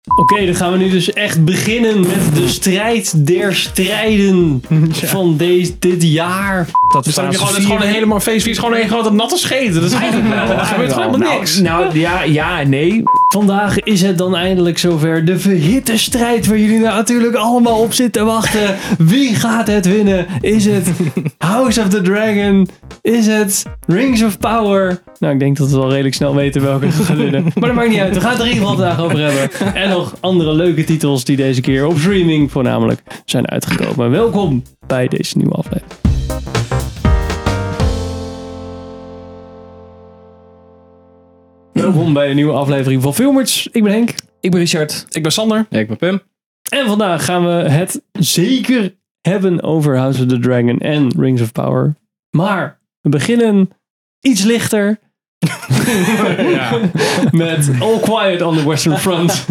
Oké, dan gaan we nu dus echt beginnen met de strijd der strijden van dit jaar. Dat is gewoon helemaal feest. Het is gewoon een grote natte scheet. Dat is eigenlijk wel. Er gebeurt gewoon helemaal niks. Nou, ja, nee. Vandaag is het dan eindelijk zover. De verhitte strijd waar jullie natuurlijk allemaal op zitten wachten. Wie gaat het winnen? Is het House of the Dragon? Is het Rings of Power? Nou, ik denk dat we wel redelijk snel weten welke we gaan winnen. Maar dat maakt niet uit. We gaan het er in ieder geval vandaag over hebben. En nog andere leuke titels die deze keer op streaming voornamelijk zijn uitgekomen. Welkom bij deze nieuwe aflevering. Welkom bij een nieuwe aflevering van Filmers. Ik ben Henk. Ik ben Richard. Ik ben Sander. Ja, ik ben Pim. En vandaag gaan we het zeker hebben over House of the Dragon en Rings of Power. Maar we beginnen iets lichter. Ja. Met All Quiet on the Western Front.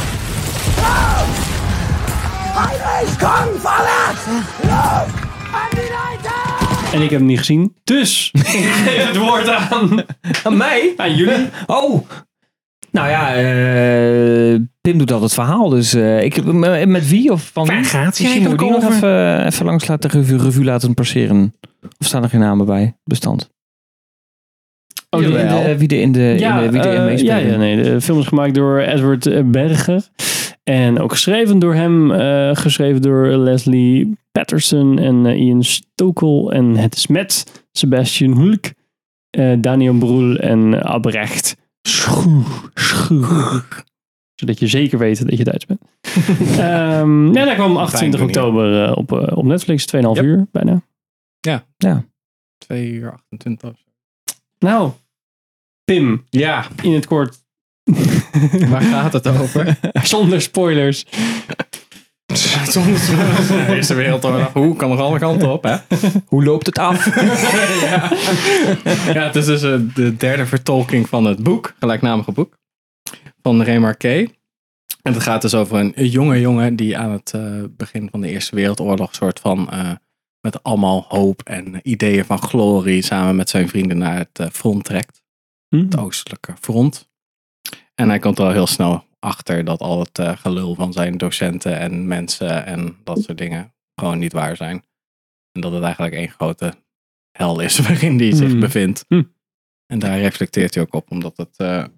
En ik heb hem niet gezien. Dus ik geef het woord aan mij? aan jullie. Oh. Nou ja, Pim doet altijd het verhaal. Dus met wie of van wie? Waar gaat het Misschien moet ik die nog over? even langs laten revue laten passeren. Of staan er geen namen bij? Bestand. Oh, wie er in de meespelen. Nee, de film is gemaakt door Edward Berger. En ook geschreven door hem. Geschreven door Leslie Patterson en Ian Stokel. En het is met Sebastian Hulk, Daniel Brühl en Albrecht Schoor. Zodat je zeker weet dat je Duits bent. Ja, dat kwam 28 oktober op Netflix. 2,5 uur bijna. Ja. 2 uur 28. Nou, Pim. Ja. In het kort. Waar gaat het over? Zonder spoilers. De Eerste Wereldoorlog. Hoe kan er alle kanten op, hè? Hoe loopt het af? Ja, het is dus de derde vertolking van het boek. Gelijknamige boek. Van Ray Marquet. En het gaat dus over een jonge jongen die aan het begin van de Eerste Wereldoorlog soort van met allemaal hoop en ideeën van glorie samen met zijn vrienden naar het front trekt. Het oostelijke front. En hij komt er al heel snel achter dat al het gelul van zijn docenten en mensen en dat soort dingen gewoon niet waar zijn. En dat het eigenlijk één grote hel is waarin hij zich bevindt. En daar reflecteert hij ook op, omdat het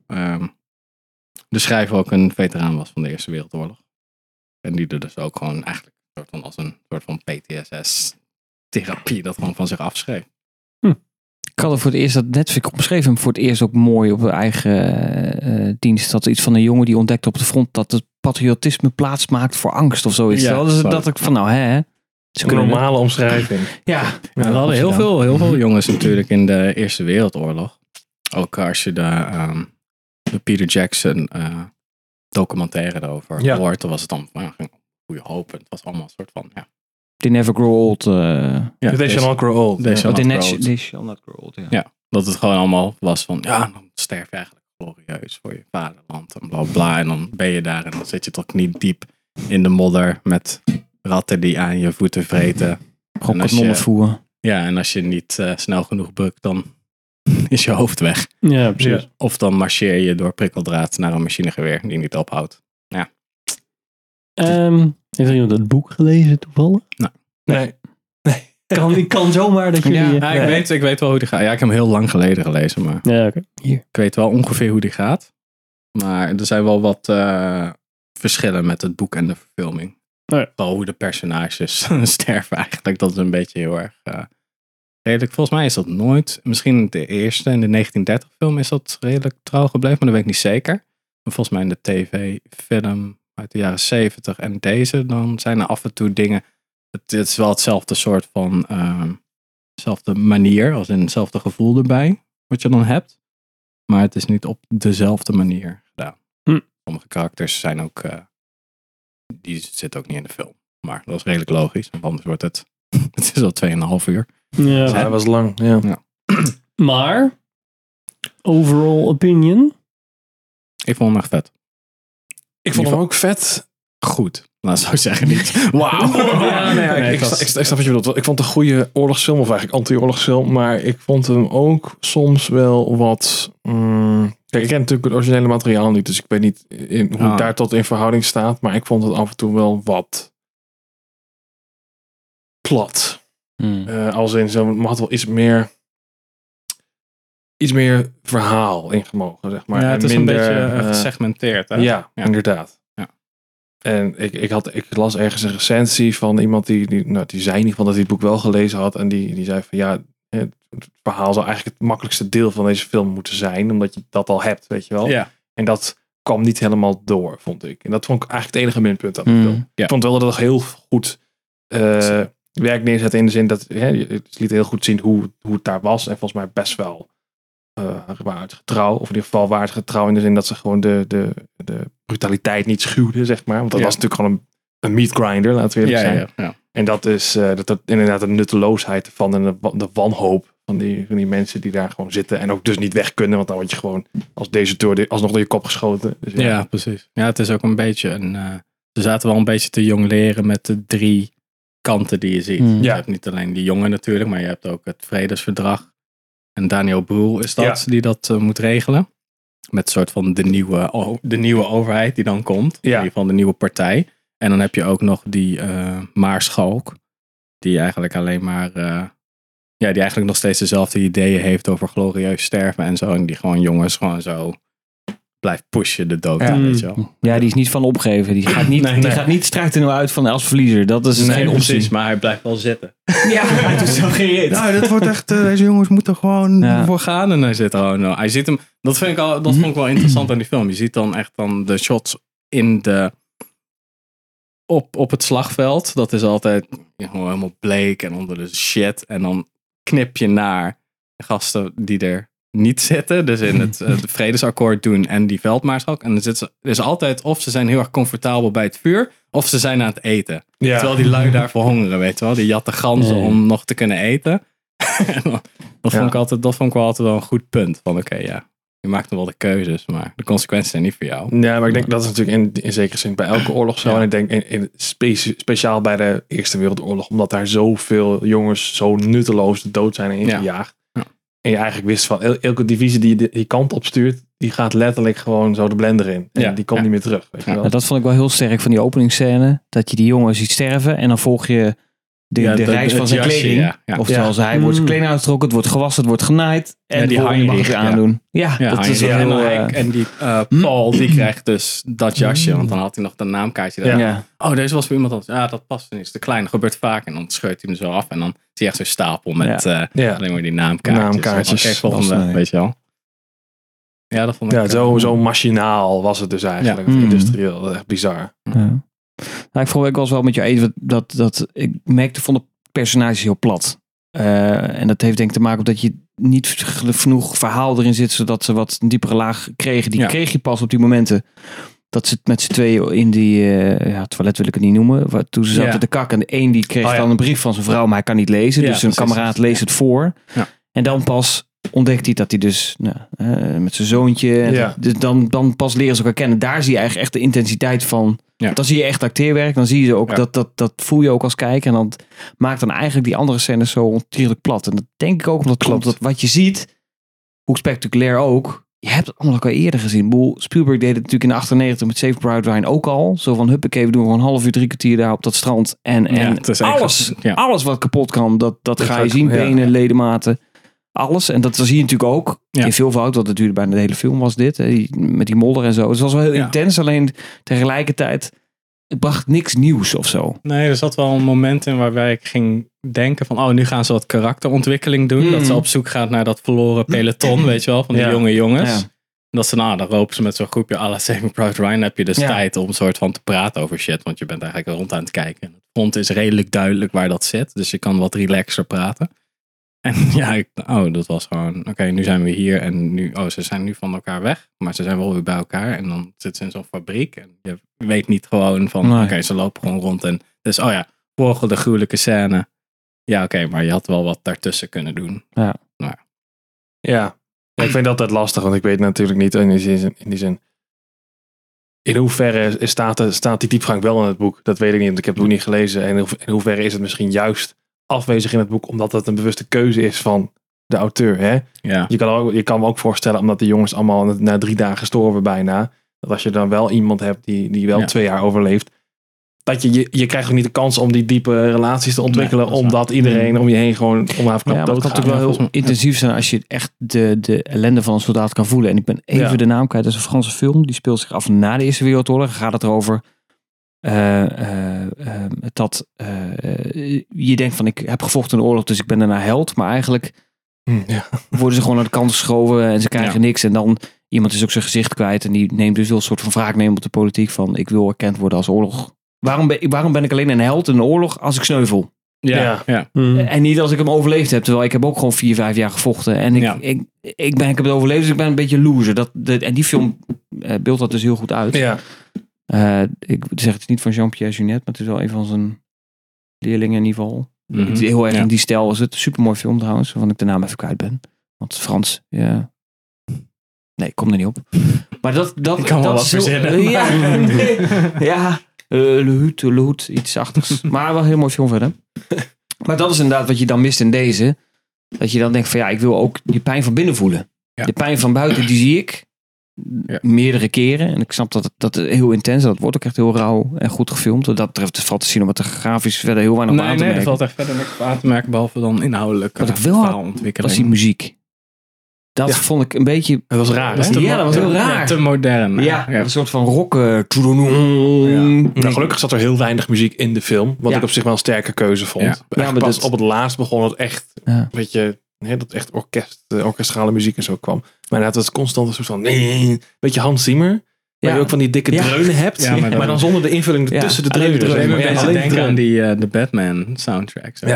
de schrijver ook een veteraan was van de Eerste Wereldoorlog. En die er dus ook gewoon eigenlijk als een soort van PTSS-therapie dat gewoon van zich afschreef. Ik had er voor het eerst, dat Netflix omschreef hem voor het eerst ook mooi op eigen dienst. Dat iets van een jongen die ontdekte op de front dat het patriotisme plaats maakt voor angst of zoiets. Ja, dat ik van Een normale omschrijving. Ja, we hadden heel veel jongens natuurlijk in de Eerste Wereldoorlog. Ook als je de Peter Jackson documentaire erover hoort, dan was het dan goede hoop. Het was allemaal een soort van, They never grow old. They shall not grow old. They shall not grow old. Ja, dat het gewoon allemaal was van, dan sterf je eigenlijk glorieus voor je vaderland en bla bla. En dan ben je daar en dan zit je toch niet diep in de modder met ratten die aan je voeten vreten. Gewoon kanonnen voeren. Ja, en als je niet snel genoeg bukt, dan is je hoofd weg. Ja, precies. Ja. Of dan marcheer je door prikkeldraad naar een machinegeweer die niet ophoudt. Ja. Heeft er iemand het boek gelezen toevallig? Nee. Kan zomaar dat jullie... Ik weet wel hoe die gaat. Ja, ik heb hem heel lang geleden gelezen, maar Ja, oké. ik weet wel ongeveer hoe die gaat. Maar er zijn wel wat verschillen met het boek en de verfilming. Ja. Vooral hoe de personages sterven eigenlijk. Dat is een beetje heel erg redelijk. Volgens mij is dat nooit. Misschien de eerste in de 1930 film is dat redelijk trouw gebleven. Maar dat weet ik niet zeker. Maar volgens mij in de tv-film uit de jaren 70 en deze, dan zijn er af en toe dingen. Het is wel hetzelfde soort van dezelfde manier, als in hetzelfde gevoel erbij, wat je dan hebt. Maar het is niet op dezelfde manier gedaan. Sommige karakters zijn ook, die zitten ook niet in de film. Maar dat is redelijk logisch, want anders wordt het, het is al 2,5 uur. Ja. Hij was lang, ja. Maar, overall opinion? Ik vond hem echt vet. Ik vond hem ook vet. Goed. Nou, zou ik zeggen niet. Wauw. Ik snap wat je bedoelt. Ik vond het een goede oorlogsfilm, of eigenlijk anti-oorlogsfilm. Maar ik vond hem ook soms wel wat Kijk, ik ken natuurlijk het originele materiaal niet, dus ik weet niet hoe het daar tot in verhouding staat. Maar ik vond het af en toe wel wat plat. Als in zo had wel iets meer verhaal ingemogen, zeg maar. Ja, het en is minder, een beetje gesegmenteerd. Hè? Ja, inderdaad. Ja. En ik las ergens een recensie van iemand die zei in ieder geval dat hij het boek wel gelezen had. En die zei van ja, het verhaal zou eigenlijk het makkelijkste deel van deze film moeten zijn. Omdat je dat al hebt, weet je wel. Ja. En dat kwam niet helemaal door, vond ik. En dat vond ik eigenlijk het enige minpunt aan de film. Ja. Ik vond wel dat het heel goed werk neerzette in de zin dat het liet heel goed zien hoe het daar was. En volgens mij best wel waarheidsgetrouw. Of in ieder geval waarheidsgetrouw in de zin dat ze gewoon de brutaliteit niet schuwden, zeg maar. Want dat was natuurlijk gewoon een meat grinder, laten we eerlijk zijn. Ja. En dat is dat inderdaad de nutteloosheid van en de wanhoop van die mensen die daar gewoon zitten. En ook dus niet weg kunnen, want dan word je gewoon als deserteur alsnog door je kop geschoten. Dus ja, precies. Ja, het is ook een beetje ze zaten wel een beetje te jong leren met de 3 kanten die je ziet. Je hebt niet alleen die jongen natuurlijk, maar je hebt ook het vredesverdrag. En Daniel Brühl is dat, die dat moet regelen. Met een soort van de nieuwe overheid die dan komt. In ieder geval de nieuwe partij. En dan heb je ook nog die Maarschalk. Die eigenlijk alleen maar die eigenlijk nog steeds dezelfde ideeën heeft over glorieus sterven en zo. En die gewoon jongens gewoon zo blijft pushen de dood. Weet je wel. Ja, die is niet van opgeven. Die gaat niet, die gaat niet strijkt er nou uit van als verliezer. Dat is geen optie. Precies, maar hij blijft wel zitten. Ja, hij doet zo geen reet. Nou, dat wordt echt, deze jongens moeten gewoon voor gaan. En hij zit er gewoon, hij ziet hem, dat vond ik wel interessant aan die film. Je ziet dan echt de shots op het slagveld. Dat is altijd gewoon helemaal bleek en onder de shit. En dan knip je naar de gasten die er niet zitten. Dus in het vredesakkoord doen en die veldmaarschalk. En dan zitten ze dus altijd of ze zijn heel erg comfortabel bij het vuur. Of ze zijn aan het eten. Ja. Terwijl die lui daar verhongeren, weet je wel. Die jatten ganzen om nog te kunnen eten. dat vond ik wel altijd wel een goed punt. Van oké, je maakt dan wel de keuzes, maar de consequenties zijn niet voor jou. Ja, maar ik denk dat is natuurlijk in zekere zin bij elke oorlog zo. En ik denk speciaal bij de Eerste Wereldoorlog, omdat daar zoveel jongens zo nutteloos de dood zijn ingejaagd. Ja. En je eigenlijk wist van elke divisie die die kant op stuurt, die gaat letterlijk gewoon zo de blender in. En die komt niet meer terug. Weet je wel? Dat vond ik wel heel sterk van die openingsscène. Dat je die jongen ziet sterven en dan volg je de reis van zijn kleding. Oftewel, hij wordt zijn kleding uitgetrokken, het wordt gewassen, het wordt genaaid. En die mag je weer aandoen. Ja, dat is wel heel... En die Paul, die krijgt dus dat jasje. Want dan had hij nog dat naamkaartje. Daar. Oh, deze was voor iemand anders. Ja, dat past niet. De kleine gebeurt vaak. En dan scheurt hij hem zo af. En dan zie je echt zo'n stapel met alleen maar die naamkaartjes. Kijk, volgende, weet je wel. Ja, dat vond ik... zo machinaal was het dus eigenlijk. Industrieel. Dat is echt bizar. Ja. Nou, ik was wel met je eens dat ik merkte van de personages heel plat. En dat heeft denk ik te maken omdat je niet genoeg verhaal erin zit, zodat ze wat diepere laag kregen. Die kreeg je pas op die momenten dat ze met z'n tweeën in die toilet wil ik het niet noemen. Toen ze zaten te kakken. En de een die kreeg dan een brief van zijn vrouw, maar hij kan niet lezen. Dus zijn kameraad leest het voor. Ja. En dan pas ontdekt hij dat hij dus met zijn zoontje. Dus dan pas leren ze elkaar kennen. Daar zie je eigenlijk echt de intensiteit van. Ja. Dan zie je echt acteerwerk. Dan zie je ook dat voel je ook als kijker. En dat maakt dan eigenlijk die andere scènes zo ontiegelijk plat. En dat denk ik ook omdat klopt. Dat wat je ziet, hoe spectaculair ook. Je hebt het allemaal al eerder gezien. Spielberg deed het natuurlijk in 1998 met Saving Private Ryan ook al. Zo van huppakee, we doen gewoon een half uur, 3 kwartier daar op dat strand. En alles wat kapot kan, dat ga je zien. Benen, ledematen. Alles. En dat zie je natuurlijk ook in veelvoud. Want natuurlijk bijna de hele film was dit. Met die modder en zo. Het was wel heel intens. Alleen tegelijkertijd het bracht niks nieuws of zo. Nee, er zat wel een moment in waarbij ik ging denken van... nu gaan ze wat karakterontwikkeling doen. Dat ze op zoek gaat naar dat verloren peloton. Weet je wel, van die jonge jongens. Ja. Dat ze dan lopen ze met zo'n groepje à la Saving Private Ryan. Dan heb je dus tijd om een soort van te praten over shit. Want je bent eigenlijk rond aan het kijken. Het front is redelijk duidelijk waar dat zit. Dus je kan wat relaxer praten. En dat was gewoon... Oké, nu zijn we hier en nu... ze zijn nu van elkaar weg. Maar ze zijn wel weer bij elkaar. En dan zitten ze in zo'n fabriek. En je weet niet gewoon van... ze lopen gewoon rond. En dus, volgende gruwelijke scène. Ja, maar je had wel wat daartussen kunnen doen. Ja. Nou. Ja, ik vind dat altijd lastig. Want ik weet natuurlijk niet in die zin... In hoeverre staat die diepgang wel in het boek? Dat weet ik niet, want ik heb het boek niet gelezen. En in hoeverre is het misschien juist afwezig in het boek, omdat het een bewuste keuze is van de auteur. Hè? Ja. Je kan me ook voorstellen, omdat die jongens allemaal na 3 dagen gestorven bijna, dat als je dan wel iemand hebt die wel 2 jaar overleeft, dat je krijgt ook niet de kans om die diepe relaties te ontwikkelen, omdat iedereen om je heen gewoon onafhankelijk Ja, maar het kan doodgaat. natuurlijk wel heel intensief zijn als je echt de ellende van een soldaat kan voelen. En ik ben even de naam kwijt. Dat is een Franse film. Die speelt zich af na de Eerste Wereldoorlog. Dan gaat het erover dat je denkt van ik heb gevochten in de oorlog, dus ik ben daarna held. Maar eigenlijk worden ze gewoon aan de kant geschoven en ze krijgen niks. En dan iemand is ook zijn gezicht kwijt en die neemt dus wel een soort van wraak nemen op de politiek van ik wil erkend worden als oorlog. Waarom ben ik alleen een held in een oorlog als ik sneuvel? Ja. En niet als ik hem overleefd heb. Terwijl ik heb ook gewoon 4-5 jaar gevochten. En ik heb het overleefd, dus ik ben een beetje loser. En die film beeldt dat dus heel goed uit. Ja. Ik zeg het niet van Jean-Pierre Jeunet, maar het is wel een van zijn leerlingen in ieder geval. Mhm. Het is heel erg in die stijl. Is het een supermooi film trouwens, waarvan ik de naam even kwijt ben. Want Frans, ja. Nee, ik kom er niet op. Maar dat Ik kan wel wat verzinnen. Ja. Le Hoed, iets achtigs. Maar wel een heel mooi film verder. Maar dat is inderdaad wat je dan mist in deze. Dat je dan denkt van ik wil ook die pijn van binnen voelen. Ja. De pijn van buiten, die zie ik. Meerdere keren. En ik snap dat het heel intens is. Dat wordt ook echt heel rauw en goed gefilmd. Wat dat betreft valt te cinematografisch verder heel weinig aan te merken. Nee, er valt echt verder niks aan te merken. Behalve dan inhoudelijk Wat ik wel had, ontwikkeling. was die muziek. Dat vond ik een beetje... Dat was raar, hè? Ja, dat was heel raar. Ja, te modern. Ja, een soort van rock. Nou, gelukkig zat er heel weinig muziek in de film. Wat ik op zich wel een sterke keuze vond. Ja. Maar pas op het laatst begon het echt een beetje... dat echt orkestrale muziek en zo kwam. Maar inderdaad, het was constant een soort van... beetje Hans Zimmer. Waar je ook van die dikke dreunen hebt. Ja, maar dan zonder de invulling tussen de dreunen. Dus Alleen even denken dreun. aan de Batman soundtrack. Zo. Ja.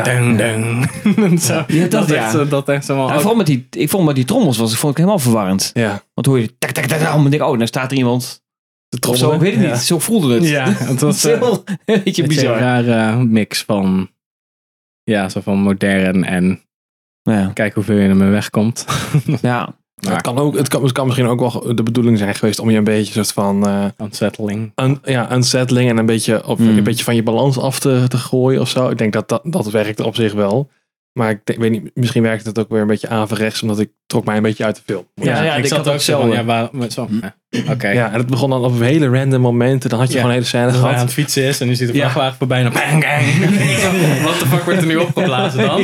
Zo. Dat echt zo. Vooral ik vond met die trommels vond ik helemaal verwarrend. Ja. Want hoor je tak tak tak tak. En denk nou staat er iemand. De Of zo, ik weet het niet. Zo voelde het. Ja, het was heel een beetje bizar. Een rare mix van zo van modern en kijk hoeveel je ermee wegkomt. Ja. Het kan misschien ook wel de bedoeling zijn geweest om je een beetje soort van... unsettling. Unsettling en een beetje van je balans af te gooien of zo. Ik denk dat werkte op zich wel. Maar ik weet niet, misschien werkte het ook weer een beetje averechts, omdat ik trok mij een beetje uit de film. Ik zat ook zo van, oké. Ja, en het begon dan op hele random momenten. Dan had je gewoon een hele scène gehad. gehad. Hij aan het fietsen is en nu ziet de vrachtwagen voorbij en dan bang, gang. Wat de fuck wordt er nu opgeblazen dan?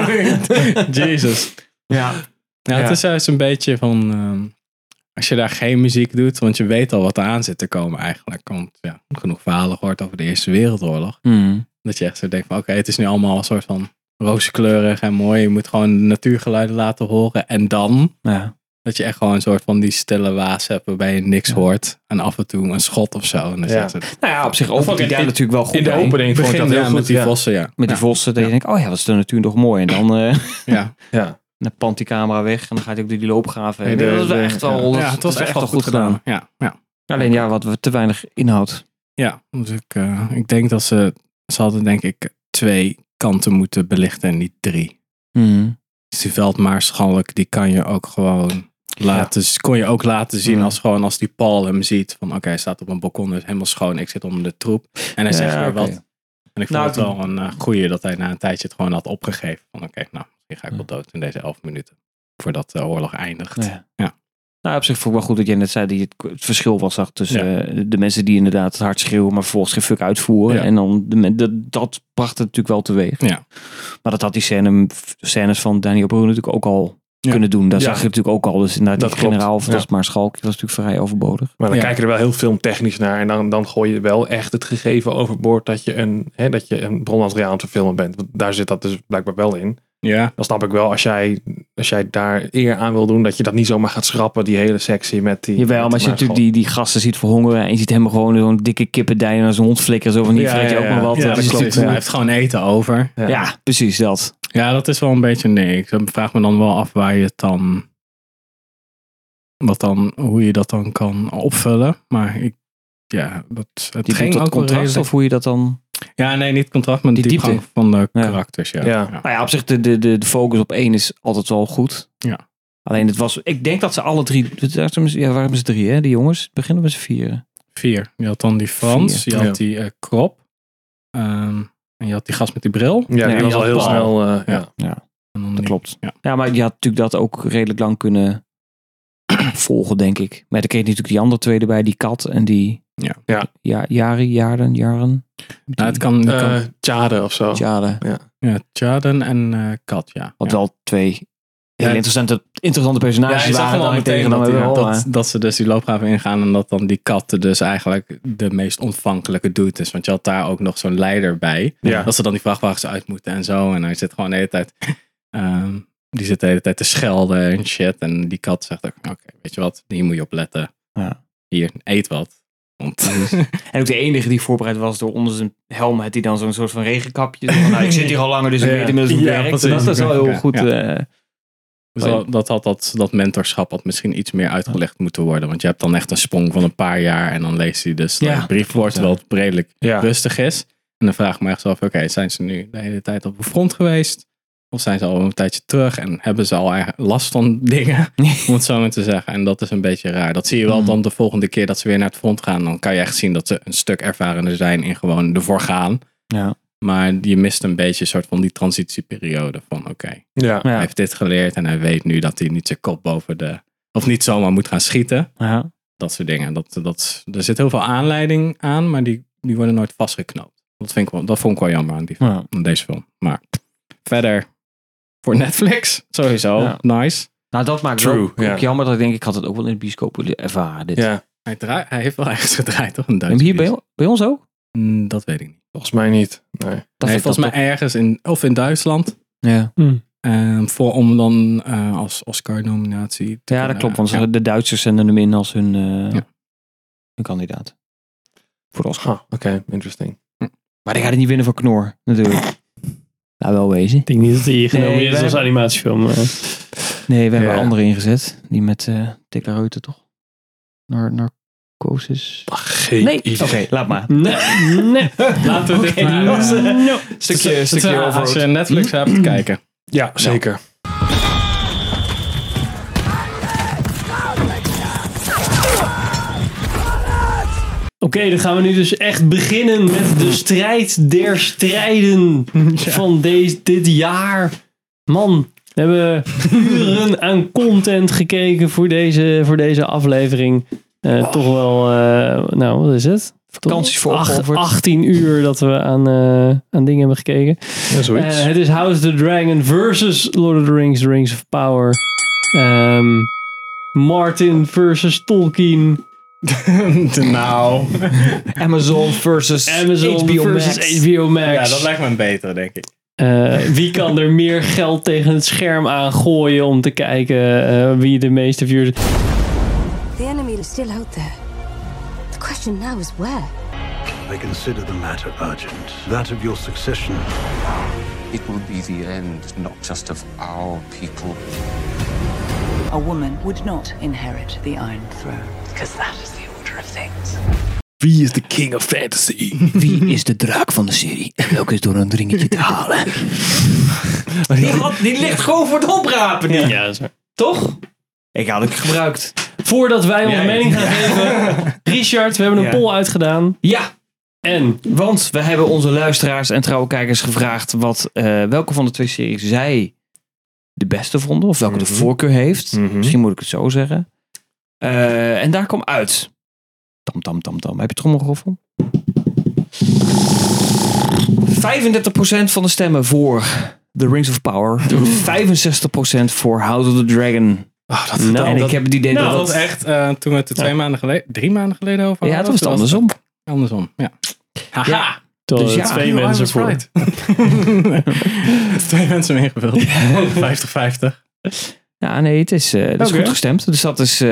Jesus. Ja, het is juist een beetje van... als je daar geen muziek doet, want je weet al wat er aan zit te komen eigenlijk. Want genoeg verhalen gehoord over de Eerste Wereldoorlog. Dat je echt zo denkt van oké, het is nu allemaal een soort van rooskleurig en mooi. Je moet gewoon de natuurgeluiden laten horen. En dan dat je echt gewoon een soort van die stille waas hebt waarbij je niks hoort. En af en toe een schot of zo. En dan op zich opent die daar natuurlijk wel goed. In de opening vond ik dat heel goed. Met die vossen, Met die vossen. Dat je denkt, wat is de natuur toch mooi. En dan... dan pant die camera weg en dan gaat hij ook door die loopgraven. Nee, dat was echt wel, het was echt wel goed gedaan. Ja. Alleen wat we te weinig inhoud. Ja, dus ik denk dat ze hadden denk ik 2 kanten moeten belichten en niet 3. Dus die veldmaarschalk, die kan je ook gewoon kon je ook laten zien als die Paul hem ziet. Van oké, hij staat op een balkon, dus helemaal schoon. Ik zit onder de troep. En hij zegt weer wat. En ik vond het wel een goeie dat hij na een tijdje het gewoon had opgegeven. Van oké, misschien ga ik wel dood in deze 11 minuten. Voordat de oorlog eindigt. Ja. Nou, op zich vond ik wel goed dat jij net zei dat het verschil was tussen de mensen die inderdaad hard schreeuwen, maar vervolgens geen fuck uitvoeren. En dan dat bracht het natuurlijk wel teweeg. Ja. Maar dat had die scènes van Daniel Brühl natuurlijk ook al kunnen doen. Daar zag je natuurlijk ook al. Dus inderdaad die generaal of dat maar Schalk, dat was natuurlijk vrij overbodig. Maar dan kijk je er wel heel filmtechnisch naar. En dan gooi je wel echt het gegeven overboord dat je een bronmateriaal aan het verfilmen bent. Want daar zit dat dus blijkbaar wel in. Ja. Dan snap ik wel, als jij daar eer aan wil doen, dat je dat niet zomaar gaat schrappen, die hele sectie met die... Jawel, maar als je natuurlijk die gasten ziet verhongeren en je ziet hem gewoon zo'n dikke kippendij en zo'n hond flikkeren, zo van die vreet je ook maar wat. Ja, dat klopt. Hij heeft gewoon eten over. Ja, precies dat. Ja, dat is wel een beetje ik vraag me dan wel af waar je het dan... hoe je dat dan kan opvullen. Maar het ging ook contrast of hoe je dat dan... Ja, nee, niet contrast, maar de diepgang van de karakters. Ja. Nou ja, op zich de focus op 1 is altijd wel goed. Ja. Alleen het was, ik denk dat ze alle 3, waren ze 3 hè, die jongens. Beginnen met z'n 4. 4. Je had dan die Frans, je had die Krop. En je had die gast met die bril. Ja, die was al heel snel. Dat klopt. Ja. Ja, maar je had natuurlijk dat ook redelijk lang kunnen volgen, denk ik. Maar dan kreeg je natuurlijk die andere twee erbij, die kat en die jaren. Nou, het kan Tjade of zo. Jade. ja, Jaden en Kat, ja. Wat ja. wel twee hele interessante personages je zag waren. wel dan meteen tegen dat ze dus die loopgraven ingaan en dat dan die kat dus eigenlijk de meest ontvankelijke dude is. Want je had daar ook nog zo'n leider bij. Ja. Dat ze dan die vrachtwagens uit moeten en zo. En hij zit gewoon de hele tijd... die zit de hele tijd te schelden en shit. En die kat zegt ook, oké, weet je wat, hier moet je op letten. Ja. Hier, eet wat. Want, En ook de enige die voorbereid was door onder zijn helm had hij dan zo'n soort van regenkapje. Van, nou, ik zit hier al langer, dus ik weet inmiddels hoe het werkt. precies. Dat is wel heel goed. Ja. Dus dat mentorschap had misschien iets meer uitgelegd moeten worden. Want je hebt dan echt een sprong van een paar jaar. En dan leest hij dus de brief voor, terwijl het redelijk rustig is. En dan vraag ik me echt zo af, oké, zijn ze nu de hele tijd op de front geweest? Of zijn ze al een tijdje terug en hebben ze al eigenlijk last van dingen? Om het zo maar te zeggen. En dat is een beetje raar. Dat zie je wel dan de volgende keer dat ze weer naar het front gaan. Dan kan je echt zien dat ze een stuk ervarener zijn in gewoon ervoor gaan. Ja. Maar je mist een beetje een soort van die transitieperiode van oké. Ja. Hij heeft dit geleerd en hij weet nu dat hij niet zijn kop boven de... Of niet zomaar moet gaan schieten. Ja. Dat soort dingen. Er zit heel veel aanleiding aan, maar die worden nooit vastgeknoopt. Dat vond ik wel jammer aan deze film. Maar verder, voor Netflix, sowieso, nice. Nou, dat maakt ook jammer dat ik had het ook wel in de bioscoop willen ervaren. Dit. Ja. Hij heeft wel ergens gedraaid, toch? Een Duits. En hier bij ons ook? Dat weet ik niet. Volgens mij niet. Nee. Volgens mij ergens in Duitsland. Ja. Om dan als Oscar-nominatie te dat klopt. Want de Duitsers zenden hem in als hun kandidaat. Voor de Oscar. Oké, interesting. Maar die gaat het niet winnen voor Knor, natuurlijk. Nou, wel wezen. Ik denk niet dat hij genomineerd is als animatiefilm. Nee, we hebben andere ingezet. Die met Dikke Reuter, toch? Narcosis. Geen idee. Oké, laat maar. Nee. Laten we dit maar... Stukje over. Als je Netflix hebt, kijken. Ja, zeker. Oké, dan gaan we nu dus echt beginnen met de strijd der strijden van dit jaar. Man, we hebben uren aan content gekeken voor deze aflevering. Toch wel, nou wat is het? Vakanties voor 18 uur dat we aan dingen hebben gekeken. Ja, zoiets. Het is House of the Dragon versus Lord of the Rings, Rings of Power. Martin versus Tolkien. Nou. Amazon versus HBO Max. Ja, dat lijkt me een betere, denk ik. Wie kan er meer geld tegen het scherm aan gooien om te kijken wie de meeste viewers... The enemy is still out there. The question now is where? I consider the matter urgent. That of your succession. It will be the end, not just of our people. A woman would not inherit the Iron Throne, because that is the order of things. Wie is de king of fantasy? Wie is de draak van de serie? En welke is door een dringetje te halen? Die ligt gewoon voor het oprapen. Ja, dat is waar. Toch? Ik had het gebruikt. Voordat wij onze mening gaan geven, Richard, we hebben een poll uitgedaan. Ja. Want we hebben onze luisteraars en trouwe kijkers gevraagd welke van de twee series zij de beste vonden. Of welke de voorkeur heeft. Misschien moet ik het zo zeggen. En daar kwam uit. Tam. Heb je trommelgeroffel? 35% van de stemmen voor The Rings of Power. 65% voor House of the Dragon. En ik heb het idee dat was echt, toen we het 3 maanden geleden over hadden. Ja, toen was het andersom. Andersom, ja. Haha. Ja. Dus twee mensen voor. Right. 2 mensen meegevuld. 50-50. Ja, nee, het is goed gestemd. Dus dat is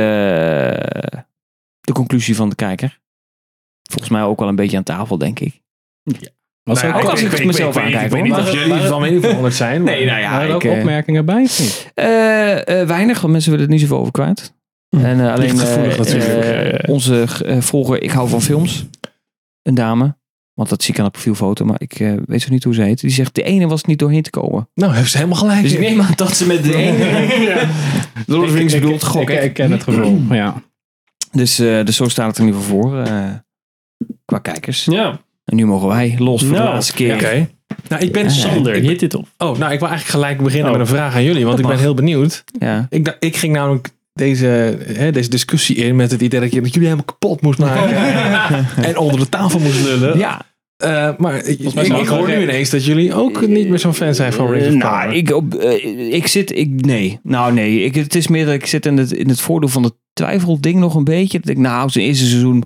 de conclusie van de kijker. Volgens mij ook wel een beetje aan tafel, denk ik. Ja. Ook als ik mezelf aankijk. Ik weet niet of jullie van mening veranderd zijn. Nee, nou ja. Waren er ook opmerkingen bij? Weinig, want mensen willen het niet zoveel over kwijt. En alleen onze volger, ik hou van films. Een dame. Want dat zie ik aan de profielfoto, maar ik weet zo niet hoe ze heet. Die zegt, de ene was niet doorheen te komen. Nou, heeft ze helemaal gelijk. Dus ik neem aan dat ze met de ene... Lord of the Rings bedoelt gok. Ik ken het gevoel, ja. Dus zo staat het er in ieder geval voor. Qua kijkers. Ja. En nu mogen wij los voor de laatste keer. Oké. Nou, ik ben Sander, hit dit op. Oh, nou, ik wil eigenlijk gelijk beginnen met een vraag aan jullie, want ik ben heel benieuwd. Ja. Ik ging namelijk deze discussie in met het idee dat jullie helemaal kapot moest maken en onder de tafel moest lullen. Ja. Maar ik hoor nu ineens dat jullie ook niet meer zo'n fan zijn van Rings of Power. Nee. Het is meer dat ik zit in het voordeel van de twijfelding nog een beetje. Dat ik zijn eerste seizoen...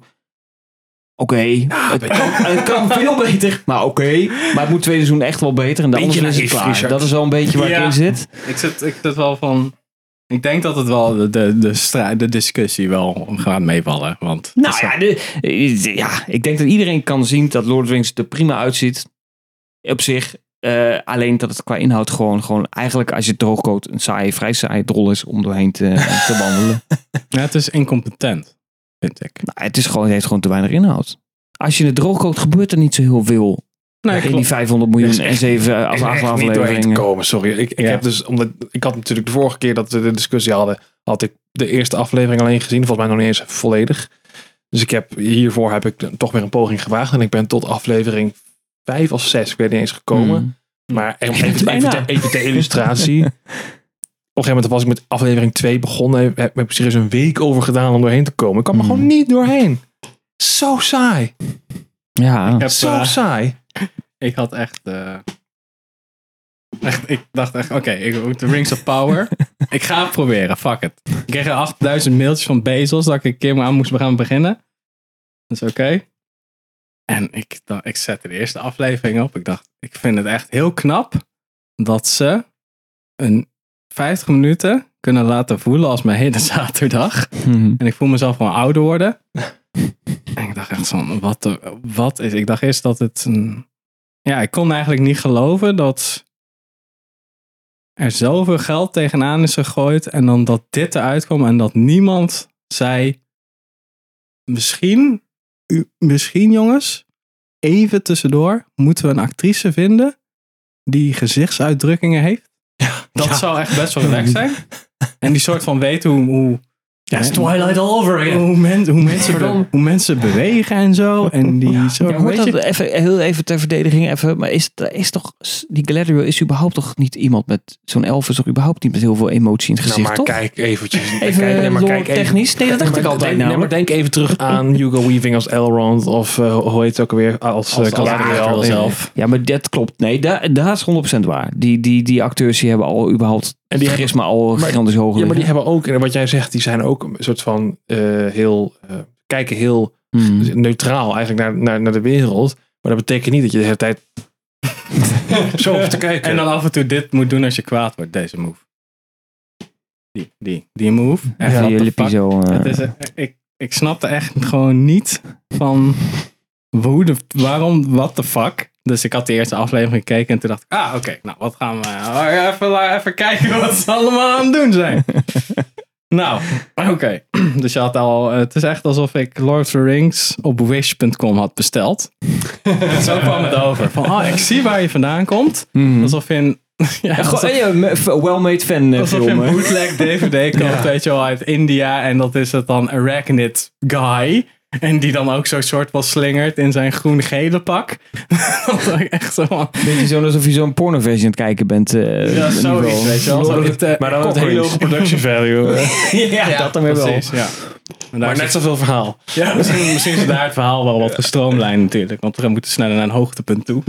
het kan veel beter, maar maar het moet tweede seizoen echt wel beter. En dan is het klaar. Richard. Dat is wel een beetje waar ik in zit. Ik zit wel van... Ik denk dat het wel de discussie wel gaat meevallen. Want ik denk dat iedereen kan zien dat Lord of the Rings er prima uitziet. Op zich. Alleen dat het qua inhoud gewoon eigenlijk als je het droogkookt een vrij saai drol is om doorheen te wandelen. Ja, het is incompetent, vind ik. Nou, het heeft gewoon te weinig inhoud. Als je het droogkookt gebeurt er niet zo heel veel. In die 500 miljoen en 7 of 8 afleveringen. Komen, sorry. Ik had natuurlijk de vorige keer dat we de discussie hadden, had ik de eerste aflevering alleen gezien. Volgens mij nog niet eens volledig. Dus hiervoor heb ik toch weer een poging gewaagd. En ik ben tot aflevering 5 of 6, ik weet niet eens gekomen. Maar even ter illustratie. Op een gegeven moment was ik met aflevering 2 begonnen. Heb ik serieus een week over gedaan om doorheen te komen. Ik kwam er gewoon niet doorheen. Zo saai. Ja. Zo saai. Ik had echt... ik dacht echt, de Rings of Power. Ik ga het proberen, fuck it. Ik kreeg 8000 mailtjes van Bezos dat ik een keer aan moest gaan beginnen. Dat is oké. En ik zette de eerste aflevering op. Ik dacht, ik vind het echt heel knap dat ze een 50 minuten kunnen laten voelen als mijn hele zaterdag. En ik voel mezelf gewoon ouder worden. En ik dacht echt van, wat is... Ik dacht eerst dat het een... Ja, ik kon eigenlijk niet geloven dat er zoveel geld tegenaan is gegooid en dan dat dit eruit kwam en dat niemand zei, misschien jongens, even tussendoor, moeten we een actrice vinden die gezichtsuitdrukkingen heeft. Dat zou echt best wel relaxed zijn. En die soort van weet hoe Ja, is Twilight all over again. Hoe mensen bewegen en zo. En die soort, weet je? Heel even ter verdediging. Maar is toch... Die Galadriel is überhaupt toch niet iemand met... Zo'n elf is toch überhaupt niet met heel veel emotie in het gezicht, maar toch? Kijk eventjes. Kijk technisch? Nee, dat dacht ik altijd. Maar denk even terug aan Hugo Weaving als Elrond. Of hoe heet het ook alweer? Als Galadriel zelf. Ja, maar dat klopt. Nee, daar is 100% waar. Die acteurs die hebben al überhaupt... En die charisma al gigantisch hoog. Ja, maar die hebben ook... En wat jij zegt, die zijn ook een soort van... kijken heel neutraal eigenlijk naar de wereld. Maar dat betekent niet dat je de hele tijd... zo over te kijken. En dan af en toe dit moet doen als je kwaad wordt. Deze move. Die move. Ja, je lippie zo... Ik snapte echt gewoon niet van... waarom, what the fuck? Dus ik had de eerste aflevering gekeken en toen dacht ik... oké, nou wat gaan we... Even kijken wat ze allemaal aan het doen zijn. Nou, oké. Dus je had al... Het is echt alsof ik Lord of the Rings op Wish.com had besteld. En zo kwam het over. Van, ik zie waar je vandaan komt. Alsof in... well-made fan alsof film. Je een bootleg DVD koopt, weet je wel, uit India. En dat is het dan Arachnid Guy. En die dan ook zo'n soort van slingert in zijn groen-gele pak. Dat was echt zo van... Beetje zo alsof je zo'n pornoversie aan het kijken bent. Ja, zoiets, weet je wel. Maar dan het hele hoge production value. Ja, dat dan weer wel. Ja. Maar net zoveel verhaal. Ja, misschien is daar het verhaal wel wat gestroomlijnd natuurlijk. Want we moeten sneller naar een hoogtepunt toe.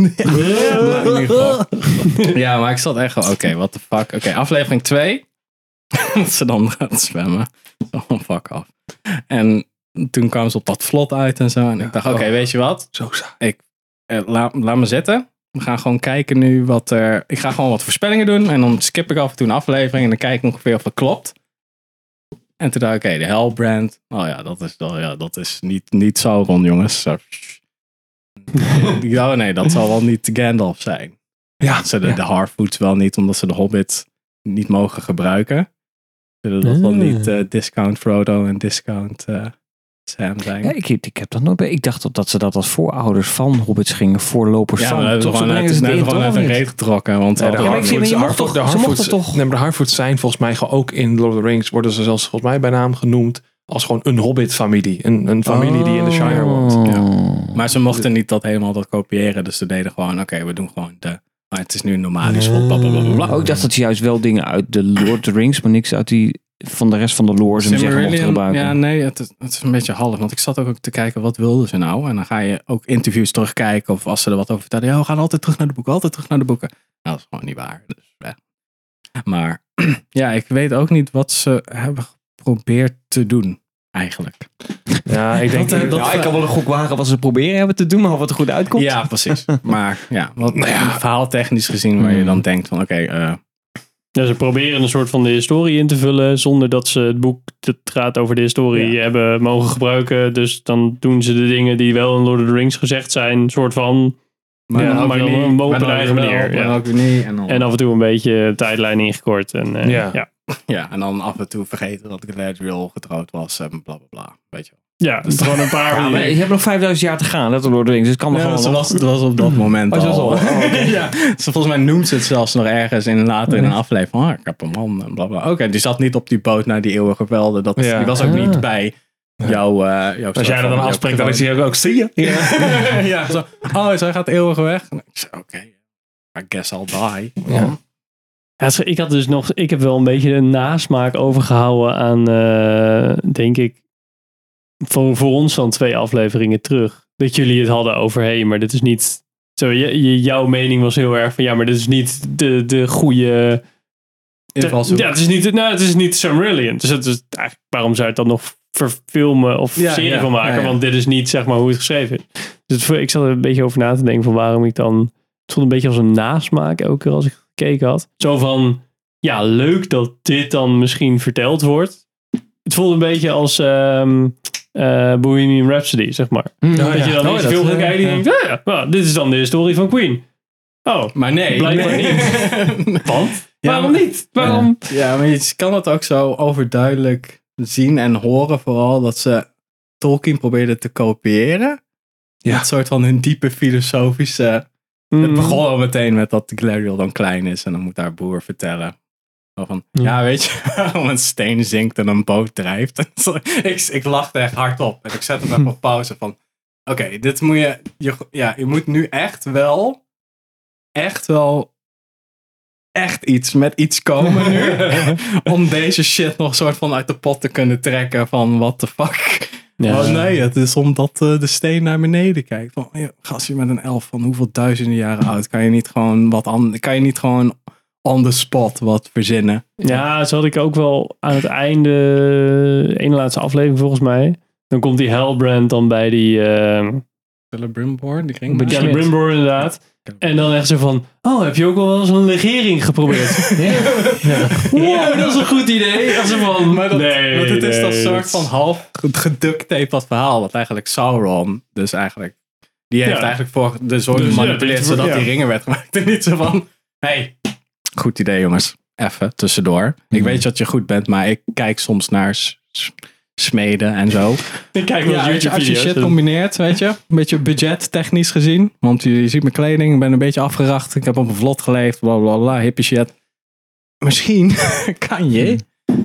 Ja, maar ik zat echt wel... Oké, what the fuck. Oké, aflevering 2. Dat ze dan gaat zwemmen. Oh, fuck af. En... Toen kwamen ze op dat vlot uit en zo. En ik dacht, oké, weet je wat? Zo saai. Laat me zitten. We gaan gewoon kijken nu wat er... Ik ga gewoon wat voorspellingen doen. En dan skip ik af en toe een aflevering. En dan kijk ik ongeveer of het klopt. En toen dacht ik, oké, de Hellbrand. Oh ja, dat is niet Sauron, jongens. Nee, dat zal wel niet Gandalf zijn. Ja. De Harfoots wel niet, omdat ze de Hobbit niet mogen gebruiken. Zullen dat wel niet discount Frodo en discount... Sam zijn. Ja, ik heb dat nooit bij. Ik dacht dat ze dat als voorouders van hobbits gingen, voorlopers van. Ja, toch gewoon uit een reet getrokken. Want de Harfoots zijn volgens mij ook in Lord of the Rings, worden ze zelfs volgens mij bij naam genoemd als gewoon een hobbit-familie. Een familie die in de Shire woont. Ja. Maar ze mochten niet helemaal dat kopiëren, dus ze deden gewoon, oké, we doen gewoon Maar het is nu een nomadisch volk. Blablabla. Oh, ik dacht dat ze juist wel dingen uit de Lord of the Rings, maar niks uit die van de rest van de lore ze zeggen mochten gebruiken. Ja, nee, het is een beetje half. Want ik zat ook te kijken, wat wilden ze nou? En dan ga je ook interviews terugkijken. Of als ze er wat over vertellen. Ja, we gaan altijd terug naar de boeken. Altijd terug naar de boeken. Nou, dat is gewoon niet waar. Dus, maar ja, ik weet ook niet wat ze hebben geprobeerd te doen. Eigenlijk. Ja, ik denk ik kan wel een gok wagen wat ze proberen hebben te doen, maar of het er goed uitkomt. Ja, precies. Maar ja, wat verhaaltechnisch gezien waar je dan denkt van Ja, ze proberen een soort van de historie in te vullen zonder dat ze het boek dat gaat over de historie hebben mogen gebruiken. Dus dan doen ze de dingen die wel in Lord of the Rings gezegd zijn, soort van, maar dan op een eigen manier. En af en toe een beetje tijdlijn ingekort. En, Ja, en dan af en toe vergeten dat Galadriel getrouwd was en blablabla. Weet je wel. Ja, het is gewoon een paar... Ja, maar je hebt nog 5000 jaar te gaan, dat Lord of the Rings. Dus het kan nog gewoon... Het was op dat moment al. Ja, volgens mij noemt ze het zelfs nog ergens later in een aflevering. Ik heb een man en blablabla. Oké, die zat niet op die boot naar die eeuwige velden. Die was ook niet bij jouw als jij er dan afspreekt, dan is hij ook, zie je? Ja, zo. Oh, zij gaat eeuwig weg. Oké, I guess I'll die. Ja. Ja, ik heb wel een beetje een nasmaak overgehouden aan, denk ik, voor ons dan 2 afleveringen terug. Dat jullie het hadden over, maar dit is niet... Zo, jouw mening was heel erg van, ja, maar dit is niet de goede... het is niet Silmarillion. Dus het is eigenlijk, waarom zou je het dan nog verfilmen of serie van maken? Want dit is niet, zeg maar, hoe het geschreven is. Dus ik zat er een beetje over na te denken van waarom ik dan... Het voelde een beetje als een nasmaak elke keer als ik gekeken had. Zo van, ja, leuk dat dit dan misschien verteld wordt. Het voelde een beetje als Bohemian Rhapsody, zeg maar. Dat je dan deze film gaat kijken en denkt, dit is dan de historie van Queen. Oh, maar nee. Blijkbaar niet. Want? Waarom niet? Waarom? Ja, maar je kan het ook zo overduidelijk zien en horen, vooral dat ze Tolkien probeerden te kopiëren. Ja. Een soort van hun diepe filosofische... Het begon al meteen met dat Galadriel dan klein is en dan moet haar broer vertellen. Van, ja, weet je, waarom een steen zinkt en een boot drijft. Ik lachte echt hardop en ik zette hem even op pauze van, oké, dit moet je moet nu echt iets met iets komen nu. Om deze shit nog soort van uit de pot te kunnen trekken van, what the fuck. Ja. Oh nee, het is omdat de steen naar beneden kijkt. Van, gastje met een elf van hoeveel duizenden jaren oud. Kan je niet gewoon on the spot wat verzinnen? Ja, zo had ik ook wel aan het einde, ene laatste aflevering volgens mij. Dan komt die Halbrand dan bij die... Celebrimbor, die ging bij Celebrimbor inderdaad. En dan echt zo van, heb je ook wel eens een legering geprobeerd? Wow, dat is een goed idee. Als van, maar het is dat soort van half geduct dat verhaal. Wat eigenlijk Sauron, dus eigenlijk, die heeft eigenlijk voor de zorg gemanipuleerd zodat die ringen werd gemaakt. En niet zo van, hey, goed idee jongens, even tussendoor. Ik weet dat je goed bent, maar ik kijk soms naar smeden en zo. Ik kijk wel als je shit combineert, weet je. Een beetje budget technisch gezien. Want je ziet mijn kleding, ik ben een beetje afgeracht. Ik heb op een vlot geleefd, blablabla, hippie shit. Misschien kan je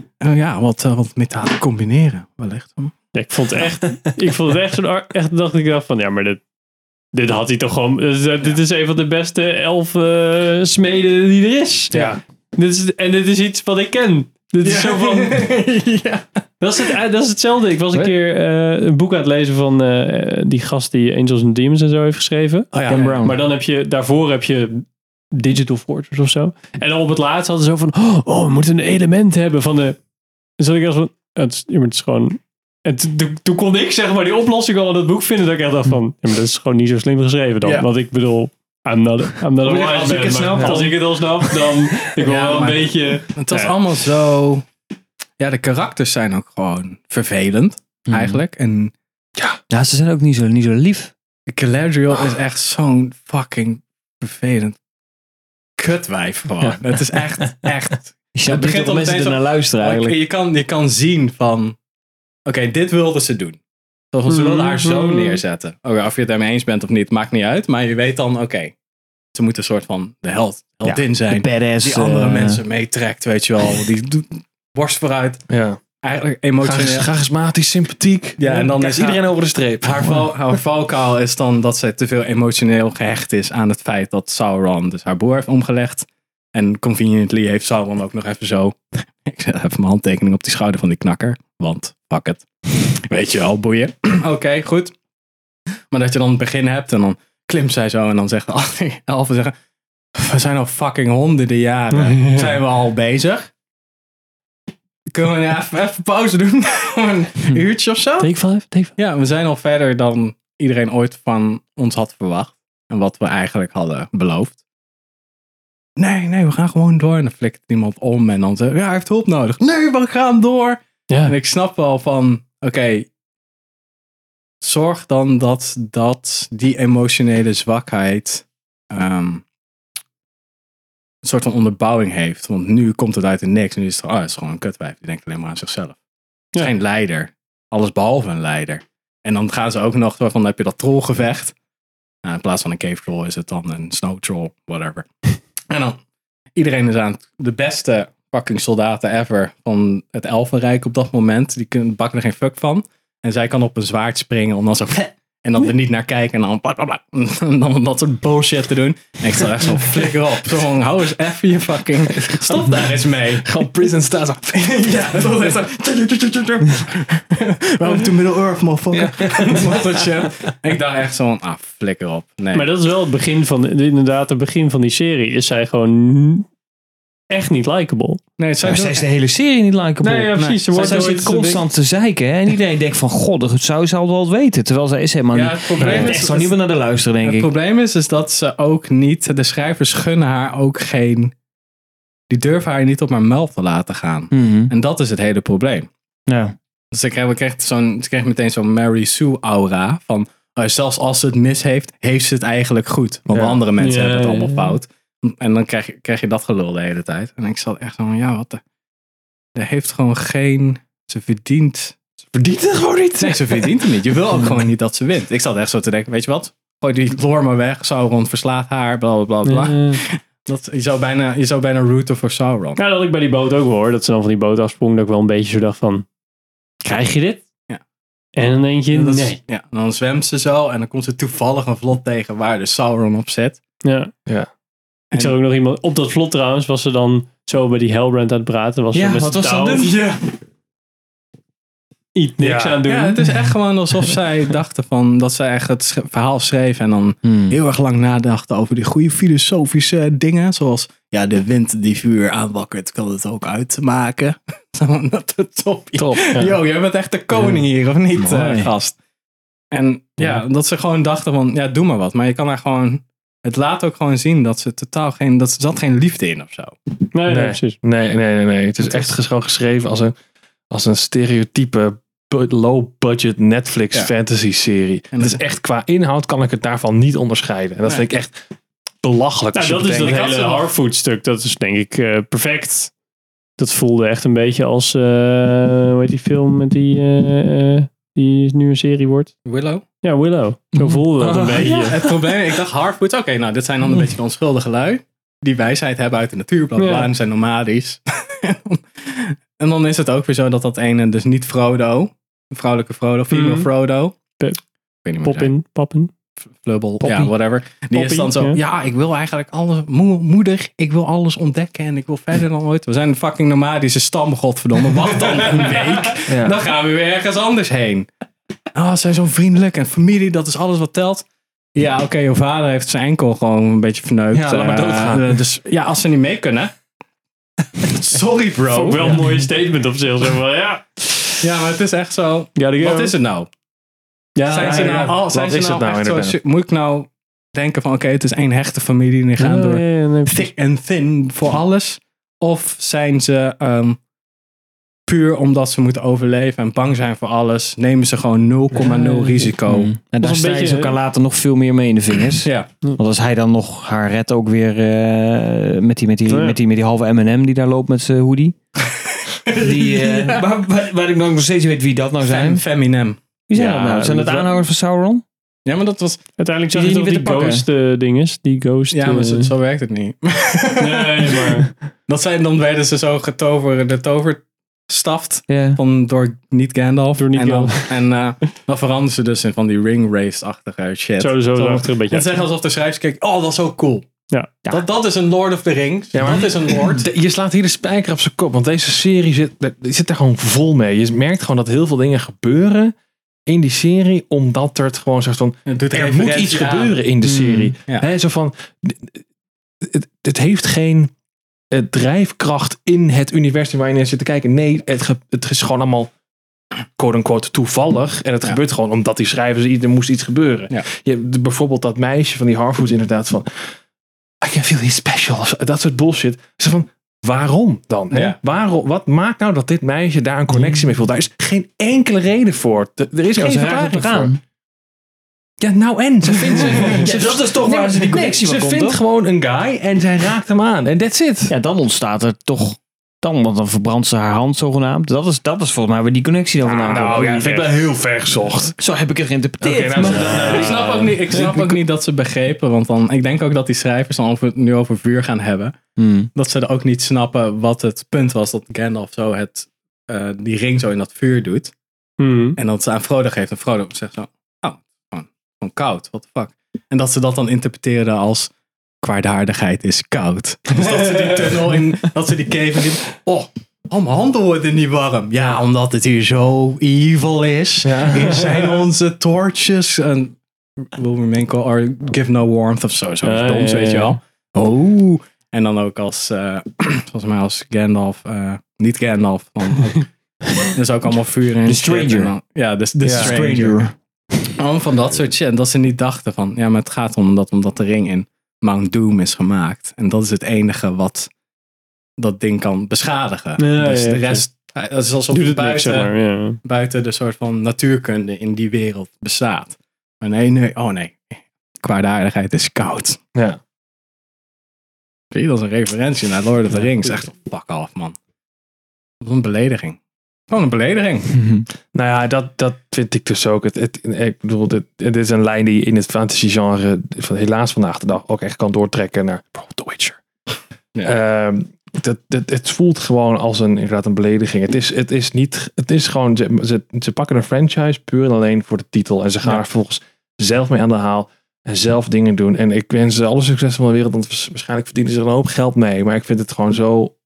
wat metalen combineren, wellicht. Ja, ik vond het echt dacht ik van, ja, maar dit had hij toch gewoon... Dit is een van de beste 11 smeden die er is. Ja. Dit is iets wat ik ken. Dit is zo van... Dat is hetzelfde. Ik was een keer een boek aan het lezen van die gast die Angels and Demons en zo heeft geschreven. Ken Brown. Maar dan daarvoor heb je Digital Fortress of zo. En dan op het laatst hadden ze zo van, we moeten een element hebben van de... Dus had ik echt van, het is gewoon... En toen kon ik zeg maar die oplossing al in het boek vinden dat ik echt dacht van, maar dat is gewoon niet zo slim geschreven dan. Ja. Want ik bedoel, I'm not a wise man. Als ik het al snap, dan ik wil wel een beetje... Het was allemaal zo... Ja, de karakters zijn ook gewoon vervelend, eigenlijk. En ja, ze zijn ook niet zo lief. Galadriel is echt zo'n fucking vervelend kutwijf gewoon. Het is echt... Het begint al mensen er naar luisteren eigenlijk. Je kan zien van... Oké, dit wilden ze doen. Ze wilden haar zo neerzetten. Of je het daarmee eens bent of niet, maakt niet uit. Maar je weet dan, ze moeten een soort van de heldin zijn. Badass, die andere mensen meetrekt, weet je wel. Die doet borst vooruit. Ja. eigenlijk emotioneel. Charismatisch, sympathiek. Ja, en dan Kijk, is iedereen over de streep. Haar valkuil is dan dat ze te veel emotioneel gehecht is aan het feit dat Sauron dus haar broer heeft omgelegd. En conveniently heeft Sauron ook nog even zo... Ik zet even mijn handtekening op die schouder van die knakker. Want, fuck it. Weet je wel, boeien. Oké, goed. Maar dat je dan het begin hebt en dan klimt zij zo en dan zegt de elfen zeggen... We zijn al fucking honderden jaren. Zijn we al bezig? Kunnen we even pauze doen? Een uurtje of zo? Take 5. Ja, we zijn al verder dan iedereen ooit van ons had verwacht. En wat we eigenlijk hadden beloofd. Nee, we gaan gewoon door. En dan flikt iemand om en dan zegt, ja, hij heeft hulp nodig. Nee, we gaan door. Ja. En ik snap wel van, oké, zorg dan dat die emotionele zwakheid een soort van onderbouwing heeft. Want nu komt het uit de niks. En nu is het, het is gewoon een kutwijf. Die denkt alleen maar aan zichzelf. Het is geen leider. Alles behalve een leider. En dan gaan ze ook nog van, dan heb je dat trollgevecht. Nou, in plaats van een cave troll is het dan een snow troll, whatever. En dan, iedereen is aan de beste fucking soldaten ever van het Elfenrijk op dat moment. Die bakken er geen fuck van. En zij kan op een zwaard springen om dan zo... En dan er niet naar kijken en dan... Blablabla, en dan dat soort bullshit te doen. En ik sta echt zo flikker op. Zo van, hou eens even je fucking... Stop daar eens mee. Gewoon prison staat zo. Ja, dat is zo... Welcome to Middle-earth, motherfucker. Wat dat shit. En ik dacht echt zo van, flikker op. Nee. Maar dat is wel het begin van... Inderdaad, het begin van die serie is zij gewoon... echt niet likable. Nee, zij is de hele serie niet likable. Nee, ja, precies. Ze Zij zit constant te zeiken. Hè? En iedereen denkt van, god, zij zal wel weten. Terwijl zij is helemaal niet... Het probleem is echt zo niemand naar de luisteren, denk ik. Het probleem is dat ze ook niet... De schrijvers gunnen haar ook geen... Die durven haar niet op haar meld te laten gaan. Mm-hmm. En dat is het hele probleem. Ja. Dus ze kreeg meteen zo'n Mary Sue aura. Van, zelfs als ze het mis heeft, heeft ze het eigenlijk goed. Want andere mensen hebben het allemaal fout. En dan krijg je dat gelul de hele tijd. En ik zat echt zo van, wat de... Ze heeft gewoon geen... Ze verdient het gewoon niet. Nee, ze verdient het niet. Je wil ook gewoon niet dat ze wint. Ik zat echt zo te denken, weet je wat? Gooi die lore maar weg. Sauron verslaat haar, bla bla bla. Je zou bijna rooten voor Sauron. Ja, dat had ik bij die boot ook wel hoor. Dat ze dan van die boot afsprong. Dat ik wel een beetje zo dacht van... Krijg je dit? Ja. En dan denk je, nee. Ja, dan zwemt ze zo. En dan komt ze toevallig een vlot tegen waar de Sauron op zit. Ja. Ik zag ook nog iemand... Op dat vlot trouwens was ze dan zo bij die Hellbrand aan het praten. Was Ja, wat was dat doen? Ja. Iets niks aan doen. Ja, het is echt gewoon alsof zij dachten van... Dat zij echt het verhaal schreef. En dan heel erg lang nadachten over die goede filosofische dingen. Zoals, de wind die vuur aanwakkert, kan het ook uitmaken. Top. Ja. Yo, jij bent echt de koning hier, of niet, gast? En dat ze gewoon dachten van... doe maar wat. Maar je kan daar gewoon... Het laat ook gewoon zien dat ze totaal geen... Dat er zat geen liefde in of zo. Nee, precies. Nee. Het is echt gewoon geschreven als een stereotype low-budget Netflix fantasy serie. En het is echt qua inhoud kan ik het daarvan niet onderscheiden. En dat vind ik echt belachelijk. Nou, dat is dat hele Harfoot stuk. Dat is denk ik perfect. Dat voelde echt een beetje als... hoe heet die film met die nu een serie wordt? Willow? Ja, Willow. Zo voelde dat een beetje. Ja, het probleem, ik dacht Harfoot, oké, dit zijn dan een beetje de onschuldige lui. Die wijsheid hebben uit de natuur, blablabla, en zijn nomadisch. En dan is het ook weer zo dat ene, dus niet Frodo, vrouwelijke Frodo, female Frodo. Poppin. Flubbel, whatever. Die is dan zo, ik wil eigenlijk alles, moeder, ik wil alles ontdekken en ik wil verder dan ooit. We zijn een fucking nomadische stam, godverdomme. Wacht dan een week, dan gaan we weer ergens anders heen. Ze zijn zo vriendelijk en familie, dat is alles wat telt. Ja, oké, je vader heeft zijn enkel gewoon een beetje verneukt. Ja, laat maar doodgaan. Dus als ze niet mee kunnen. Sorry bro. Vond ik wel een mooie statement op zich. Zo van, Ja, maar het is echt zo. Wat is het nou? Zijn ze nou echt zo... Moet ik nou denken van het is één hechte familie en die gaan door thick and thin voor alles? Of zijn ze puur omdat ze moeten overleven en bang zijn voor alles, nemen ze gewoon 0,0 risico. En daar snijden ze elkaar later nog veel meer mee in de vingers. Ja. Want als hij dan nog haar redt ook weer met die halve M&M die daar loopt met zijn hoodie. Waar ik nog steeds weet wie dat nou zijn. Feminem. Wie zijn dat nou? Zijn dat aanhangers van Sauron? Ja, maar dat was... Uiteindelijk zag je toch die ghost dinges. Die ghost... Ja, maar zo werkt het niet. Nee, maar... Dan werden ze zo getoverd. De afgestaft Ja. door niet Gandalf. Door niet en dan veranderen ze dus in van die ring race-achtige shit. Zo zag er een beetje en zeggen alsof de schrijvers kijken, oh, dat is zo cool. Ja. Dat is een Lord of the Rings. Ja, maar dat is een Lord. Je slaat hier de spijker op zijn kop. Want deze serie zit er gewoon vol mee. Je merkt gewoon dat heel veel dingen gebeuren in die serie. Omdat er het gewoon zo van... Er moet iets gebeuren in de serie. Ja. Zo van... Het heeft geen drijfkracht in het universum waar je naar zit te kijken. Nee, het is gewoon allemaal quote-unquote toevallig. En het gebeurt gewoon omdat die schrijvers... Er moest iets gebeuren. Ja. Je hebt bijvoorbeeld dat meisje van die Harfoot inderdaad van... I can feel he's special. Dat soort bullshit. Zo van, waarom dan? Hè? Ja. Waarom? Wat maakt nou dat dit meisje daar een connectie mee voelt? Daar is geen enkele reden voor. Er is geen verklaring voor. Ja, nou en? Ze vindt dat is toch waar ze die connectie van Ze komt, vindt toch? gewoon een guy en zij raakt hem aan. En that's it. Ja, dan ontstaat er toch... Want dan verbrandt ze haar hand zogenaamd. Dat is volgens mij waar die connectie dan vandaan komt. Nou ja, dat vind ik wel heel ver gezocht. Zo heb ik het geïnterpreteerd. Ik snap ook niet dat ze begrepen. Want dan, ik denk ook dat die schrijvers dan nu over vuur gaan hebben. Dat ze er ook niet snappen wat het punt was. Dat Gandalf zo die ring zo in dat vuur doet. En dat ze aan Frodo geeft. En Frodo zegt zo, gewoon koud. What the fuck. En dat ze dat dan interpreteren als... kwaadaardigheid is koud. Dus dat ze die tunnel in... Dat ze die cave in... mijn handen worden niet warm. Ja, omdat het hier zo evil is. Ja. Hier zijn onze torches. En will remain cold or give no warmth of zo. Zo doms, weet je wel. Oh. En dan ook als... volgens mij als Gandalf... niet Gandalf. Er is ook allemaal vuur in. The Stranger. The Stranger. Allemaal van dat soort shit. En dat ze niet dachten van... Ja, maar het gaat om omdat de ring in Mount Doom is gemaakt. En dat is het enige wat dat ding kan beschadigen. Dus de rest... Het is alsof het buiten de soort van natuurkunde in die wereld bestaat. Maar nee. Kwaadaardigheid is koud. Ja. Zie je, dat is een referentie naar Lord of the Rings. Echt fuck off, man. Dat is een belediging. Gewoon een belediging. Nou ja, dat vind ik dus ook. Ik bedoel, dit is een lijn die in het fantasy genre helaas vandaag de dag ook echt kan doortrekken naar The Witcher. Ja. Het voelt gewoon als inderdaad een belediging. Het is gewoon, ze pakken een franchise puur en alleen voor de titel. En ze gaan er volgens zelf mee aan de haal. En zelf dingen doen. En ik wens ze alle succes van de wereld. Want waarschijnlijk verdienen ze er een hoop geld mee. Maar ik vind het gewoon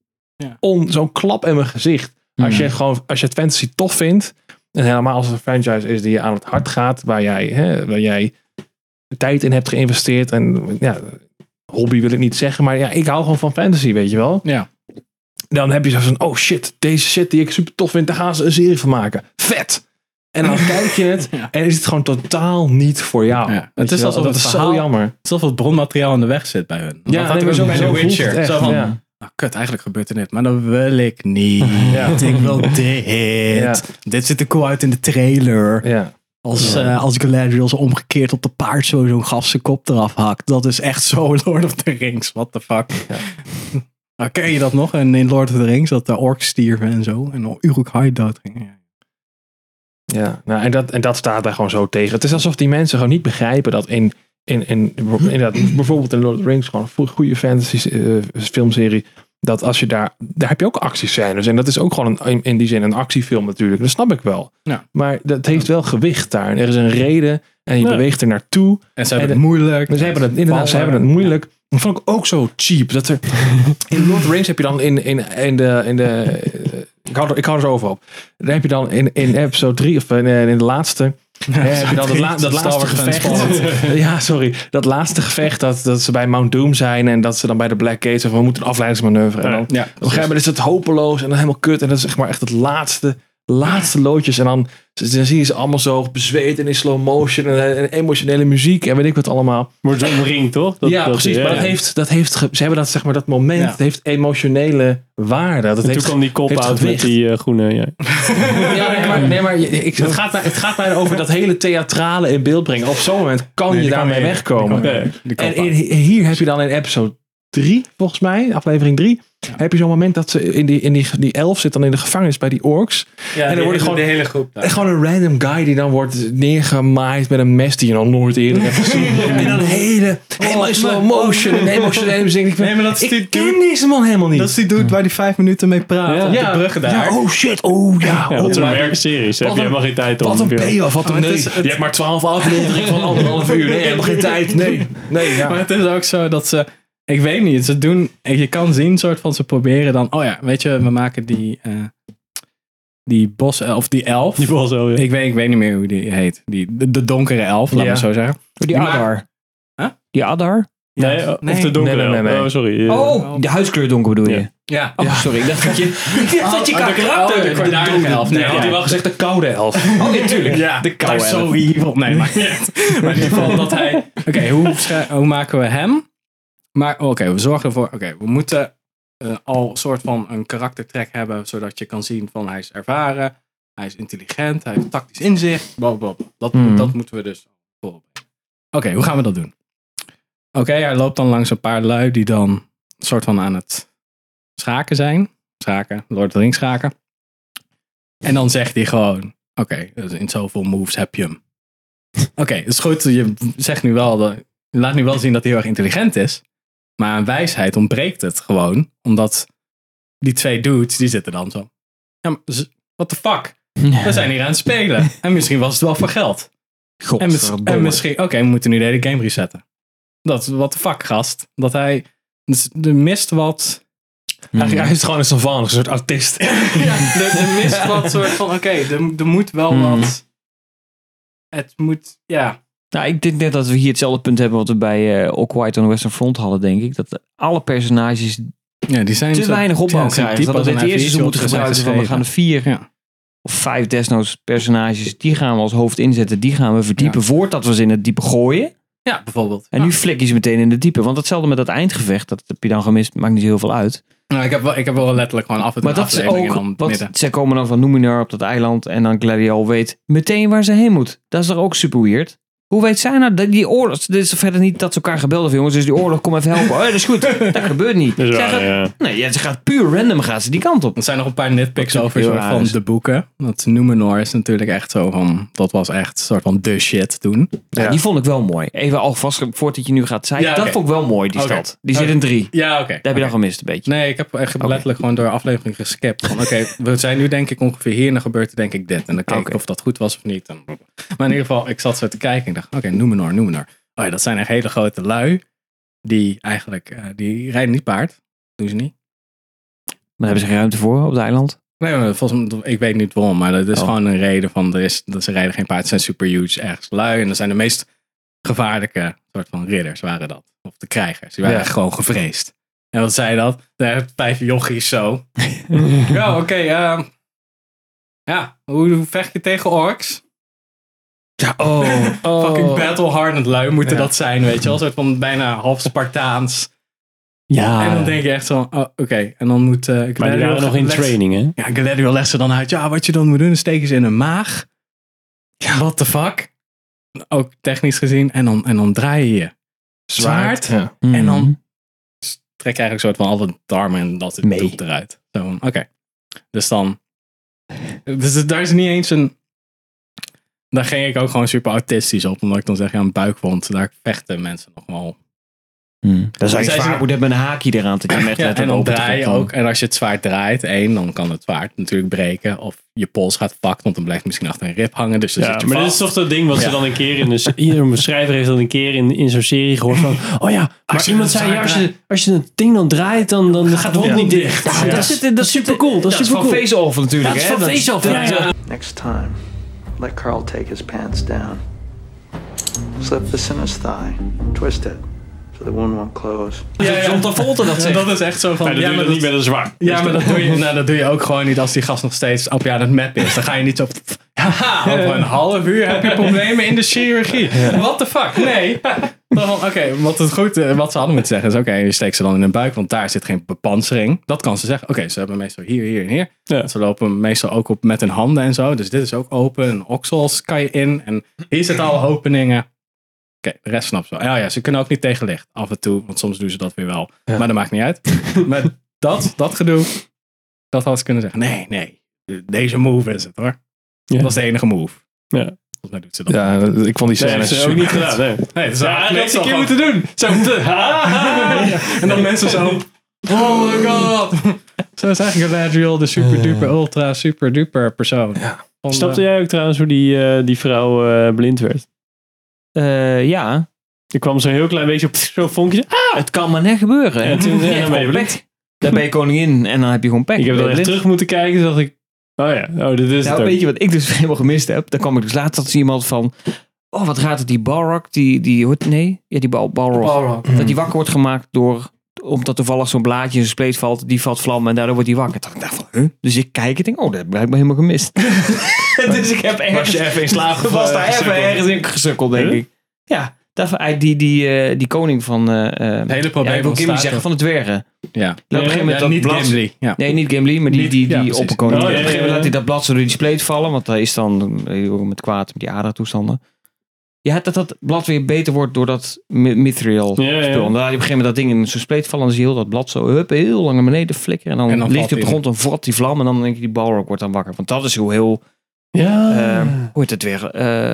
zo'n klap in mijn gezicht. Als je het fantasy tof vindt. En helemaal als het een franchise is die je aan het hart gaat. Waar jij tijd in hebt geïnvesteerd. En ja, hobby wil ik niet zeggen. Maar ja, ik hou gewoon van fantasy, weet je wel. Ja. Dan heb je zo van, oh shit, deze shit die ik super tof vind. Daar gaan ze een serie van maken. Vet! En dan kijk je het en is het gewoon totaal niet voor jou. Ja. Het is alsof dat het is verhaal, zo jammer. alsof het bronmateriaal in de weg zit bij hun. Ja, dat had ik ook bij The Witcher. Echt, zo van, kut, eigenlijk gebeurt er dit. Maar dat wil ik niet. Ik wil dit. Ja. Dit ziet er cool uit in de trailer. Ja. Als Galadriel zo omgekeerd op de paard zo'n gaf zijn kop eraf hakt. Dat is echt zo Lord of the Rings. What the fuck. Ja. Ken je dat nog? En in Lord of the Rings dat de orks stierven en zo. En Uruk-hai dood ging. Ja, nou, en dat staat daar gewoon zo tegen. Het is alsof die mensen gewoon niet begrijpen dat inderdaad, bijvoorbeeld in Lord of the Rings, gewoon een goede fantasy filmserie, dat als je daar heb je ook actiescènes. En dat is ook gewoon in die zin een actiefilm natuurlijk. Dat snap ik wel. Ja. Maar dat heeft wel gewicht daar. En er is een reden en je beweegt er naartoe. En ze hebben het moeilijk. Ze hebben het moeilijk. Dat vond ik ook zo cheap. Dat er in Lord of the Rings heb je dan in de ik hou er zo over op. Dan heb je dan in episode 3 of in de laatste heb je dan dat laatste gevecht. Ja, sorry. Dat laatste gevecht dat ze bij Mount Doom zijn en dat ze dan bij de Black Gates zeggen we moeten een afleidingsmanoeuvre. En dan op een gegeven moment is het hopeloos en dan helemaal kut en dat is zeg maar echt het laatste loodjes en dan zie je ze allemaal zo bezweet en in slow motion en emotionele muziek en weet ik wat allemaal. Wordt zo'n ring, toch? Precies. Maar ze hebben dat zeg maar dat moment, het heeft emotionele waarde. Dat toen kwam die kop uit met die groene. Het gaat mij over dat hele theatrale in beeld brengen. Op zo'n moment kan je daarmee wegkomen. En hier heb je dan in episode 3, volgens mij, aflevering 3. Heb je zo'n moment dat ze in die elf zit dan in de gevangenis bij die orks. Ja, en dan wordt gewoon de hele groep daar. En gewoon een random guy die dan wordt neergemaaid met een mes die je nog nooit eerder hebt gezien. En dan helemaal in slow motion en emotionele muziek. Nee, maar dat is ik ken deze man helemaal niet. Dat is die dude waar die 5 minuten mee praat op de bruggen daar. Ja, oh shit, oh ja. Ja, wat zo'n werkseries. Heb je helemaal geen tijd om. Wat een payoff, wat een nee. Je hebt maar 12 afleveringen van 1,5 uur. Nee, helemaal geen tijd. Nee, ja. Maar het is ook zo dat ze... Ik weet niet, ze doen... Je kan zien, soort van, ze proberen dan... Oh ja, weet je, we maken die bos... Of die elf. Die was zo, ja. Ik weet niet meer hoe die heet. De donkere elf, laat me zo zeggen. Die Adar. Huh? Die Adar? Nee, of de donkere. Nee. Oh, sorry. Oh, de huidskleur donker bedoel je? Ja. Oh, sorry. Ik dacht dat je karakter... de kwaadaardige elf. Nee, had hij wel gezegd de koude elf. Oh, natuurlijk. Ja, de koude dat is zo elf. evil. Nee, maar in ieder geval dat hij... Oké, hoe maken we hem? Maar oké, we zorgen ervoor... Oké, we moeten al een soort van een karaktertrek hebben, zodat je kan zien van hij is ervaren, hij is intelligent, hij heeft tactisch inzicht. Blablabla. Dat moeten we dus voorbereiden. Oké, hoe gaan we dat doen? Oké, hij loopt dan langs een paar lui die dan een soort van aan het schaken zijn. Schaken, Lord of the Rings schaken. En dan zegt hij gewoon, oké, in zoveel moves heb je hem. Oké, het is goed, je zegt nu wel, je laat nu wel zien dat hij heel erg intelligent is. Maar aan wijsheid ontbreekt het gewoon. Omdat die twee dudes, die zitten dan zo. Ja, maar what the fuck? We zijn hier aan het spelen. En misschien was het wel voor geld. En misschien, oké, we moeten nu de hele game resetten. Dat, what the fuck, gast. Dat hij, dus er mist wat... Hij is gewoon een savant, een soort autist. Er mist wat soort van, oké, er moet wel wat... Het moet, ja... Nou, ik denk net dat we hier hetzelfde punt hebben wat we bij All Quiet on the Western Front hadden, denk ik. Dat alle personages die zijn te weinig opbouw krijgen. Dat we het eerste zo moeten gebruiken van we gaan de 4 of 5 desnoods personages, die gaan we als hoofd inzetten. Die gaan we verdiepen voordat we ze in het diepe gooien. Ja, bijvoorbeeld. En nu flik je ze meteen in het diepe. Want hetzelfde met dat eindgevecht, dat heb je dan gemist, maakt niet zo heel veel uit. Nou, ik heb wel letterlijk gewoon af en toe maar dat is ook, want zij komen dan van Numenor op dat eiland en dan Gladiol weet meteen waar ze heen moet. Dat is toch ook super weird? Hoe weet zij nou, die oorlog, dit is verder niet dat ze elkaar gebeld hebben, jongens, dus die oorlog, kom even helpen. Oh, dat is goed, dat gebeurt niet. Dat is waar, Nee, ze gaat puur random, gaat ze die kant op. Er zijn nog een paar nitpicks over soort van de boeken. Dat Numenor is natuurlijk echt zo van, dat was echt een soort van de shit toen. Ja, die vond ik wel mooi. Even alvast, voordat je nu gaat zeggen, dat vond ik wel mooi, die stad. Die zit in 3. Ja, oké. Daar heb je dan gemist een beetje. Nee, ik heb echt letterlijk gewoon door aflevering geskipt. Oké, we zijn nu denk ik ongeveer hier en dan gebeurt er denk ik dit. En dan keek ik of dat goed was of niet. Maar in ieder geval, ik zat zo te kijken en dacht, oké, Numenor. Oh ja, dat zijn echt hele grote lui. Die eigenlijk, die rijden niet paard. Doen ze niet. Maar hebben ze geen ruimte voor op het eiland? Nee, maar volgens mij, ik weet niet waarom. Maar dat is gewoon een reden van, dat ze rijden geen paard. Ze zijn super huge, ergens lui. En dat zijn de meest gevaarlijke soort van ridders waren dat. Of de krijgers. Die waren echt gewoon gevreesd. En wat zei dat? Daar 5 jochies zo. Ja, oké. Ja, hoe vecht je tegen orks? Ja, fucking battle-hardened lui moeten dat zijn, weet je wel. Een soort van bijna half Spartaans. Ja. En dan denk je echt zo, oké. En dan moet maar die waren nog in training, hè? Ja, Galadriel legt ze dan uit. Ja, wat je dan moet doen, dan steken ze in een maag. Ja. What the fuck? Ook technisch gezien. En dan draai je zwaard. Ja. En dan trek je eigenlijk een soort van alle darmen en dat doet eruit. Zo, oké. Dus dan... Dus daar is niet eens een... Daar ging ik ook gewoon super autistisch op. Omdat ik dan zeg, een buikwond. Daar vechten mensen nog wel. Dat is eigenlijk zwaar. Moet hebben een haakje eraan. En dan draai je ook. En als je het zwaard draait, dan kan het zwaard natuurlijk breken. Of je pols gaat vak, want dan blijft misschien achter een rib hangen. Dus dan zit je maar vast. dit is toch dat ding wat ze dan een keer een schrijver heeft dan een keer in zo'n serie gehoord van, oh ja, maar iemand zei, als je het ding dan draait, dan gaat het niet dicht. Dat is super cool. Dat is van Face-Off natuurlijk. Dat is van Face-Off, ja. Next time, let Carl take his pants down. Slip this in his thigh. Twist it. So the wound won't close. John Travolta dat zegt. Dat is echt zo van... dat doe je dat niet met een zwaard. Ja, maar dat doe je ook gewoon niet als die gast nog steeds op je aan het map is. Dan ga je niet zo... Haha, over een half uur heb je problemen in de chirurgie. What the fuck? Nee. Oké, wat ze hadden moeten zeggen is... Oké, je steekt ze dan in hun buik, want daar zit geen bepansering. Dat kan ze zeggen. Oké, ze hebben meestal hier en hier. Ja. Ze lopen meestal ook op met hun handen en zo. Dus dit is ook open. En oksels kan je in. En hier zitten alle openingen. Oké, de rest snapt ze wel. Ja, ze kunnen ook niet tegen licht. Af en toe, want soms doen ze dat weer wel. Ja. Maar dat maakt niet uit. Maar dat gedoe, dat had ze kunnen zeggen. Nee, deze move is het hoor. Ja. Dat is de enige move. Ja. Volgens mij doet ze dat. Ja, ik vond die scène dat is ook niet gedaan. Nee, dat is een keer moeten doen. Zo. En dan mensen zo... Oh my god. Zo is eigenlijk Galadriel, de super duper ultra super duper persoon. Ja. Snapte jij ook trouwens hoe die vrouw blind werd? Ja. Er kwam zo'n heel klein beetje op zo'n vonkje. Het kan maar net gebeuren. En toen ben je blind. Dan ben je koningin en dan heb je gewoon pech. Ik heb er echt terug moeten kijken. Toen dacht ik, dit is het ook. Weet je wat ik dus helemaal gemist heb? Dan kwam ik dus later dat iemand van... Oh, wat gaat het? Die Balrog, die Balrog. Dat die wakker wordt gemaakt omdat toevallig zo'n blaadje in zijn spleet valt. Die valt vlam en daardoor wordt die wakker. Ik dacht van, huh? Dus ik kijk en denk, dat heb ik helemaal gemist. Dus ik heb ergens... Was je even in slagen was daar even ergens in gesukkeld, denk ik. Ja, die koning van... het hele probleem ik wil Gimli zeggen, van de dwergen. Ja. Op een gegeven moment niet Gimli. Ja. Nee, niet Gimli, maar die opperkoning. Op een gegeven moment laat hij dat blad zo door die spleet vallen. Want hij is dan met kwaad met die adertoestanden. Ja, dat blad weer beter wordt door dat mithril spul. En dan laat hij op een gegeven moment dat ding in zijn spleet vallen. En dan zie je heel dat blad zo heel lang naar beneden flikkeren. En dan ligt hij op de grond en valt die vlam. En dan denk je, die Balrog wordt dan wakker. Want dat is heel... hoe heet het weer?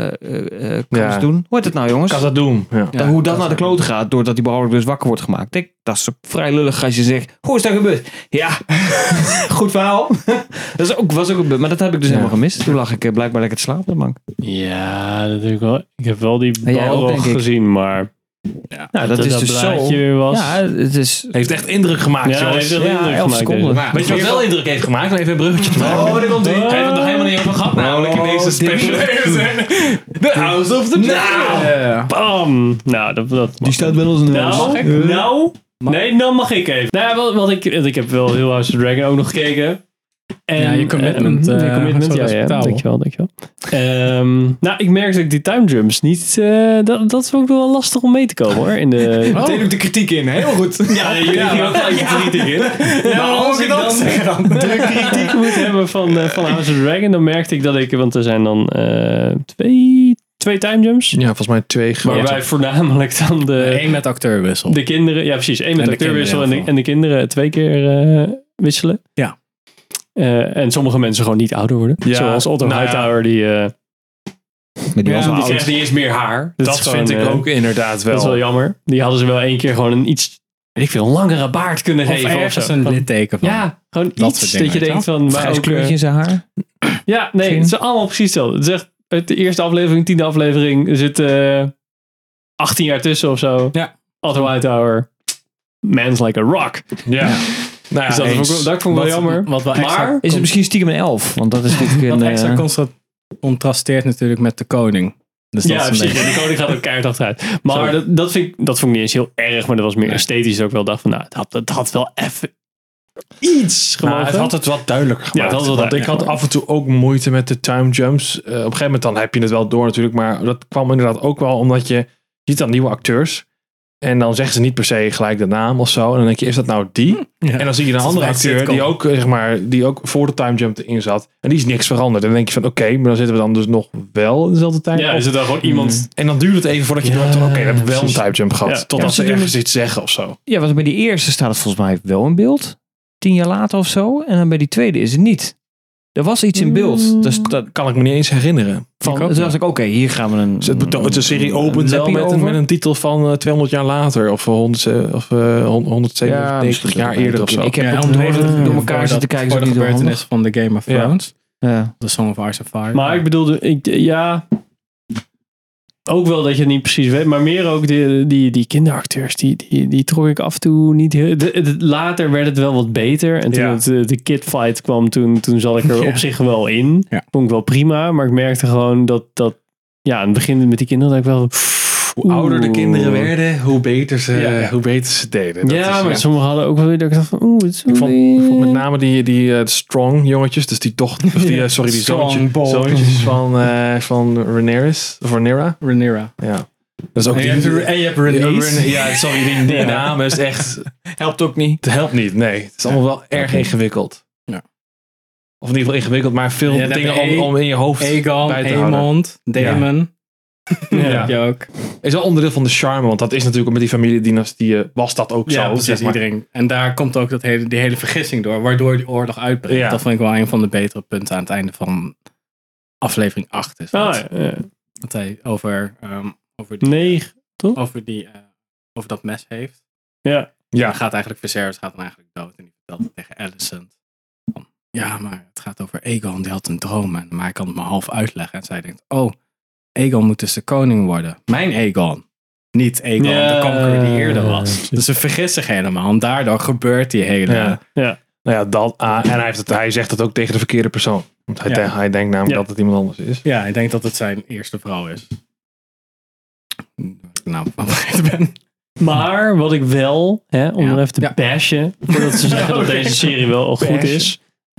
Kan doen? Hoe heet het nou, jongens? Khazad-dûm. Hoe dat naar de kloten gaat, doordat die Balrog dus wakker wordt gemaakt. Denk, dat is vrij lullig als je zegt, hoe is dat gebeurd? Ja, goed verhaal. was ook een maar dat heb ik dus helemaal gemist. Toen lag ik blijkbaar lekker te slapen op de bank. Ja, natuurlijk wel. Ik heb wel die Balrog gezien, maar... Ja, nou, dat is dus zo. Was. Ja, het is... Heeft echt indruk gemaakt, jongens. Heeft indruk 11 seconden. Weet je wat wel indruk heeft gemaakt? Even een bruggetje te maken. Oh, daar komt hij. Hij heeft het nog helemaal niet over gehad. Namelijk in deze special. The House of the Dragon. Bam. Nou, dat die staat wel als een Nee, dan mag ik even. Nou, wat ik heb wel heel House of the Dragon ook nog gekeken. En, je commitment. Dankjewel. Nou, ik merk dat ik die time jumps niet... dat is ook wel lastig om mee te komen, hoor. Meteen ook de kritiek in. Heel goed. Ja, jullie gingen ook gelijk de kritiek in. Maar als ik dan de kritiek moet hebben van House of the Dragon, dan merkte ik dat ik... Want er zijn dan twee time jumps. Ja, volgens mij 2 grote. Waarbij voornamelijk dan Eén met acteurwissel. De kinderen... Ja, precies. 1 met acteurwissel en de kinderen 2 keer wisselen. Ja. En sommige mensen gewoon niet ouder worden. Ja, zoals Otto Hightower die krijgt niet eens meer haar. Dat vind ik ook inderdaad wel. Dat is wel jammer. Die hadden ze wel 1 keer gewoon een iets, weet ik veel, langere baard kunnen geven. Of een litteken van. Ja, gewoon dat iets soort dingen, dat je denkt van... Grijs kleurtje in zijn haar. Ja, nee, het is allemaal precies hetzelfde. Het is echt uit de eerste aflevering, 10e aflevering, er zit 18 jaar tussen of zo. Ja. Otto Hightower. Man's like a rock. Ja. Nou ja, dus dat vond ik wel jammer. Maar is het misschien stiekem een 11? Want dat is natuurlijk wat extra contrasteert natuurlijk met de koning. Dus ja, precies. De koning gaat ook keihard achteruit. Maar dat vond ik niet eens heel erg. Maar dat was meer esthetisch. Dat ik wel dacht van, nou, het had wel even iets gemaakt. Het had het wat duidelijker gemaakt. Ja, want ik had af en toe ook moeite met de time jumps. Op een gegeven moment dan heb je het wel door natuurlijk. Maar dat kwam inderdaad ook wel omdat je ziet dan nieuwe acteurs. En dan zeggen ze niet per se gelijk de naam of zo. En dan denk je, is dat nou die? Ja. En dan zie je een andere acteur die ook voor de time jump erin zat. En die is niks veranderd. En dan denk je van oké, maar dan zitten we dan dus nog wel in dezelfde tijd. Ja, is het dan gewoon iemand... En dan duurt het even voordat je doorhebt. Oké, dan heb ik wel een time jump gehad. Ja. Totdat ze ergens iets zeggen of zo. Ja, want bij die eerste staat het volgens mij wel in beeld. 10 jaar later of zo. En dan bij die tweede is het niet. Er was iets in beeld. Dus dat kan ik me niet eens herinneren. Toen dacht ik, oké, hier gaan we een... De serie opent wel met een titel van 200 jaar later. Of 197 jaar eerder of zo. Ik heb door elkaar zitten kijken. Voor de gebeurtenissen van de Game of Thrones. Ja. The Song of Ice and Fire. Maar ik bedoelde, ook wel dat je het niet precies weet, maar meer ook die kinderacteurs, die trok ik af en toe niet heel... Later werd het wel wat beter. En toen de kidfight kwam, toen zat ik er op zich wel in. Ja. Vond ik wel prima, maar ik merkte gewoon dat aan het begin met die kinderen, dat ik wel... Hoe ouder de kinderen werden, hoe beter ze deden. Dat maar sommigen hadden ook wel weer dat ik dacht van... Ik vond met name die strong jongetjes, dus die die zoontjes van Rhaenyra. Of Rhaenyra. Ja. Dat is ook en je hebt Rhaenys. Ja, sorry, die naam is echt... Helpt ook niet. Het helpt niet, nee. Het is allemaal wel erg ingewikkeld. Ja. Of in ieder geval ingewikkeld, maar veel dingen om in je hoofd Aegon, bij te houden. Daemon. Ja. Je ook. Is wel onderdeel van de charme, want dat is natuurlijk met die familiedynastieën was dat ook Ja, zo. precies, zeg maar. iedereen. En daar komt ook die hele vergissing door, waardoor die oorlog uitbreekt. Ja. Dat vond ik wel een van de betere punten aan het einde van aflevering 8 is. Dat hij over die, 9, toch? over dat mes heeft. Ja. Dan gaat eigenlijk Viserys gaat dan eigenlijk dood. En die vertelt het tegen Alicent. Van, ja, maar het gaat over Aegon. Die had een droom. Maar hij kan het maar half uitleggen. En zij denkt, Aegon moet dus de koning worden. Mijn Aegon. Niet Aegon, de conqueror die eerder was. Dus ze vergissen zich helemaal. En daardoor gebeurt die hele... Ja. Nou ja, dat, en hij zegt het ook tegen de verkeerde persoon. Want hij denkt namelijk dat het iemand anders is. Ja, hij denkt dat het zijn eerste vrouw is. Nou, wat vergeten ben. Maar wat ik wel, om nog even te bashen, voordat ze zeggen dat deze serie wel goed is.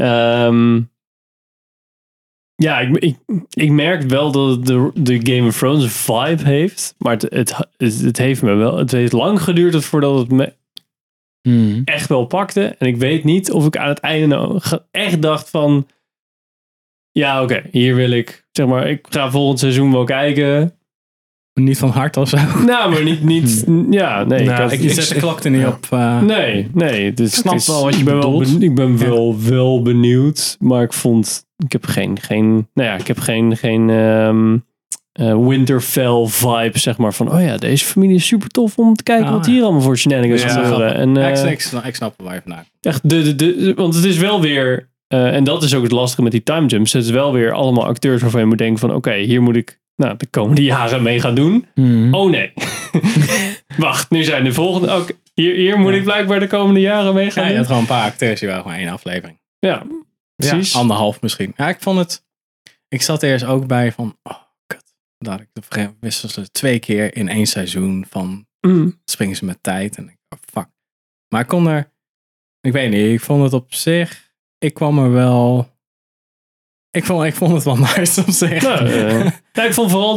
Ik merk wel dat het de Game of Thrones vibe heeft. Maar het heeft me wel. Het heeft lang geduurd voordat het me echt wel pakte. En ik weet niet of ik aan het einde nou echt dacht van... Ja, oké, hier wil ik... Zeg maar, ik ga volgend seizoen wel kijken... Niet van hart of zo? Nou, maar niet ja, nee. Nou, je zet de klok er niet op. Nee. Dus ik snap wel wat je bedoelt. Ik ben wel benieuwd. Maar ik heb geen Winterfell vibe, zeg maar. Van, deze familie is super tof om te kijken wat hier allemaal voor shenanigans gebeuren. Ik snap waar je vandaan komt. Echt, want het is wel weer... en dat is ook het lastige met die time jumps. Het is wel weer allemaal acteurs waarvan je moet denken van... Oké, hier moet ik de komende jaren mee gaan doen. Oh nee. Wacht, nu zijn de volgende... Hier moet ik blijkbaar de komende jaren mee gaan doen. Je had gewoon een paar acteurs die waren gewoon 1 aflevering. Ja, precies. 1,5 misschien. Ja, ik vond het... Ik zat er eerst ook bij van... kut. Dat ik wisten ze 2 keer in 1 seizoen van... Springen ze met tijd. En ik fuck. Maar ik kon er... Ik weet niet, ik vond het op zich... Ik kwam er wel... Ik vond het wel nice op zich. Ik vond vooral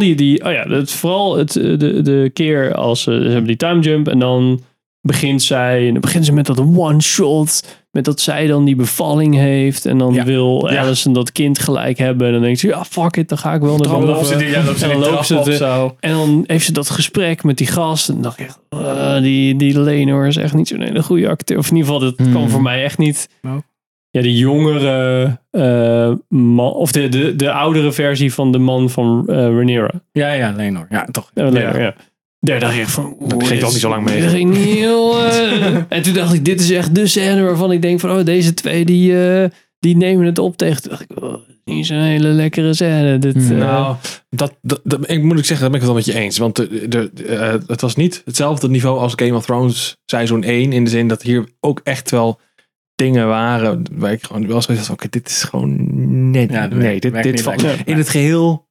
de keer als ze hebben die time jump en dan begint zij en dan begint ze met dat one shot, met dat zij dan die bevalling heeft en dan wil Alicent dat kind gelijk hebben en dan denkt ze fuck it, dan ga ik wel naar boven. En dan loopt ze zo. En dan heeft ze dat gesprek met die gast en dan dacht ik echt, die Laenor is echt niet zo'n hele goede acteur. Of in ieder geval, dat kwam voor mij echt niet. Ja, de jongere man, of de oudere versie van de man van Rhaenyra. Ja, Laenor. Ja, toch. Ja. Daar dacht ik van... Dat ging toch niet zo lang mee. Dat ging niet heel... En toen dacht ik, dit is echt de scène waarvan ik denk van... deze twee die nemen het op tegen... Toen dacht ik, niet zo'n hele lekkere scène. Ik moet zeggen, daar ben ik het wel met je eens. Want het was niet hetzelfde niveau als Game of Thrones seizoen 1. In de zin dat hier ook echt wel... dingen waren waar ik gewoon wel zoiets van, dit is gewoon dit valt in het geheel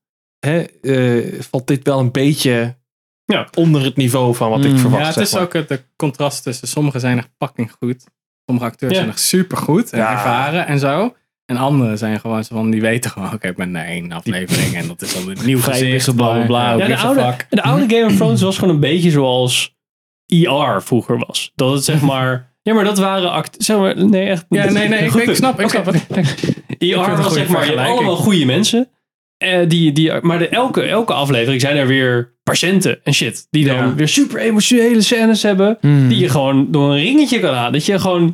valt dit wel een beetje onder het niveau van wat ik verwacht. Ja, het is ook het contrast tussen sommigen zijn echt fucking goed, sommige acteurs zijn echt super goed en ervaren en zo, en anderen zijn gewoon zo van, die weten gewoon, ik ben naar 1 aflevering en dat is al een nieuw gezicht, blablabla. De oude Game of Thrones was gewoon een beetje zoals ER vroeger was. Dat het zeg maar... Ja, maar dat waren zeg maar, nee, echt niet. Ja, nee, ik snap het. ER was zeg maar, je hebt allemaal goede mensen. Maar elke aflevering zijn er weer patiënten en shit. Die dan weer super emotionele scènes hebben. Die je gewoon door een ringetje kan halen. Dat je gewoon,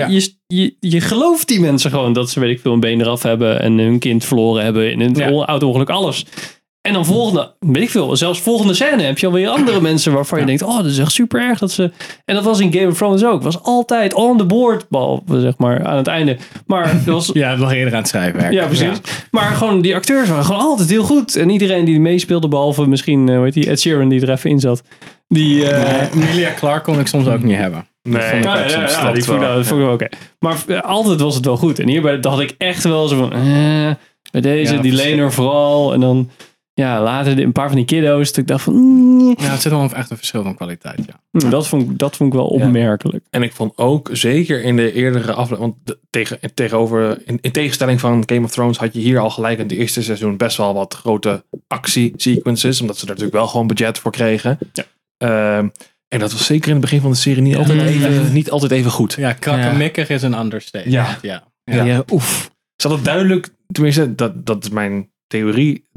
je gelooft die mensen gewoon dat ze, weet ik veel, een been eraf hebben. En hun kind verloren hebben in een auto-ongeluk, alles. En dan volgende scène heb je alweer andere mensen waarvan je denkt, dat is echt super erg dat ze... En dat was in Game of Thrones ook. Het was altijd on the board, behalve zeg maar aan het einde. Maar het was... nog eerder aan het schrijven. Ja, precies. Ja. Maar gewoon die acteurs waren gewoon altijd heel goed. En iedereen die meespeelde, behalve misschien, Ed Sheeran die er even in zat. Emilia Clarke kon ik soms ook niet hebben. Nee, die vond ik oké. Maar altijd was het wel goed. En hierbij had ik echt wel zo van... bij deze, die Laenor vooral. En dan... Ja, later een paar van die kiddo's. Dat ik dacht van... Ja, het zit wel echt een verschil van kwaliteit, Dat vond ik wel opmerkelijk. En ik vond ook, zeker in de eerdere aflevering... Want in tegenstelling van Game of Thrones... had je hier al gelijk in het eerste seizoen... best wel wat grote actiesequences. Omdat ze er natuurlijk wel gewoon budget voor kregen. Ja. En dat was zeker in het begin van de serie niet altijd even goed. Ja, krakkemikkig is een understatement. Ja, oef. Ze hadden duidelijk... Tenminste, dat is mijn theorie...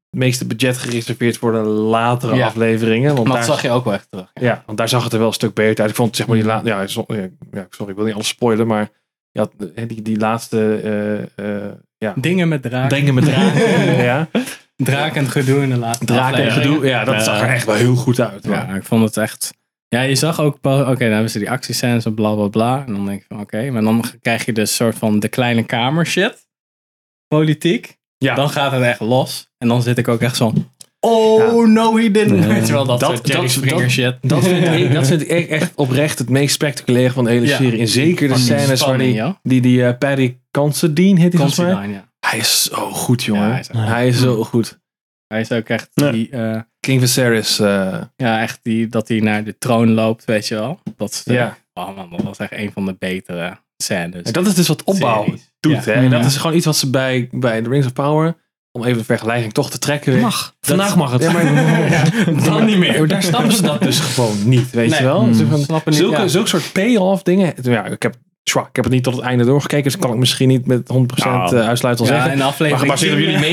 meeste budget gereserveerd voor de latere afleveringen. Want Maar daar dat zag je ook wel echt terug. Ja, want daar zag het er wel een stuk beter uit. Ik vond zeg maar die sorry, ik wil niet alles spoilen, maar je had die laatste Dingen met draken. Dingen met draken. Ja. Draken en gedoe in de laatste Draken en gedoe, ja, dat zag er echt wel heel goed uit. Ja, ik vond het echt... Ja, je zag ook... Oké, dan hebben ze die actiescènes en bla bla bla. En dan denk je van oké, maar dan krijg je dus soort van de kleine kamer shit. Politiek. Ja. Dan gaat het echt los. En dan zit ik ook echt zo... Oh, no he didn't. Weet je wel, dat soort Jerry Springer shit. Dat vind ik echt oprecht het meest spectaculaire van de hele serie. En zeker de scènes waar die Paddy Considine heet hij volgens mij. Ja. Hij is zo goed, jongen. Ja, hij is zo goed. Hij is ook echt die... King Viserys. Ja, echt dat hij naar de troon loopt, weet je wel. Dat man, dat was echt een van de betere scènes. En dat is dus wat opbouw doet. Hè? En dat is gewoon iets wat ze bij The Rings of Power... Om even de vergelijking toch te trekken. Vandaag mag het. Ja, maar dan niet meer. Daar snappen ze dat dus gewoon niet, weet je wel. Zulke soort payoff dingen. Ja, ik heb het niet tot het einde doorgekeken, dus kan ik misschien niet met 100% uitsluiten zeggen. En aflevering maar gebaseerd op jullie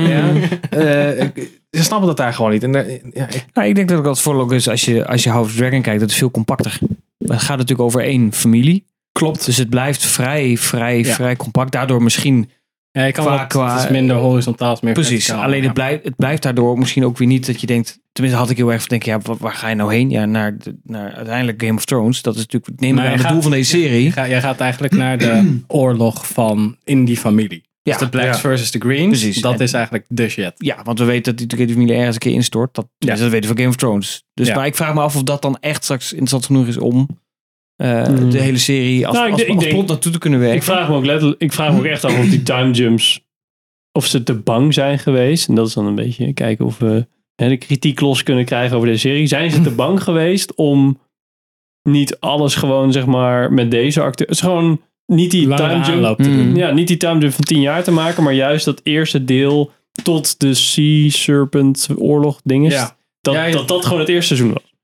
meningen. Ze snappen dat daar gewoon niet. Ik denk dat ook het voordeel is als je House of Dragon kijkt, dat is veel compacter. Het gaat natuurlijk over één familie. Klopt. Dus het blijft vrij compact. Daardoor misschien... Ja, je kan het is minder horizontaal, is meer precies. verticaal. Alleen het blijft daardoor misschien ook weer niet dat je denkt... Tenminste had ik heel erg van denken, waar ga je nou heen? Ja, naar uiteindelijk Game of Thrones. Dat is natuurlijk het doel van deze serie. Jij gaat eigenlijk naar de oorlog van in die familie. Ja, dus de Blacks versus de Greens. Precies. Dat is eigenlijk de shit. Ja, want we weten dat die familie ergens een keer instort. Dat weten we van Game of Thrones. Dus maar ik vraag me af of dat dan echt straks interessant genoeg is om... de hele serie als plot naartoe te kunnen werken. Ik vraag me ook echt af of die time jumps of ze te bang zijn geweest. En dat is dan een beetje kijken of we de kritiek los kunnen krijgen over deze serie. Zijn ze te bang geweest om niet alles gewoon zeg maar met deze acteurs gewoon niet die time jump te doen. Ja, niet die time jump van 10 jaar te maken, maar juist dat eerste deel tot de Sea Serpent oorlog ding is. Dat gewoon het eerste seizoen was.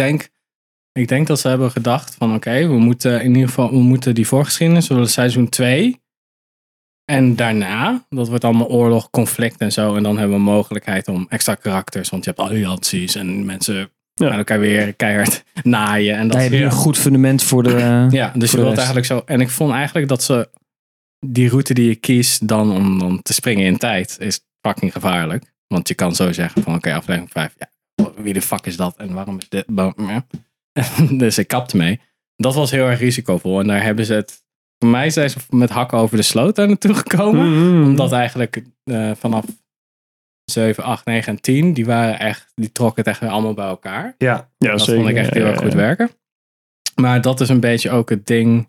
Ik denk dat ze hebben gedacht van oké, we moeten in ieder geval die voorgeschiedenis, we willen seizoen 2. En daarna, dat wordt allemaal oorlog, conflict en zo. En dan hebben we mogelijkheid om extra karakters. Want je hebt allianties en mensen gaan elkaar weer keihard naaien. En dat heb je een goed fundament voor de dus je wilt eigenlijk zo. En ik vond eigenlijk dat ze die route die je kiest dan om dan te springen in tijd is fucking gevaarlijk. Want je kan zo zeggen van oké, aflevering 5. Ja, wie de fuck is dat? En waarom is dit? Dus ik kapte mee. Dat was heel erg risicovol. En daar hebben ze het... Voor mij zijn ze met hakken over de sloot daar naartoe gekomen. Omdat eigenlijk vanaf 7, 8, 9 en 10... Die trokken het echt weer allemaal bij elkaar. Ja, dat vond ik echt heel erg goed werken. Maar dat is een beetje ook het ding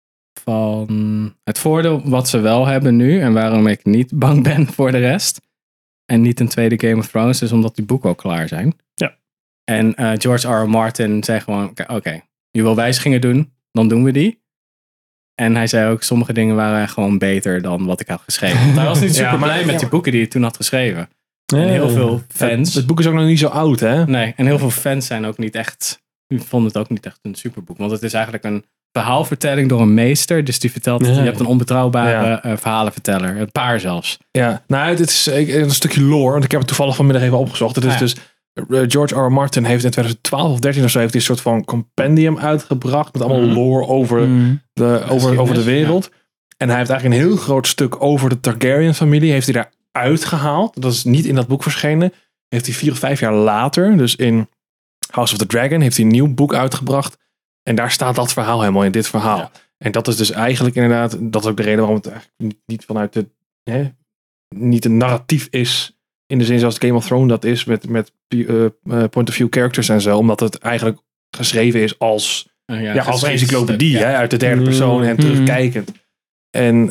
van... Het voordeel wat ze wel hebben nu... En waarom ik niet bang ben voor de rest... En niet een tweede Game of Thrones... is omdat die boeken al klaar zijn. Ja. En George R. R. Martin zei gewoon... Oké, je wil wijzigingen doen, dan doen we die. En hij zei ook, sommige dingen waren gewoon beter dan wat ik had geschreven. Want hij was niet super blij met die boeken die hij toen had geschreven. En heel veel fans... Het boek is ook nog niet zo oud, hè? Nee, en heel veel fans zijn ook niet echt... Die vonden het ook niet echt een superboek. Want het is eigenlijk een verhaalvertelling door een meester. Dus die vertelt... Je hebt een onbetrouwbare verhalenverteller. Een paar zelfs. Ja, nou, het is een stukje lore. Want ik heb het toevallig vanmiddag even opgezocht. Het is dus... George R. R. Martin heeft in 2012 of 13 of zo... heeft hij een soort van compendium uitgebracht... met allemaal lore over de wereld. En hij heeft eigenlijk een heel groot stuk... over de Targaryen-familie... heeft hij daar uitgehaald. Dat is niet in dat boek verschenen. Heeft hij 4 of 5 jaar later... dus in House of the Dragon... heeft hij een nieuw boek uitgebracht... en daar staat dat verhaal helemaal in dit verhaal. Ja. En dat is dus eigenlijk inderdaad... dat is ook de reden waarom het eigenlijk niet vanuit de... niet een narratief is... in de zin zoals Game of Thrones dat is... met point of view characters en zo... omdat het eigenlijk geschreven is als... als encyclopedie, uit de derde persoon... en terugkijkend. En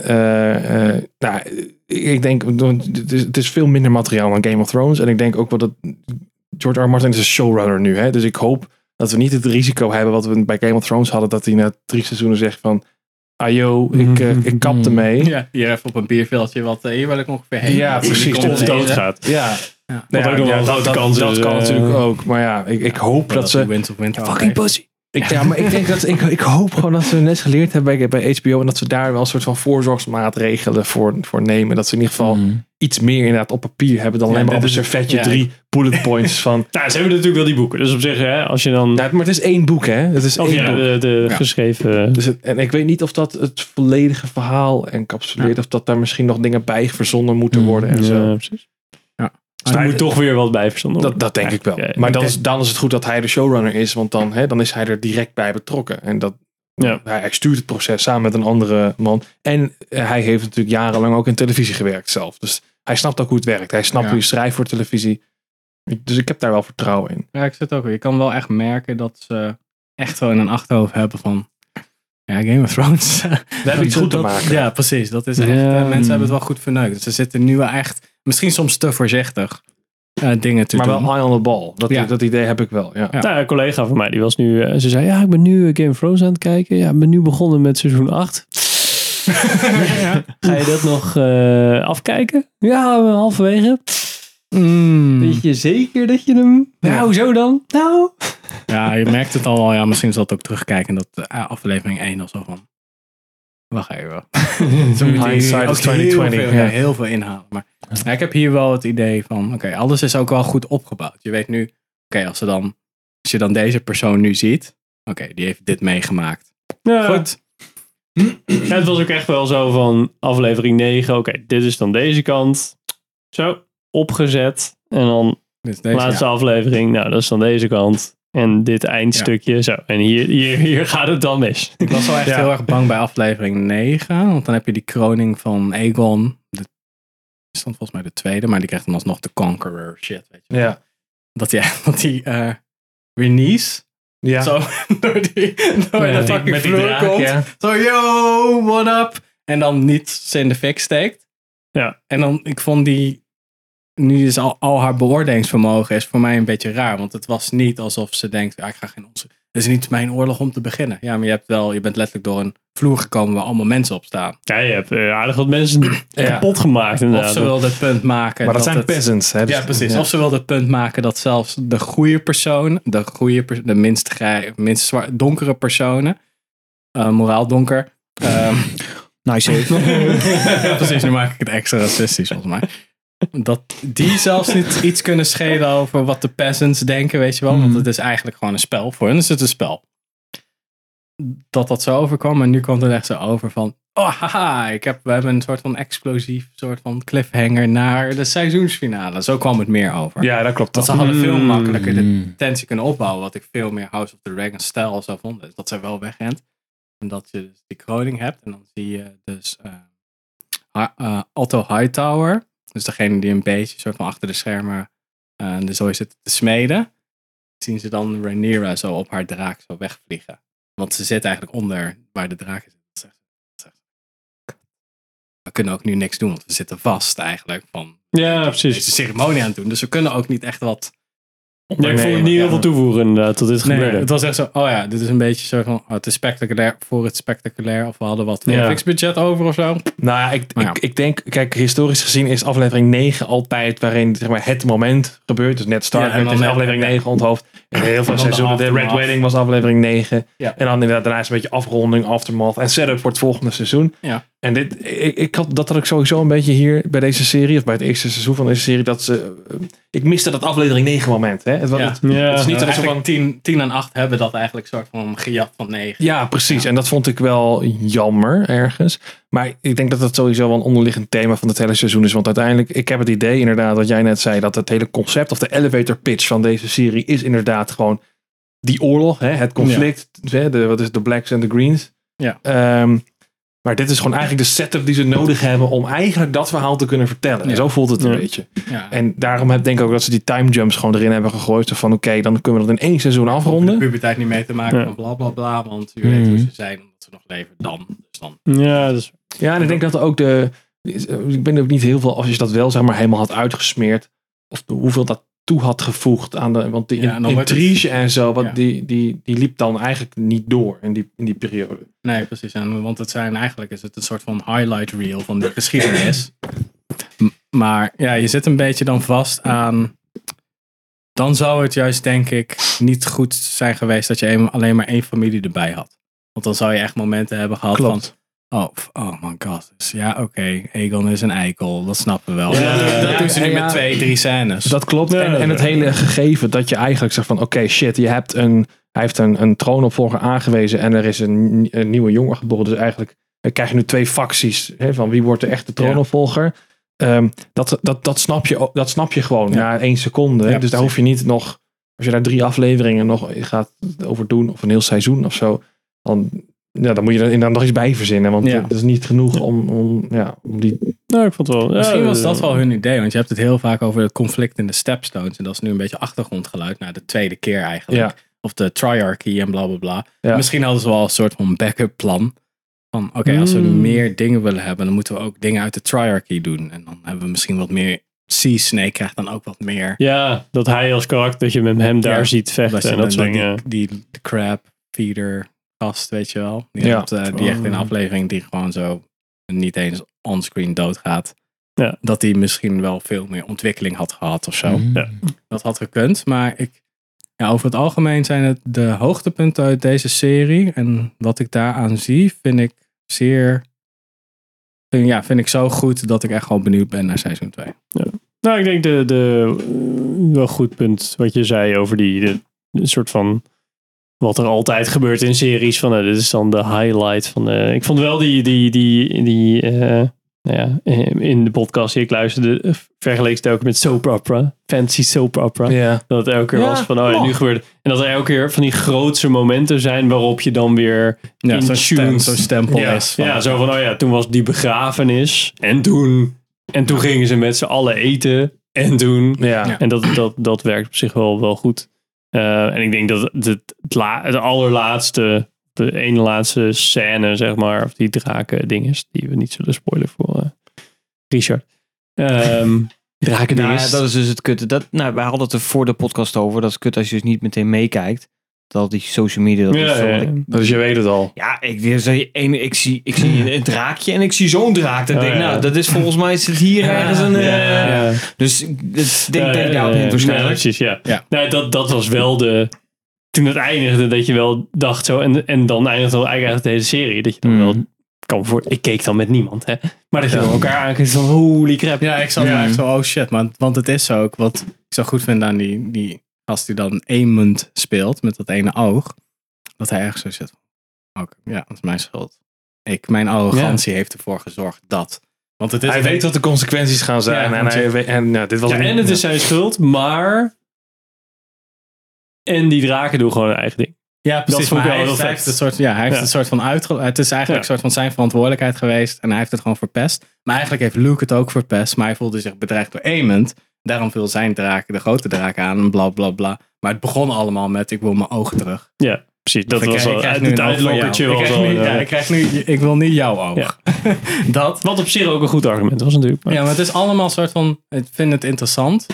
ik denk... het is veel minder materiaal dan Game of Thrones... en ik denk ook wel dat... George R. R. Martin is een showrunner nu, hè? Dus ik hoop dat we niet het risico hebben... wat we bij Game of Thrones hadden... dat hij na 3 seizoenen zegt van... Ajo, ik kap ermee. Ja, hier even op een bierveldje, wat hier wil ik ongeveer heen. Ja, precies. Of doodgaat. Ja. Dat kan natuurlijk ook. Maar ja, ik hoop dat ze... Winter fucking pussy. Maar ik denk dat ik hoop gewoon dat ze net geleerd hebben bij HBO en dat ze daar wel een soort van voorzorgsmaatregelen voor nemen. Dat ze in ieder geval iets meer inderdaad op papier hebben dan alleen maar op een servetje 3 bullet points van. Nou, ze hebben natuurlijk wel die boeken. Dus op zich, hè, als je dan. Maar het is 1 boek, hè? Het is 1 boek. De geschreven. Dus en ik weet niet of dat het volledige verhaal encapsuleert of dat daar misschien nog dingen bij verzonnen moeten worden en zo. Precies. Dus er moet toch weer wat bij verzonnen worden. Dat denk ik wel. Okay. Maar dan is het goed dat hij de showrunner is, want dan is hij er direct bij betrokken. En hij stuurt het proces samen met een andere man. En hij heeft natuurlijk jarenlang ook in televisie gewerkt zelf. Dus hij snapt ook hoe het werkt. Hij snapt hoe je schrijft voor televisie. Dus ik heb daar wel vertrouwen in. Ja, ik zit ook. Je kan wel echt merken dat ze echt zo in een achterhoofd hebben van Game of Thrones. We hebben iets goed te maken. Ja, precies. Dat is echt. Mensen hebben het wel goed verneukt. Dus ze zitten nu wel echt, misschien soms te voorzichtig dingen te doen. Maar wel eye on the ball. Dat idee heb ik wel. Ja. Nou, een collega van mij die was nu. Ze zei: ik ben nu Game of Thrones aan het kijken. Ja, ik ben nu begonnen met seizoen 8. Ga je dat nog afkijken? Ja, halverwege. Weet je zeker dat je hem. Nou, hoezo dan? Nou. Ja, je merkt het al. Ja, misschien zal het ook terugkijken. Dat aflevering 1 of zo van. Wacht even. Hindsight is 2020. Heel veel inhalen. Maar ik heb hier wel het idee van. Oké, alles is ook wel goed opgebouwd. Je weet nu. Als je dan deze persoon nu ziet. Oké, die heeft dit meegemaakt. Ja. Goed. Ja, het was ook echt wel zo van aflevering 9. Oké, dit is dan deze kant. Zo, opgezet. En dan de laatste aflevering. Nou, dat is dan deze kant. En dit eindstukje. Zo. En hier gaat het dan mis. Ik was wel echt heel erg bang bij aflevering 9. Want dan heb je die kroning van Aegon. Dat stond volgens mij de tweede. Maar die krijgt dan alsnog de Conqueror shit. Weet je. Ja. Dat die Rhaenys. Ja. Zo door de fucking vloer komt. Ja. Zo, yo, what up? En dan niet ze in de fik steekt. Ja. En dan, ik vond die. Nu is al haar beoordelingsvermogen is voor mij een beetje raar. Want het was niet alsof ze denkt. Ik ga geen ons. Het is niet mijn oorlog om te beginnen. Ja, maar je bent letterlijk door een vloer gekomen waar allemaal mensen op staan. Ja, je hebt aardig wat mensen kapot gemaakt. Inderdaad. Of ze wilde het punt maken. Maar dat zijn peasants. Hè? Dus ja, precies. Ja. Of ze wilde het punt maken dat zelfs de goede persoon. De minst donkere personen. Moraal donker. Nice. Ja, precies. Nu maak ik het extra racistisch volgens mij. Dat die zelfs niet iets kunnen schelen over wat de peasants denken, weet je wel. Want het is eigenlijk gewoon een spel. Voor hen is het een spel. Dat zo overkwam. En nu komt het echt zo over van. Oh, haha. We hebben een soort van explosief soort van cliffhanger naar de seizoensfinale. Zo kwam het meer over. Ja, dat klopt. Dat ze hadden veel makkelijker de tensie kunnen opbouwen. Wat ik veel meer House of the Dragon stijl zou vond. Dat zij wel wegrent. En dat je dus die kroning hebt. En dan zie je dus Otto Hightower. Dus degene die een beetje soort van achter de schermen de zooi zit te smeden. Zien ze dan Rhaenyra zo op haar draak zo wegvliegen. Want ze zit eigenlijk onder waar de draak is. We kunnen ook nu niks doen, want we zitten vast eigenlijk van deze ceremonie aan het doen. Dus we kunnen ook niet echt wat. Ja, ik vond het niet heel veel toevoegen inderdaad tot dit gebeurde. Het was echt zo, dit is een beetje zo van, het is spectaculair voor het spectaculair. Of we hadden wat VFX-budget over of zo. Nou ja, ik denk, kijk, historisch gezien is aflevering 9 altijd waarin zeg maar, het moment gebeurt. Dus net Stark werd in aflevering 9 onthoofd. En heel veel seizoenen, de Red Wedding was aflevering 9. Ja. En dan inderdaad daarna is een beetje afronding, aftermath en setup voor het volgende seizoen. Ja. En dat had ik sowieso een beetje hier bij deze serie, of bij het eerste seizoen van deze serie, dat ik miste dat aflevering 9 moment. Hè? Het is niet dat van 10 en 8 hebben dat eigenlijk een soort van gejat van 9. Ja, precies. Ja. En dat vond ik wel jammer ergens. Maar ik denk dat dat sowieso wel een onderliggend thema van het hele seizoen is. Want uiteindelijk, ik heb het idee inderdaad, wat jij net zei, dat het hele concept of de elevator pitch van deze serie is inderdaad gewoon die oorlog, hè? Het conflict, wat is de blacks en de greens. Ja. Maar dit is gewoon eigenlijk de setup die ze nodig hebben om eigenlijk dat verhaal te kunnen vertellen. En zo voelt het een beetje. Ja. En daarom denk ik ook dat ze die time jumps gewoon erin hebben gegooid. Zo van oké, dan kunnen we dat in 1 seizoen afronden. De puberteit niet mee te maken van bla bla bla. Want je weet hoe ze zijn omdat ze nog leven dan. Dus dan. Ja, en ik denk dat ook ik ben ook niet heel veel, als je dat wel zeg maar helemaal had uitgesmeerd. Of hoeveel dat toe had gevoegd aan de, want die intrige en zo, want die liep dan eigenlijk niet door in die periode. Nee, precies. Want eigenlijk is het een soort van highlight reel van de geschiedenis. Maar ja, je zit een beetje dan vast aan dan zou het juist, denk ik, niet goed zijn geweest dat je alleen maar 1 familie erbij had. Want dan zou je echt momenten hebben gehad van... Oh my god. Dus ja, oké. Aegon is een eikel. Dat snappen we wel. Dat doen ze nu met 2-3 scènes. Dat klopt. En het hele gegeven dat je eigenlijk zegt van... Oké, shit, hij heeft een troonopvolger aangewezen... en er is een nieuwe jongen geboren. Dus eigenlijk krijg je nu 2 facties. Hè, van wie wordt de echte troonopvolger. Dat snap je gewoon na 1 seconde. Dus daar hoef je niet nog... Als je daar 3 afleveringen nog gaat over doen... of een heel seizoen of zo... Dan moet je er inderdaad nog iets bij verzinnen. Want het is niet genoeg om die... Nou, ik vond het wel... Misschien was dat wel hun idee. Want je hebt het heel vaak over het conflict in de Stepstones. En dat is nu een beetje achtergrondgeluid. Naar de tweede keer eigenlijk. Ja. Of de triarchy en bla bla bla. Ja. Misschien hadden ze wel een soort van backup plan. Van oké, als we meer dingen willen hebben... dan moeten we ook dingen uit de triarchy doen. En dan hebben we misschien wat meer... Sea Snake krijgt dan ook wat meer... Ja, dat hij als karakter... dat je met hem daar ziet vechten. En dat soort dingen. Die crab feeder... gast, weet je wel. Die echt in aflevering die gewoon zo niet eens onscreen doodgaat. Ja. Dat die misschien wel veel meer ontwikkeling had gehad of zo. Ja. Dat had gekund. Maar over het algemeen zijn het de hoogtepunten uit deze serie. En wat ik daaraan zie, vind ik zo goed dat ik echt gewoon benieuwd ben naar seizoen 2. Ja. Nou, ik denk wel goed punt wat je zei over die soort van... Wat er altijd gebeurt in series. Van, dit is dan de highlight van ik vond wel in de podcast die ik luisterde, vergeleek het ook met soap opera. Fantasy soap opera. Yeah. Dat het elke keer was van, nu gebeurt. En dat er elke keer van die grootste momenten zijn waarop je dan weer zo'n stempel is. Van, zo van, toen was die begrafenis. En toen gingen ze met z'n allen eten. En toen. Ja. En dat werkt op zich wel goed. En ik denk dat het allerlaatste, de ene laatste scène, zeg maar, of die draken ding is, die we niet zullen spoilen voor Richard. Draken ding is. Dat is dus het kutte. Wij hadden het er voor de podcast over. Dat is kut als je dus niet meteen meekijkt. Dat die social media... Dus je weet het al. Ja, ik zie een draakje en ik zie zo'n draak. Dan denk ik, dat is volgens mij is het hier ergens een... Dus denk daarop in waarschijnlijk. Precies, ja. Nee, dat was wel toen het eindigde, dat je wel dacht zo... En dan eindigde wel eigenlijk de hele serie. Dat je dan wel... Ik keek dan met niemand, hè. Maar dat je dan elkaar aankijkt van holy crap. Ja, ik zat echt zo, oh shit. Want het is zo ook wat ik zo goed vind aan die gast die dan Aemond speelt met dat ene oog. Dat hij ergens zo zit. Dat is mijn schuld. Mijn arrogantie heeft ervoor gezorgd dat. Want hij weet wat de consequenties gaan zijn. En het is zijn schuld, maar... En die draken doen gewoon hun eigen ding. Ja, precies. Hij heeft een soort van het is eigenlijk een soort van zijn verantwoordelijkheid geweest. En hij heeft het gewoon verpest. Maar eigenlijk heeft Luke het ook verpest. Maar hij voelde zich bedreigd door Aemond. Daarom viel zijn draak, de grote draak aan. En bla bla bla. Maar het begon allemaal met ik wil mijn ogen terug. Ja, precies. Dat was wel het uitlokkertje. Ik wil niet jouw oog. Ja. Wat op zich ook een goed argument was natuurlijk. Maar. Ja, maar het is allemaal een soort van... Ik vind het interessant.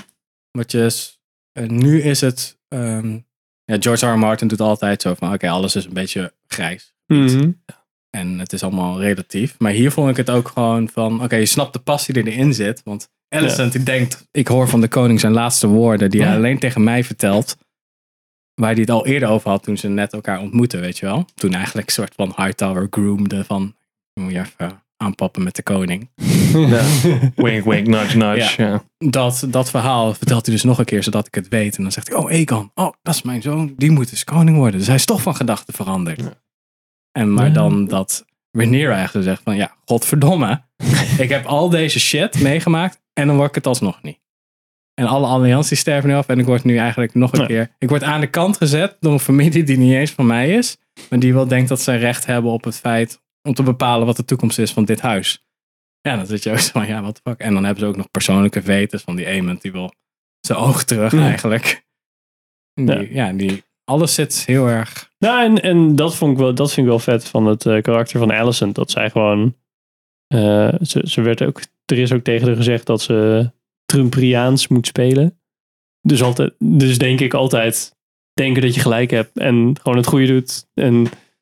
Nu is het... George R. R. Martin doet altijd zo van... Oké, alles is een beetje grijs. Mm-hmm. En het is allemaal relatief. Maar hier vond ik het ook gewoon van... Oké, je snapt de passie die erin zit. Want Alicent die denkt... Ik hoor van de koning zijn laatste woorden... Die hij alleen tegen mij vertelt... Waar hij het al eerder over had... Toen ze net elkaar ontmoetten, weet je wel. Toen eigenlijk een soort van Hightower groomde van... Moet je even aanpappen met de koning. Wink, wink, nudge, nudge. Ja. Dat verhaal vertelt hij dus nog een keer... Zodat ik het weet. En dan zegt hij... Oh, Aegon. Oh, dat is mijn zoon. Die moet dus koning worden. Dus hij is toch van gedachten veranderd. Ja. Maar dan dat... Rhaenyra eigenlijk zegt van... Ja, godverdomme. Ik heb al deze shit meegemaakt... En dan word ik het alsnog niet. En alle allianties sterven nu af. En ik word nu eigenlijk nog een keer... Ik word aan de kant gezet door een familie die niet eens van mij is. Maar die wel denkt dat ze recht hebben op het feit... Om te bepalen wat de toekomst is van dit huis. Ja, dan zit je ook zo van... Ja, wat de fuck. En dan hebben ze ook nog persoonlijke vetes van die Aemond. Die wil zijn oog terug eigenlijk. Die alles zit heel erg... Nou, en dat vind ik wel vet van het karakter van Alicent. Dat zij gewoon... Ze werd ook... Er is ook tegen haar gezegd dat ze Trumpriaans moet spelen. Dus denk ik altijd denken dat je gelijk hebt en gewoon het goede doet. En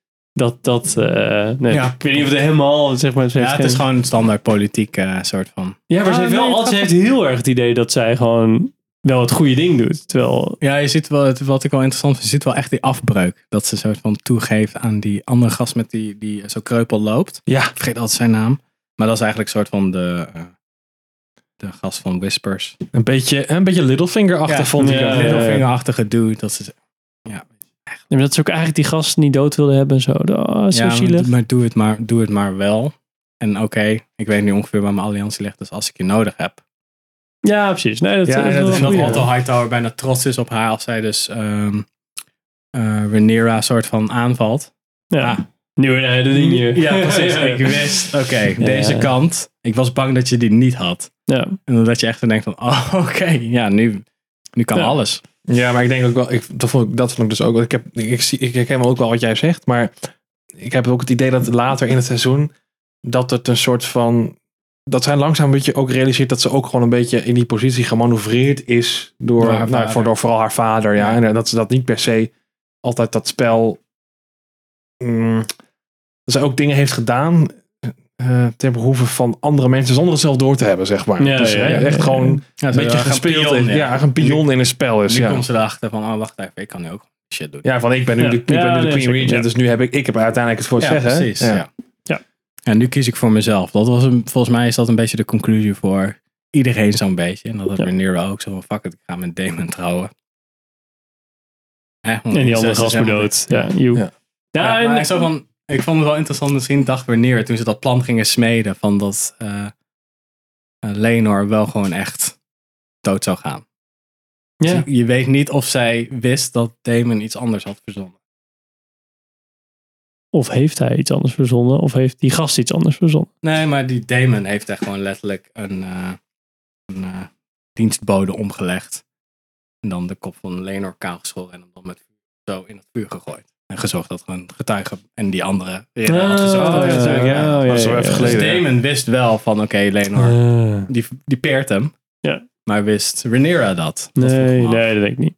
ik weet niet of het helemaal zeg maar. Het is gewoon een standaard politiek soort van. Ja, maar ze heeft heel erg het idee dat zij gewoon wel het goede ding doet. Terwijl... Ja, je ziet wel, wat ik wel interessant vind, je ziet wel echt die afbreuk. Dat ze soort van toegeeft aan die andere gast met die zo kreupel loopt. Ja. Ik vergeet altijd zijn naam. Maar dat is eigenlijk een soort van de gast van Whispers. Een beetje Littlefinger-achtig vond ik. Littlefinger-achtige dude. Dat is, En dat ze ook eigenlijk die gast niet dood wilden hebben. Zo, zo zielig. Maar doe het maar wel. En oké, ik weet nu ongeveer waar mijn alliantie ligt. Dus als ik je nodig heb. Ja, precies. Nee, dat is dat Otto Hightower bijna trots is op haar als zij dus Rhaenyra soort van aanvalt. Ja, nieuwe ding hier. Ja, precies. Ik wist, deze kant. Ik was bang dat je die niet had. Ja. En dat je echt denkt van, oké, nu kan alles. Ja, maar ik denk ook wel, dat vond ik dus ook wel. Ik herken wel ook wel wat jij zegt, maar ik heb ook het idee dat later in het seizoen dat het een soort van, dat zij langzaam een beetje ook realiseert dat ze ook gewoon een beetje in die positie gemanoeuvreerd is door vooral haar vader. Ja. En dat ze dat niet per se altijd dat spel, dat zij ook dingen heeft gedaan ten behoeve van andere mensen zonder het zelf door te hebben, zeg maar. Ja, dus echt gewoon een beetje gespeeld. Een pion in een spel is. Nu komt ze erachter van, wacht even, ik kan nu ook shit doen. Ja, van ik ben nu de Queen Regent, dus nu heb ik uiteindelijk het voor het zeggen. Precies, ja. En nu kies ik voor mezelf. Volgens mij is dat een beetje de conclusie voor iedereen zo'n beetje. En dat had Rhaenyra ook zo van, fuck it, ik ga met Daemon trouwen. En die andere gast wordt dood. Ik vond het wel interessant misschien, dacht Rhaenyra toen ze dat plan gingen smeden van dat Laenor wel gewoon echt dood zou gaan. Ja. Dus je weet niet of zij wist dat Daemon iets anders had verzonnen. Of heeft hij iets anders verzonnen? Of heeft die gast iets anders verzonnen? Nee, maar die Daemon heeft echt gewoon letterlijk een dienstbode omgelegd. En dan de kop van Laenor kaalgeschoren en hem dan met zo in het vuur gegooid. En gezorgd dat er een getuige en die andere had gezorgd. Dat is wel even geleden. Dus Daemon wist wel van oké, Laenor, die peert hem. Ja. Maar wist Rhaenyra dat? Nee, dat denk ik niet.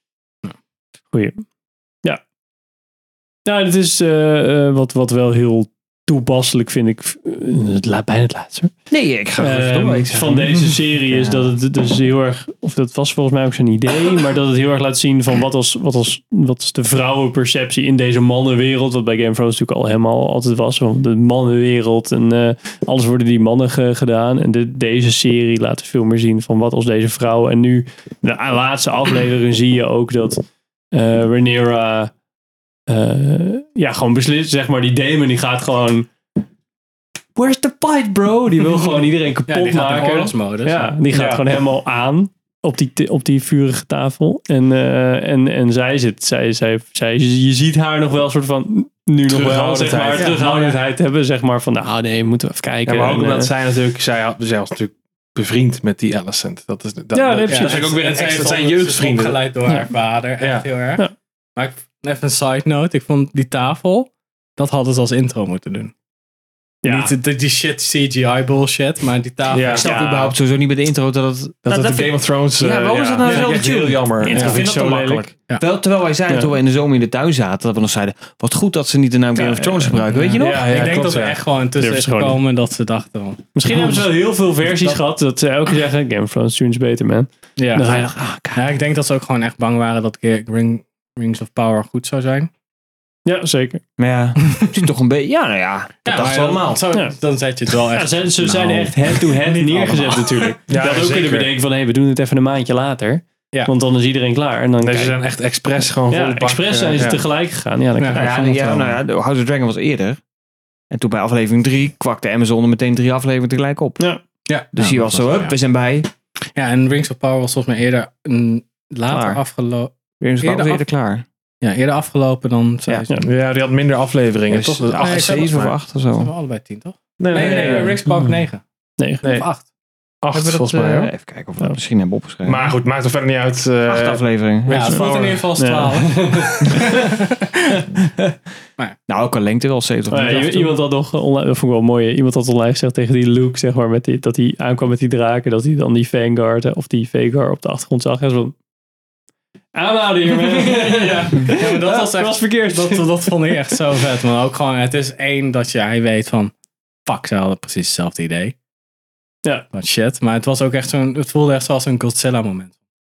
Goeie. Ja. Nou, dat is wat wel heel toepasselijk vind ik. Bijna het laatste. Nee, ik ga even door. Van deze serie is dat het dus heel erg, of dat was volgens mij ook zijn idee, maar dat het heel erg laat zien van wat is de vrouwenperceptie in deze mannenwereld, wat bij Game of Thrones natuurlijk al helemaal altijd was, van de mannenwereld en alles worden die mannen gedaan. En deze serie laat veel meer zien van wat als deze vrouwen. En nu, de laatste aflevering zie je ook dat Rhaenyra gewoon beslist, zeg maar, die Daemon die gaat gewoon where's the fight, bro? Die wil gewoon iedereen kapot maken. Die gaat gewoon helemaal aan op die vurige tafel. En zij zit, je ziet haar nog wel een soort van nu nog wel, zeg maar, terughoudendheid hebben, zeg maar, van nee, moeten we even kijken. Ja, maar ook omdat zij natuurlijk, zij was natuurlijk bevriend met die Alicent. Dat is ook weer een extra, dat zijn jeugdvrienden. Opgeleid door haar vader, echt heel erg. Ja. Maar even een side note, ik vond die tafel, dat hadden ze als intro moeten doen. Ja. Niet die shit CGI bullshit, maar die tafel. Ik snap überhaupt sowieso niet bij de intro dat het Game of Thrones. Waarom is dat nou zo heel jammer? Ik vind dat zo makkelijk. Ja. Terwijl wij zeiden toen we in de zomer in de tuin zaten, dat we nog zeiden, wat goed dat ze niet de naam Game of Thrones gebruiken, weet je nog? Ja, ik denk dat er echt gewoon tussen is gekomen dat ze dachten. Misschien hebben ze wel heel veel versies gehad dat ze elke keer zeggen, Game of Thrones is beter, man. Ja. Dan ga je nog, ik denk dat ze ook gewoon echt bang waren dat Rings of Power goed zou zijn. Ja, zeker. Maar ja, is toch een beetje... dat dacht ze allemaal. Dan zet je het wel echt... ze zijn echt head-to-head neergezet natuurlijk. Je had ook kunnen bedenken van, we doen het even een maandje later. Ja. Want dan is iedereen klaar. En dan ze zijn echt expres gewoon vol expres zijn ze tegelijk gegaan. House of Dragon was eerder. En toen bij aflevering 3 kwakte Amazon er meteen 3 afleveringen tegelijk op. Ja. Dus hier was zo, we zijn bij. Ja, en Rings of Power was volgens mij eerder later afgelopen. Rings of Power was eerder klaar. Ja, eerder afgelopen dan... Ja, die had minder afleveringen. Ja, toch? 8, 7 of 8 of zo. Ze hebben allebei 10, toch? Nee. Rings of Power 9. 9 of 8. 8 volgens mij, hoor. Even kijken of we het misschien hebben opgeschreven. Maar goed, maakt er verder niet uit. 8 afleveringen. Ja, het voelt in ieder geval als 12. Nou, ook een lengte wel 70 minuten. Iemand had nog online, dat vond ik wel mooi. Iemand had online gezegd tegen die Luke, zeg maar, dat hij aankwam met die draken, dat hij dan die Vanguard of die Vagar op de achtergrond zag. En zo I'm out here, man. Maar dat was verkeerd. Dat vond ik echt zo vet. Maar ook gewoon, het is één dat hij weet van, fuck, ze hadden precies hetzelfde idee. Ja. Wat shit. Maar het was ook echt het voelde echt zoals een Godzilla moment.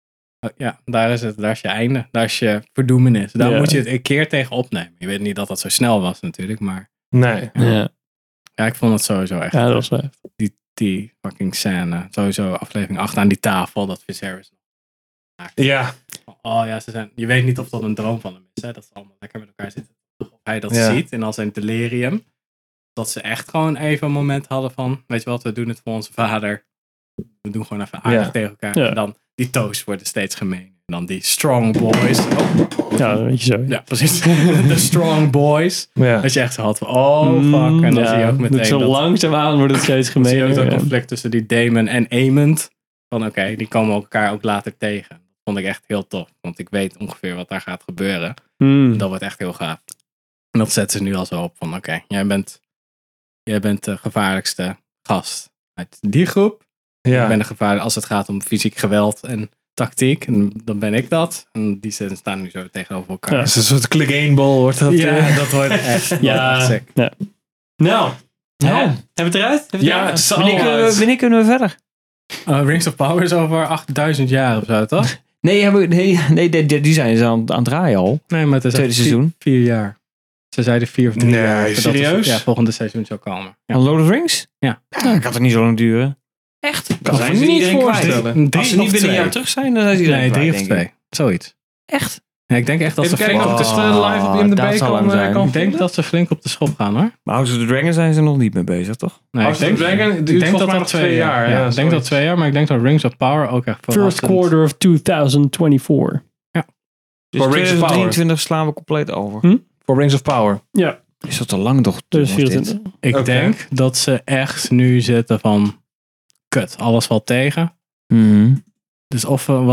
Ja, daar is het. Daar is je einde. Daar is je verdoemenis. Daar Ja. moet je het een keer tegen opnemen. Je weet niet dat dat zo snel was natuurlijk, maar... Nee. Ja, ik vond het sowieso echt... Ja, dat was wel heftig. Die fucking scène. Sowieso aflevering 8 aan die tafel. Dat Viserys nog maakt. Ja. Oh ja, je weet niet of dat een droom van hem is. Hè? Dat ze allemaal lekker met elkaar zitten. Of hij dat ziet in al zijn delirium. Dat ze echt gewoon even een moment hadden van... Weet je wat, we doen het voor onze vader. We doen gewoon even aardig tegen elkaar. Ja. En dan die toast worden steeds gemeen. En dan die strong boys. Ja, weet je zo. Ja, precies. De strong boys. Ja. Dat je echt zo had van, oh fuck. En dan zie je ook meteen zo dat... langzaamaan wordt het steeds Dan zie je ook gemeener. dat conflict tussen die Daemon en Aemond. Van oké, die komen elkaar ook later tegen. Dat vond ik echt heel tof. Want ik weet ongeveer wat daar gaat gebeuren. En dat wordt echt heel gaaf. En dat zetten ze nu al zo op van oké, jij bent de gevaarlijkste gast uit die groep. Ja. Ik ben de gevaarlijkste als het gaat om fysiek geweld en tactiek. En dan ben ik dat. En die staan nu zo tegenover elkaar. Ja. Het is een soort click-1-ball wordt dat. Ja, dat wordt echt Ja. sick. Ja. Nou, hebben we het eruit? Ja, het is Wanneer kunnen we verder? Rings of Power is over 8000 jaar of zo, toch? Nee, die zijn ze aan het draaien al. Nee, maar het is Tweede echt seizoen. 4 jaar. Ze zeiden 4 of 3 Nee, jaar. voordat serieus? Het volgende seizoen zou komen. Ja. Aan Lord of the Rings? Ja. Nou, dat gaat er niet zo lang duren. Echt? Kan zijn me ze niet iedereen kwijt. voorstellen. Als ze niet binnen een jaar terug zijn, dan zijn ze iedereen Nee, kwijt, 3 of denk ik. 2. Zoiets. Echt? Ja, ik denk echt dat Even ze kijken flink of op het de is live op IMDb dat zal hem zijn. kan Ik denk dat ze flink op de schop gaan, hoor. Maar House of the Dragon zijn ze nog niet mee bezig, toch? Nee, House of the Dragon duurt volgens mij nog 2 jaar. Ja, Ja, ik denk dat 2 jaar, maar ik denk dat Rings of Power ook echt First verrassend. quarter of 2024. Dus Voor Rings of Power. 2023 slaan we compleet over. Voor Rings of Power. Ja, Is dat te lang toch? 2024. Ik Oké. denk dat ze echt nu zitten van... Kut, alles valt tegen. Mhm. Dus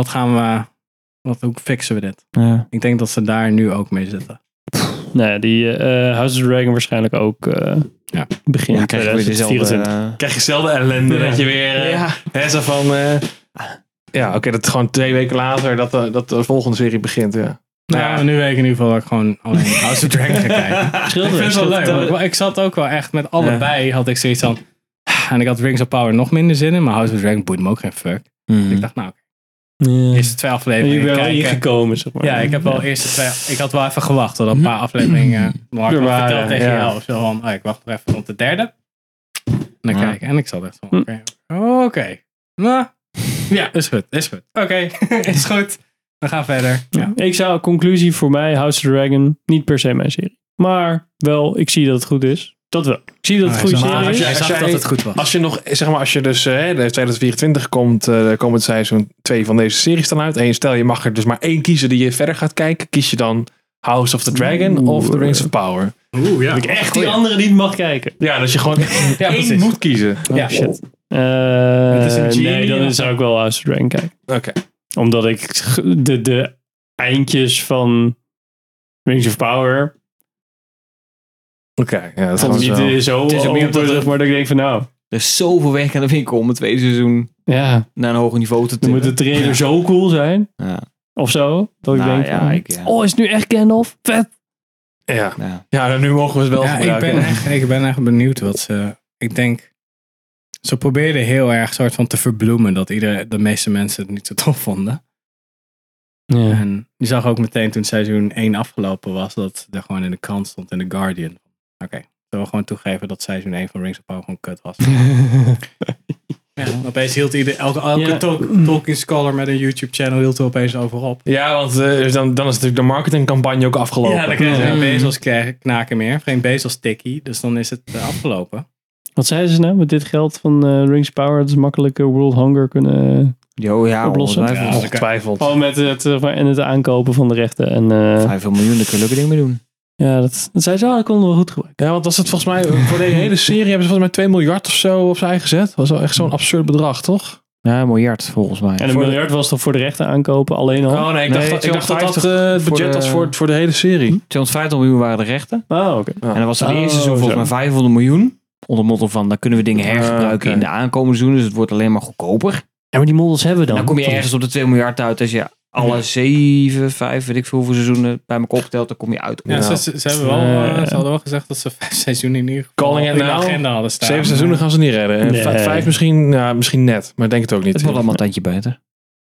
hoe fixen we dit? Ja. Ik denk dat ze daar nu ook mee zitten. Nee, die House of the Dragon waarschijnlijk ook begin Ja, krijg je weer 2024. Krijg je dezelfde ellende dat je weer... Zo van... ja, oké, dat gewoon 2 weken later dat de volgende serie begint. Ja. Nou ja, nu weet ik in ieder geval dat ik gewoon alleen House of Dragon ga kijken. Ik vind het wel leuk. Want ik zat ook wel echt met allebei had ik zoiets van... En ik had Rings of Power nog minder zin in, maar House of Dragon boeit me ook geen fuck. Mhm. Ik dacht, nou, Ja. eerste 2 Je afleveringen bent wel kijken. ingekomen, zeg maar. Ja, ik heb wel eerste 2... Ik had wel even gewacht tot een paar afleveringen... Maar ik Er had waren, verteld tegen ja. jou of zo van... ik wacht nog even rond de 3e. En dan kijken. En ik zat echt van... Oké. Nou, ja, is goed. Oké, is goed. We gaan verder. Ja. Ik zou, conclusie voor mij, House of the Dragon, niet per se mijn serie. Maar wel, ik zie dat het goed is. Dat wel. Ik zie dat het goede Maar serie als is. jij zag dat het goed was. Als je nog, zeg maar, als je dus de 2024 komt seizoen 2 van deze series dan uit. En stel je mag er dus maar 1 kiezen die je verder gaat kijken. Kies je dan House of the Dragon of The Rings of Power? Oeh, ja. Dat ik echt die andere niet mag kijken. Ja, dat je gewoon één precies. moet kiezen. Ja, shit. Het is een Nee, genie. dan zou ik wel House of the Dragon kijken. Oké. Omdat ik de eindjes van Rings of Power Oké, ja, dat vond was ik wel. niet zo Het is ook meer omdat overig, maar dat ik denk van nou, Er is zoveel werk aan de winkel om het tweede seizoen ja, naar een hoger niveau te dan tillen. moet de trailer zo cool zijn. Ja. Of zo. Dat ik Nou, denk ja, van, oh, is het nu echt Gandalf? Vet. Ja. Ja. Ja, nu mogen we het wel Ja, gebruiken. ik ben echt benieuwd wat ze... Ik denk... Ze probeerden heel erg soort van te verbloemen dat de meeste mensen het niet zo tof vonden. Ja. En je zag ook meteen toen seizoen 1 afgelopen was, dat er gewoon in de krant stond in The Guardian. Oké, zullen we gewoon toegeven dat seizoen 1 van Rings of Power gewoon kut was. Ja, opeens hield elke Ja. Tolkien scholar met een YouTube channel hield er opeens over op. Ja, want dan is natuurlijk de marketingcampagne ook afgelopen. Ja, dan krijg je geen bezels knaken meer, geen bezels tikkie, dus dan is het afgelopen. Wat zeiden ze nou met dit geld van Rings of Power? Dat ze makkelijk World Hunger kunnen Ja, oplossen. ongetwijfeld. Ja, Ongetwijfeld. Oh, met het aankopen van de rechten. En 5 miljoen, daar kun je leuke dingen mee doen. ja, dat zei ze, dat konden we goed gebruiken. Ja, want was het volgens mij, voor de hele serie hebben ze volgens mij 2 miljard of zo opzij gezet. Dat was wel echt zo'n absurd bedrag, toch? Ja, een miljard volgens mij. En een miljard was toch voor de rechten aankopen alleen al? Oh nee, ik dacht dat dat 250 het voor budget de- was voor de hele serie. 250 miljoen waren de rechten. Oh, oké. En dan was het Oh, eerste seizoen volgens mij zo. 500 miljoen. Onder motto van, dan kunnen we dingen hergebruiken oké. in de aankomende seizoenen. Dus het wordt alleen maar goedkoper. Ja, maar die models hebben we dan. Dan kom je ergens op de 2 miljard uit. Als je alle 7, 5, weet ik veel hoeveel seizoenen bij elkaar optelt, dan kom je uit. Ja, op- ze hebben wel, ze hadden wel gezegd dat ze 5 seizoenen in ieder geval Calling in it de now. agenda hadden staan. 7 seizoenen gaan ze niet redden. En Nee. 5 misschien, ja, misschien net. Maar ik denk het ook niet. Het wordt allemaal een tandje beter.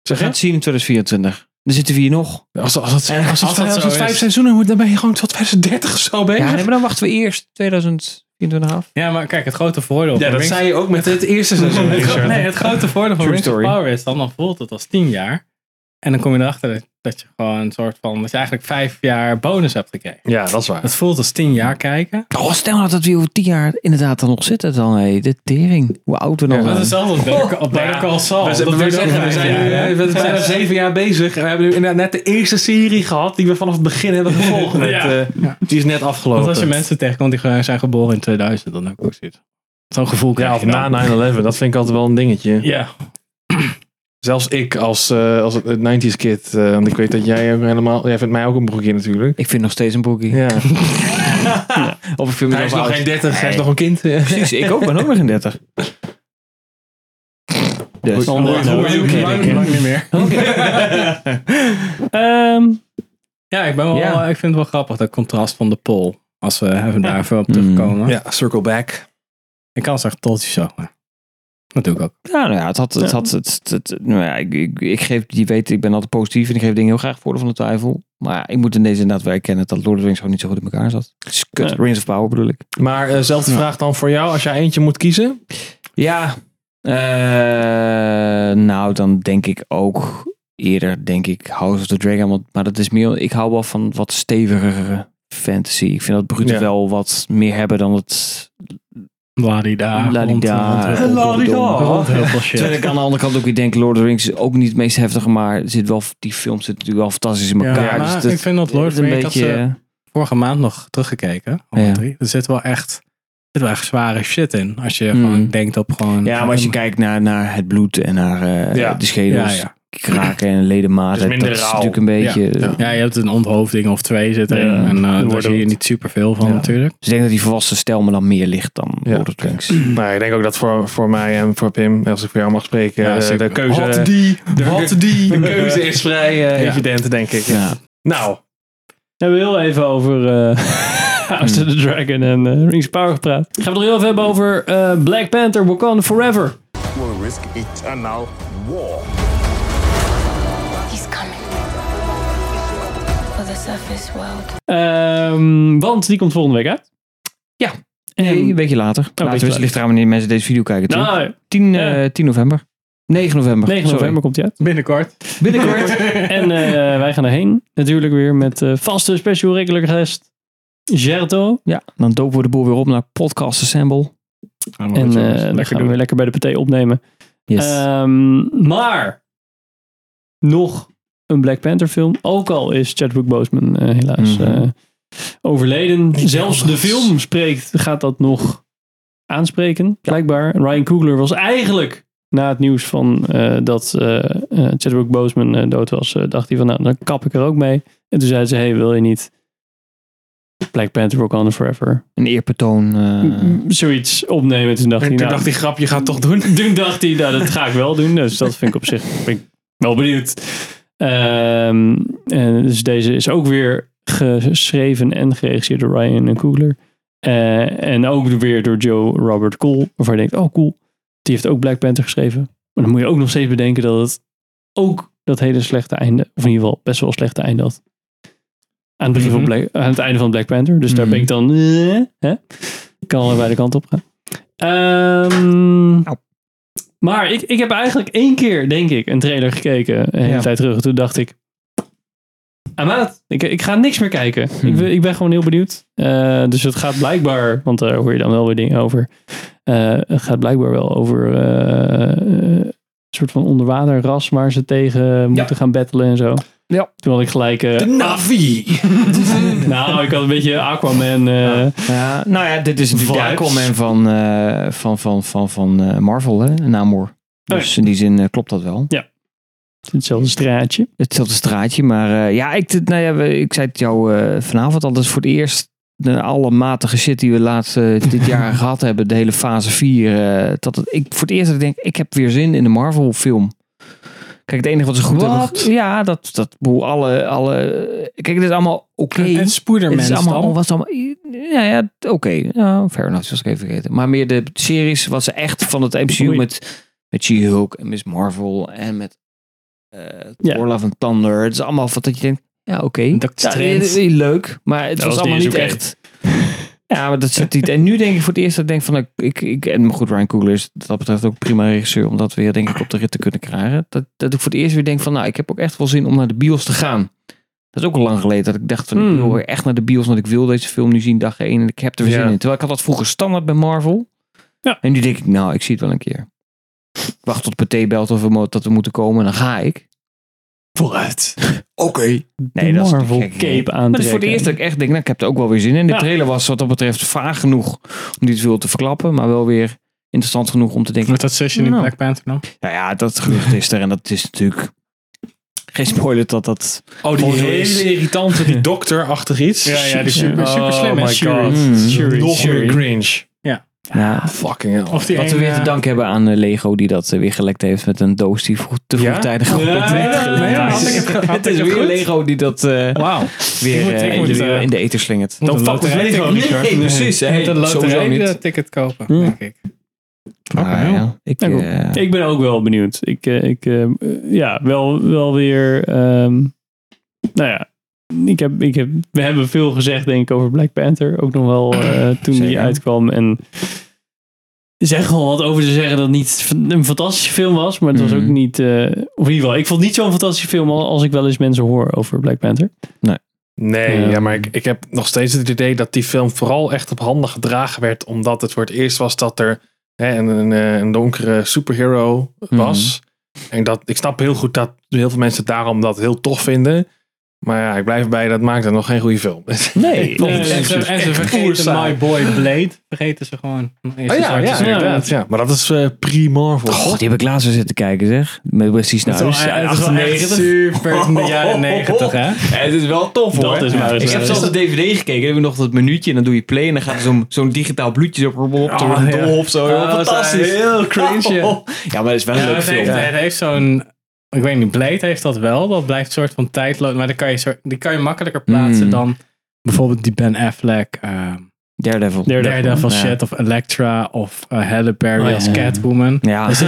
We gaan het zien in 2024. Dan zitten we hier nog. Als het zo 5 is. seizoenen moet, dan ben je gewoon tot 2030 of zo bezig. Ja, nee, maar dan wachten we eerst 2024 af. Ja, maar kijk, het grote voordeel Ja, van dat Rings... zei je ook met het eerste seizoen. Nee, het grote voordeel van True Rings of story. Power is dan voelt het als 10 jaar. En dan kom je erachter dat je gewoon een soort van... dat je eigenlijk 5 jaar bonus hebt gekregen. Ja, dat is waar. Het voelt als 10 jaar kijken. Oh, stel nou dat we over 10 jaar inderdaad dan nog zitten. Dan, de tering. Hoe oud we dan Dat zijn. is hetzelfde als Better Call Saul. We Dat duurt ook zijn 5 jaar. nu bijna 7 jaar bezig. En we hebben nu inderdaad net de eerste serie gehad die we vanaf het begin hebben gevolgd. Die is net afgelopen. Want als je mensen tegenkomt die zijn geboren in 2000, dan heb ik ook zoiets. Zo'n gevoel Ja, krijg of je dan. na 9/11. Dat vind ik altijd wel een dingetje. Ja. Zelfs ik als 90s kid. Want ik weet dat jij ook helemaal... Jij vindt mij ook een broekje natuurlijk. Ik vind nog steeds een broekie. Ja. Of ik vind Hij is nog geen 30. Hij is nog een kind. Precies, ik ook. Ben ook nog geen 30. Dus. Lang niet meer. Ja, ik vind het wel grappig, dat contrast van de poll. Als we even daar even op terugkomen. Ja, circle back. Ik kan zeggen toltje zo. Maar dat doe ik ook. Ja, nou ja, nou ja, ik geef, je weet, ik ben altijd positief en ik geef dingen heel graag voordeel van de twijfel. Maar ja, ik moet in deze inderdaad wel erkennen dat Lord of the Rings gewoon niet zo goed in elkaar zat. Het is kut. Ja. Rings of Power bedoel ik. Maar zelfde vraag dan voor jou. Als jij eentje moet kiezen. Ja, nou dan denk ik ook eerder, denk ik, House of the Dragon. Maar dat is meer, ik hou wel van wat stevigere fantasy. Ik vind dat brute wel wat meer hebben dan het... Ladida. Ladida. Heel veel shit. Terwijl ik aan de andere kant ook weer denk, Lord of the Rings is ook niet het meest heftige, maar zit wel, die films zitten natuurlijk wel fantastisch in elkaar. Ja, dus maar dat ik vind dat Lord of the is Rings, een beetje... vorige maand nog teruggekeken. Ja. Er zit wel echt zware shit in. Als je gewoon denkt op gewoon... Ja, maar als je kijkt naar het bloed en naar de schedels, kraken en ledematen, Dus dat minder is rauw. natuurlijk een beetje... Ja, je hebt een onthoofding of 2 zit erin. Ja. En daar wordt zie je het. niet superveel van natuurlijk. Dus ik denk dat die volwassen stijl me dan meer ligt dan Lord of the Rings. Nou, ik denk ook dat voor mij en voor Pim, als ik voor jou mag spreken, Ja, de zeker. keuze... De keuze is vrij evident, denk ik. Ja. Nou, We hebben heel even over House of the Dragon en Rings of Power gepraat. Gaan we het nog heel even hebben over Black Panther Wakanda Forever. Will risk eternal war. He's coming. For the surface world. Want die komt volgende week uit. Ja. En Een weekje later. beetje Het ligt eraan wanneer mensen deze video kijken. Toch? Nou, 10 november. 9 november. 9 november komt hij uit. Binnenkort. Binnenkort. En wij gaan erheen. Natuurlijk weer met vaste special regular guest Gerto. Ja, dan dopen we de boel weer op naar Podcast Assemble. En dan gaan we weer lekker bij de partij opnemen. Yes. Maar nog een Black Panther film. Ook al is Chadwick Boseman helaas overleden. Zelfs de film gaat dat nog aanspreken. Blijkbaar. Ryan Coogler was eigenlijk na het nieuws van dat Chadwick Boseman dood was, dacht hij van nou, dan kap ik er ook mee. En toen zei ze, hey, wil je niet Black Panther Wakanda Forever Een eerbetoon. zoiets opnemen? Toen dacht en hij, toen nou, dacht hij, grapje gaat toch doen? toen dacht hij, nou, dat ga ik wel doen. Dus dat vind ik op zich ben ik wel benieuwd. En dus deze is ook weer geschreven en geregisseerd door Ryan Coogler. En ook weer door Joe Robert Cole. Waarvan je denkt, oh cool. Die heeft ook Black Panther geschreven. Maar dan moet je ook nog steeds bedenken dat het ook dat hele slechte einde, of in ieder geval best wel slechte einde had. Aan het, begin van aan het einde van Black Panther. Dus daar ben ik dan... hè? Ik kan allebei de kant op gaan. Maar ik heb eigenlijk 1 keer, denk ik, een trailer gekeken. Een hele tijd terug. Toen dacht ik... I'm out. Ik ga niks meer kijken. Ik ben gewoon heel benieuwd. Dus het gaat blijkbaar... Want daar hoor je dan wel weer dingen over. Het gaat blijkbaar wel over... een soort van onderwaterras waar ze tegen moeten gaan battelen en zo. Ja. Toen had ik gelijk... de Navi! Nou, ik had een beetje Aquaman... nou ja, dit is natuurlijk de Aquaman van Marvel, hè? Namor. Dus in die zin klopt dat wel. Ja. Hetzelfde straatje. Hetzelfde straatje, maar ik zei het jou vanavond al, dat is voor het eerst alle matige shit die we laatst dit jaar gehad hebben, de hele fase 4, ik voor het eerst dat ik denk, ik heb weer zin in de Marvel film. Kijk, het enige wat ze goed hebben... Ja, kijk, het is allemaal oké. En Spider-Man is allemaal... Oké. Ja, fair enough, zoals ik even vergeten. Maar meer de series, wat ze echt van het MCU met She-Hulk en Miss Marvel en met Thor Love and Thunder. Het is allemaal wat dat je denkt, ja oké. Leuk, maar het was allemaal niet echt... Ja, maar dat zit niet. En nu denk ik voor het eerst dat ik denk van, en goed, Ryan Coogler is dat betreft ook prima regisseur om dat weer denk ik op de rit te kunnen krijgen. Dat ik voor het eerst weer denk van, nou, ik heb ook echt wel zin om naar de bios te gaan. Dat is ook al lang geleden dat ik dacht van, ik wil weer echt naar de bios, want ik wil deze film nu zien dag 1 en ik heb er weer zin in. Terwijl ik had dat vroeger standaard bij Marvel. Ja. En nu denk ik, nou, ik zie het wel een keer. Ik wacht tot Pathé belt of dat we moeten komen en dan ga ik. Vooruit. Oké. Nee, dat Marvel is cape aantrekken. Maar het is voor het eerst dat ik echt denk, nou, ik heb er ook wel weer zin in. De trailer was wat dat betreft vaag genoeg om niet te veel te verklappen, maar wel weer interessant genoeg om te denken. Met dat session in Black Panther dan? Ja, dat gerucht is er en dat is natuurlijk geen spoiler dat... Oh, die hele irritante, die dokter-achtig iets. Ja, die super slim. Oh my god. Nog meer cringe. Ja, fucking hell. Wat we weer te danken hebben aan Lego die dat weer gelekt heeft met een doos die te vroegtijdig Het is weer Lego die dat weer in de ether slingert. Dan fuck met Lego. Nee, precies. Je moet een loterij-ticket kopen, denk ik. Ik ben ook wel benieuwd. Wel weer... we hebben veel gezegd denk ik over Black Panther. Ook nog wel toen die uitkwam. En er is echt wel wat over te zeggen dat het niet een fantastische film was. Maar het was ook niet... of in ieder geval, ik vond het niet zo'n fantastische film als ik wel eens mensen hoor over Black Panther. Nee, maar ik heb nog steeds het idee dat die film vooral echt op handen gedragen werd. Omdat het voor het eerst was dat er een donkere superhero was. En ik snap heel goed dat heel veel mensen daarom dat heel tof vinden. Maar ja, ik blijf erbij, dat maakt het nog geen goede film. Nee. En ze vergeten My Boy Blade. Vergeten ze gewoon. Ja, maar dat is pre-Marvel. God, die heb ik laatst zitten kijken zeg. Met Wesley Snipes. Het is wel echt super in de jaren 90 hè. Het is wel tof hoor. Ik heb zelfs de DVD gekeken. Dan heb je nog dat minuutje en dan doe je play. En dan gaat er zo'n digitaal bloedje op of zo. Fantastisch. Heel cringe. Ja, maar het is wel een leuk film. Het heeft zo'n... Ik weet niet, Blade heeft dat wel. Dat blijft een soort van tijdloos. Maar die kan je makkelijker plaatsen dan bijvoorbeeld die Ben Affleck. Daredevil shit. Of Elektra. Of Halle Berry als Catwoman. Ja. Dus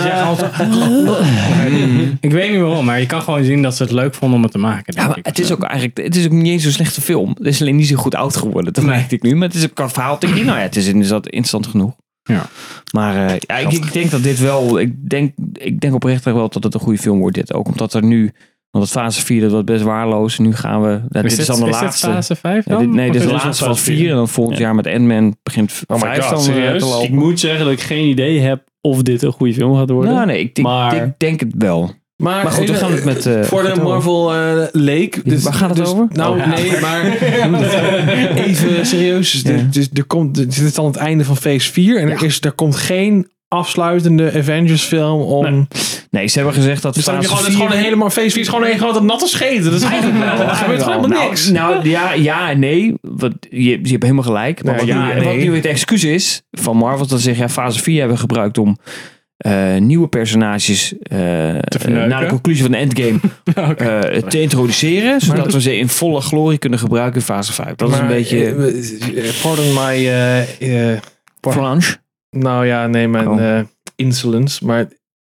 ik weet niet waarom. Maar je kan gewoon zien dat ze het leuk vonden om het te maken. Ja, maar het is ook eigenlijk... Het is ook niet eens zo'n slechte film. Het is alleen niet zo goed oud geworden. Dat merk ik nu. Maar het is ook een verhaal. Nou ja, het is inderdaad interessant genoeg. Ja. Maar ik denk dat dit wel... Ik denk oprecht wel dat het een goede film wordt dit. Ook omdat er nu... Want het fase 4 dat was best waarloos. En nu gaan we... Dit is dan de laatste. Is dit fase 5 dan? Dit is de laatste van 4. En dan volgend jaar met Ant-Man begint 5 dan te lopen. Ik moet zeggen dat ik geen idee heb of dit een goede film gaat worden. Nou, nee, ik denk het wel. Maar goed, we gaan het met... voor de Marvel Lake. Dus, waar gaat het over? Nou, nee, maar... even serieus. Dus dit is dan het einde van Phase 4. En er komt geen afsluitende Avengers film om... Nee, ze hebben gezegd dat... Dus dan is gewoon een helemaal... Phase 4 is gewoon een grote natte scheet. Dat is eigenlijk wel... Er gebeurt helemaal niks. Nou, ja en nee. Je hebt helemaal gelijk. Maar wat nu het excuus is van Marvel, dat ze zeggen, fase 4 hebben we gebruikt om... nieuwe personages naar de conclusie van de Endgame te introduceren, zodat we ze in volle glorie kunnen gebruiken in fase 5. Dat is een beetje... pardon my... Flange? Nou ja, nee, mijn insolence, maar...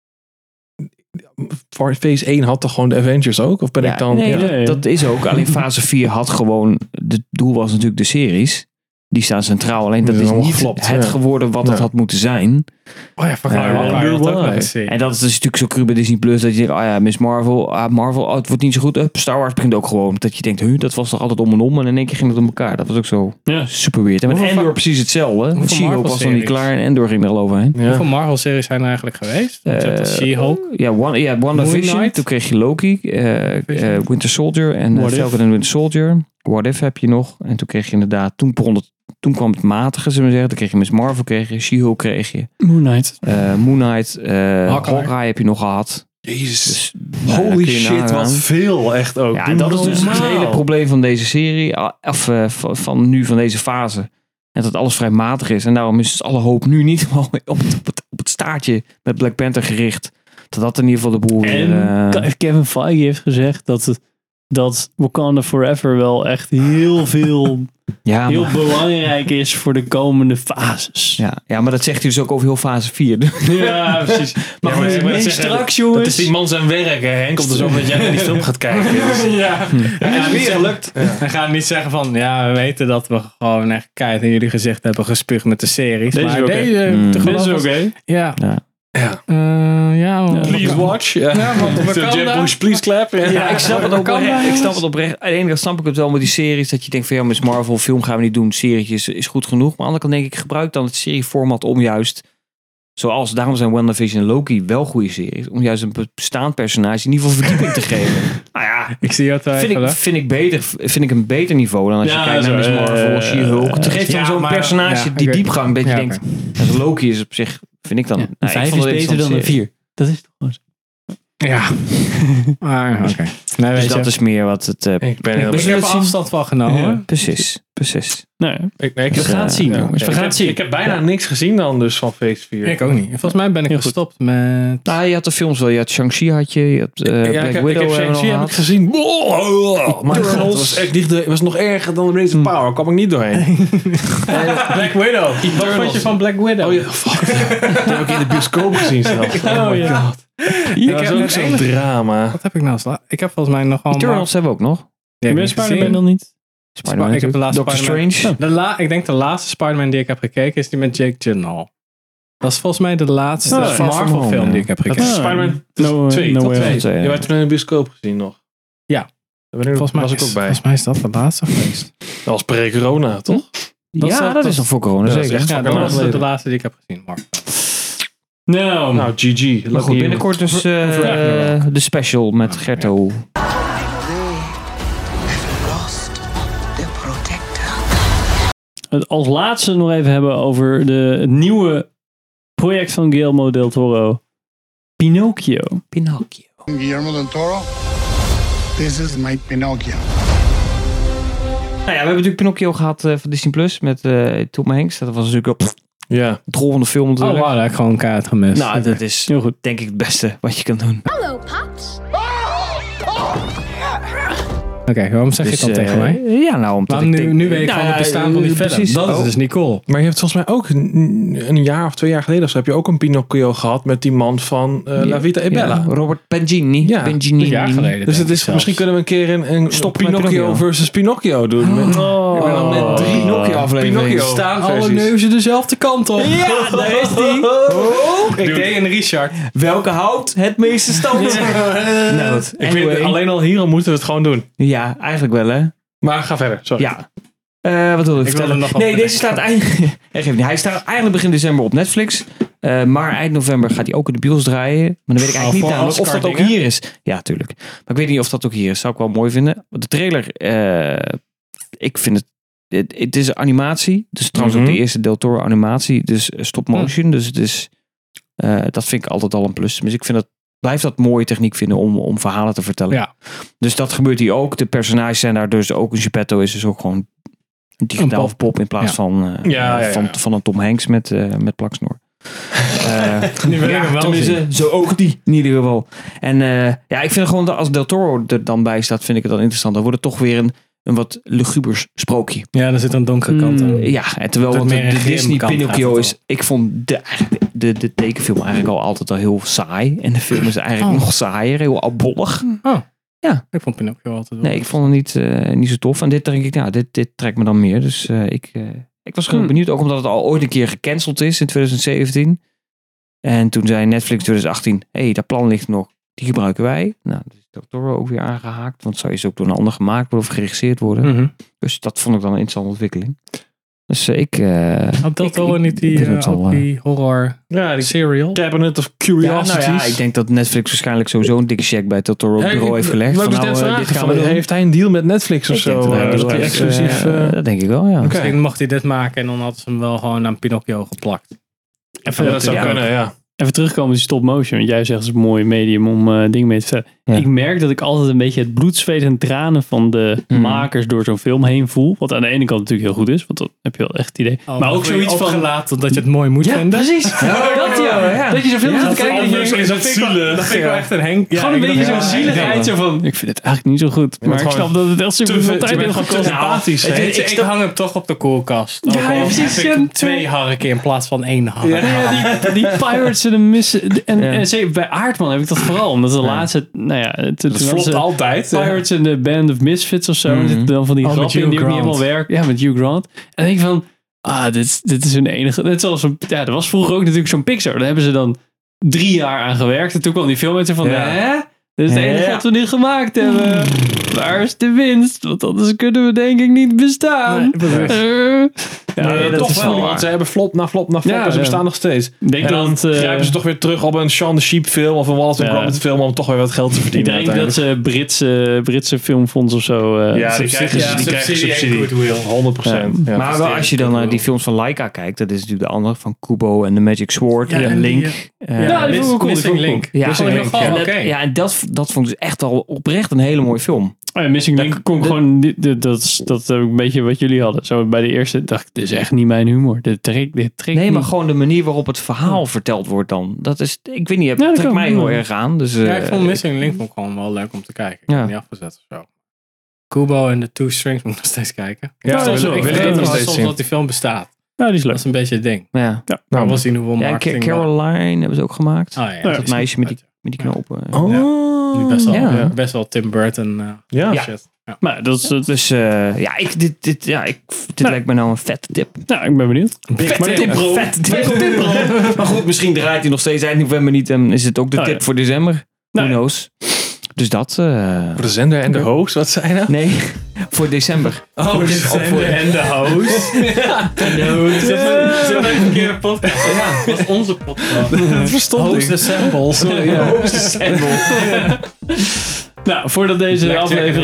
Phase 1 had toch gewoon de Avengers ook? Of ben ik dan... Nee, dat is ook. Alleen fase 4 had gewoon... Het doel was natuurlijk de series. Die staan centraal. Alleen dat is niet het geworden wat het had moeten zijn. Oh ja, en dat is dus natuurlijk zo cru bij Disney Plus. Dat je denkt, oh ja, Miss Marvel. Marvel, het wordt niet zo goed. Star Wars begint ook gewoon. Dat je denkt, dat was toch altijd om en om. En in één keer ging het om elkaar. Dat was ook zo super weird. En met Endor precies hetzelfde. She-Hulk was nog niet klaar. En Endor ging er al overheen. Hoeveel Marvel series zijn er eigenlijk geweest? She-Hulk. WandaVision. Toen kreeg je Loki. Winter Soldier. En Falcon and Winter Soldier. What If heb je nog. En toen kreeg je inderdaad... Toen kwam het matige, zullen we zeggen. Dan kreeg je Miss Marvel, kreeg je She-Hulk, kreeg je... Moon Knight. Hawkeye heb je nog gehad. Jezus. Dus, holy shit, wat veel. Echt ook. Ja, dat is dus het hele probleem van deze serie. Of van deze fase. En dat alles vrij matig is. En daarom is dus alle hoop nu niet op het staartje met Black Panther gericht. Dat in ieder geval de boel weer... Kevin Feige heeft gezegd dat het dat Wakanda Forever wel echt heel veel... heel belangrijk is voor de komende fases. Ja, maar dat zegt hij dus ook over heel fase 4. Ja, precies. Maar straks, jongens. Dat is die man zijn werk, hè, Henk. Komt er zo dat jij naar die film gaat kijken. Ja. En weer gelukt. Dan gaan we niet zeggen van, we weten dat we gewoon echt keihard in jullie gezicht hebben gespuugd met de series. Deze is oké. Ja. Please watch. Jeb Bush, please clap. Ja, ik snap het ook oprecht. Ik snap het oprecht. Aan de ene kant snap ik het wel met die series. Dat je denkt van Miss Marvel film gaan we niet doen. Serietjes is goed genoeg. Maar aan de andere kant denk ik, gebruik dan het serieformat om juist... Daarom zijn WandaVision en Loki wel goede series. Om juist een bestaand personage in ieder geval verdieping te geven. Nou ja, ik zie het vind ik een beter niveau dan als je kijkt naar Miss Marvel, She-Hulk. Het geeft dan zo'n personage die diepgang. Dat je denkt, Loki is op zich, vind ik dan... Een 5 is beter dan een 4. Dat is toch gewoon zo. Ja. Oké. Nee, dus dat is meer wat het... ik heb afstand van genomen. Ja, precies. Nee, we gaan het zien, jongens. We gaan het zien. Ik heb bijna niks gezien dan dus van Phase 4. Ik ook niet. Volgens mij ben ik gestopt met... Nou, je had de films wel. Je had Shang-Chi had je. Je had Black Widow. Ik heb Shang-Chi heb ik gezien. Maar god, dat was echt niet... was nog erger dan The Rings of Power. Kwam ik niet doorheen. Black Widow. Wat vond je van Black Widow? Oh ja, fuck. Dat heb ik in de bioscoop gezien zelf. Oh my god. Dat was ook zo'n drama. Wat heb ik nou? Ik heb volgens mij nog wel... Eternals hebben we ook nog. Spider-Man nog niet. Spider-Man. Ik heb de laatste Doctor Strange. Ik denk de laatste Spider-Man die ik heb gekeken is die met Jake Gyllenhaal. Dat is volgens mij de laatste Marvel film die ik heb gekeken. Spider-Man 2. Je werd toen in de bioscoop gezien nog. Ja. Volgens mij was ik ook bij. Volgens mij is dat de laatste geweest. Dat was pre-corona, toch? Dat is nog voor corona, zeker. Ja, dat was de laatste die ik heb gezien, Marvel. Nou, GG. Maar goed, binnenkort dus de special met Gerto. Het als laatste nog even hebben over het nieuwe project van Guillermo del Toro. Pinocchio. Guillermo del Toro, this is my Pinocchio. Nou ja, we hebben natuurlijk Pinocchio gehad van Disney Plus met Tom Hanks. Dat was natuurlijk ook het rol van de film natuurlijk. Oh wow, dat heb ik gewoon kaart gemist. Nou, dat is heel goed, denk ik het beste wat je kan doen. Hallo, Pops. Oké, waarom zeg je het dan tegen mij? Ja, nou, omdat nu weet ik van het bestaan van die film. Dat is dus niet cool. Maar je hebt volgens mij ook een jaar of 2 jaar geleden of zo heb je ook een Pinocchio gehad met die man van La Vita e Bella. Robert Pengini. Ja, een jaar geleden. Dus het is, misschien kunnen we een keer een Pinocchio versus Pinocchio doen. Met 3 Pinocchio-afleveringen. Staan alle neuzen dezelfde kant op. Ja, daar is die. Ik deed een Richard. Welke houdt het meeste stand? Nou, ik vind alleen al hier moeten we het gewoon doen. Ja, eigenlijk wel hè. Maar ga verder, sorry. Ja. Wat wil ik vertellen? Deze staat eigenlijk... Hij staat eigenlijk begin december op Netflix. Maar eind november gaat hij ook in de bios draaien. Maar dan weet ik eigenlijk niet of dat ook hier is. Ja, tuurlijk. Maar ik weet niet of dat ook hier is. Zou ik wel mooi vinden. De trailer... ik vind het is animatie. Dus trouwens ook de eerste Del Toro animatie. Dus stop motion. Dus het is... dat vind ik altijd al een plus. Dus ik vind dat... Blijf dat mooie techniek vinden om verhalen te vertellen. Ja. Dus dat gebeurt hier ook. De personages zijn daar dus ook. Een Geppetto is dus ook gewoon een digitaal pop in plaats van een Tom Hanks met plaksnoor. Tenminste, zo ook die in ieder geval. En ik vind het gewoon dat als Del Toro er dan bij staat, vind ik het dan interessant. Dan wordt het toch weer een wat luguber sprookje. Ja, er zit een donkere kant aan. En terwijl de Disney Pinocchio is... Ik vond de tekenfilm eigenlijk altijd al heel saai. En de film is eigenlijk nog saaier. Heel abbollig. Ja. Ik vond Pinocchio altijd wel. Nee, ik vond het niet zo tof. En dit denk ik, dit trekt me dan meer. Dus ik was gewoon benieuwd. Ook omdat het al ooit een keer gecanceld is in 2017. En toen zei Netflix 2018... dat plan ligt nog. Die gebruiken wij. Nou, dat is Del Toro ook weer aangehaakt. Want zou je ook door een ander gemaakt worden of geregisseerd worden. Dus dat vond ik dan een interessante ontwikkeling. Dus had Del Toro niet die horror die serial? Cabinet of Curiosities. Ik denk dat Netflix waarschijnlijk sowieso een dikke check bij Del Toro bureau heeft gelegd. Dit gaan we doen. Heeft hij een deal met Netflix of zo? Exclusief. Dat denk ik wel, ja. Misschien mocht hij dit maken en dan hadden ze hem wel gewoon aan Pinocchio geplakt. Dat zou kunnen, ja. Even terugkomen op die stop motion. Want jij zegt het is een mooi medium om dingen mee te vertellen. ik merk dat ik altijd een beetje het bloed, zweet en tranen van de makers door zo'n film heen voel. Wat aan de ene kant natuurlijk heel goed is, want dan heb je wel echt het idee. Maar ook zoiets van... opgelaten dat je het mooi moet vinden. Precies. Dat je zo'n film zit te kijken. Dat vind ik wel echt een Henk. Gewoon een beetje zo'n zieligheid. Zo van, ik vind het eigenlijk niet zo goed. Maar ik snap dat het echt super veel tijd in gaat kosten. Ik hang hem toch op de koelkast. Ja, precies. 2 harken in plaats van 1 hark. Die Pirates en de Miss... En zeker bij Aardman heb ik dat vooral. Omdat de laatste... Het flopt altijd. Pirates en de Band of Misfits of zo. En zitten dan van die grappen in die ook niet helemaal werken. Ja, met Hugh Grant. En dan denk ik van... dit is hun enige... Net zoals er was vroeger ook natuurlijk zo'n Pixar. Daar hebben ze dan 3 jaar aan gewerkt. En toen kwam die film met van... Dit is het enige wat we nu gemaakt hebben. Waar is de winst? Want anders kunnen we denk ik niet bestaan. Dat is wel. Want ze hebben flop na flop na flop. En ze bestaan nog steeds. En dan grijpen ze toch weer terug op een Shaun the Sheep film. Of een Wallace and Gromit film. Om toch weer wat geld te verdienen. Ik denk dat ze Britse filmfonds of zo... die krijgen subsidie. 100%. Maar wel als je dan naar die films van Laika kijkt. Dat is natuurlijk de andere. Van Kubo en The Magic Sword. En Link. Missing Link. Ja, en dat vond ik dus echt al oprecht een hele mooie film. Missing Link kon gewoon... Dat is een beetje wat jullie hadden. Zo bij de eerste dacht ik, dit is echt niet mijn humor. Dit trekt nee, maar gewoon de manier waarop het verhaal verteld wordt dan. Dat is, ik weet niet, het trekt mij heel erg aan. Dus, ik vond Missing Link gewoon wel leuk om te kijken. Ik heb het niet afgezet of zo. Kubo en de Two Strings moet ik nog steeds kijken. Ja, ik weet soms dat die film bestaat. Ja, die is leuk. Dat is een beetje het ding. Ja. Maar we zien hoeveel marketing... Caroline hebben ze ook gemaakt. Dat meisje met die knopen. Best wel Tim Burton shit. Ja. Maar dat is... Dus dit lijkt me nou een vette tip. Nou, ik ben benieuwd. Vette tip. Maar goed, misschien draait hij nog steeds eind november niet. En is het ook de tip voor december. Who knows. Dus dat... voor de zender en de host, wat zijn dat? Nee, voor december. Oh, de zender en de host. Zit dat een verkeerde podcast? Ja, dat is onze podcast. Dat verstond Host Assemble. Sorry, Host Assemble. Nou, voordat deze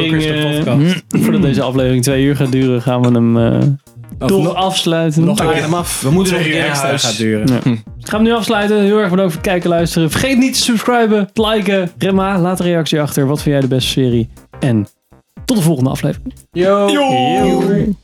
aflevering 2 uur gaat duren, gaan we hem toch afsluiten. Nog hem af. We moeten nog een keer extra gaat duren. Ja. Gaan we hem nu afsluiten. Heel erg bedankt voor het kijken en luisteren. Vergeet niet te subscriben, te liken. Remma, laat een reactie achter. Wat vind jij de beste serie? En tot de volgende aflevering. Yo.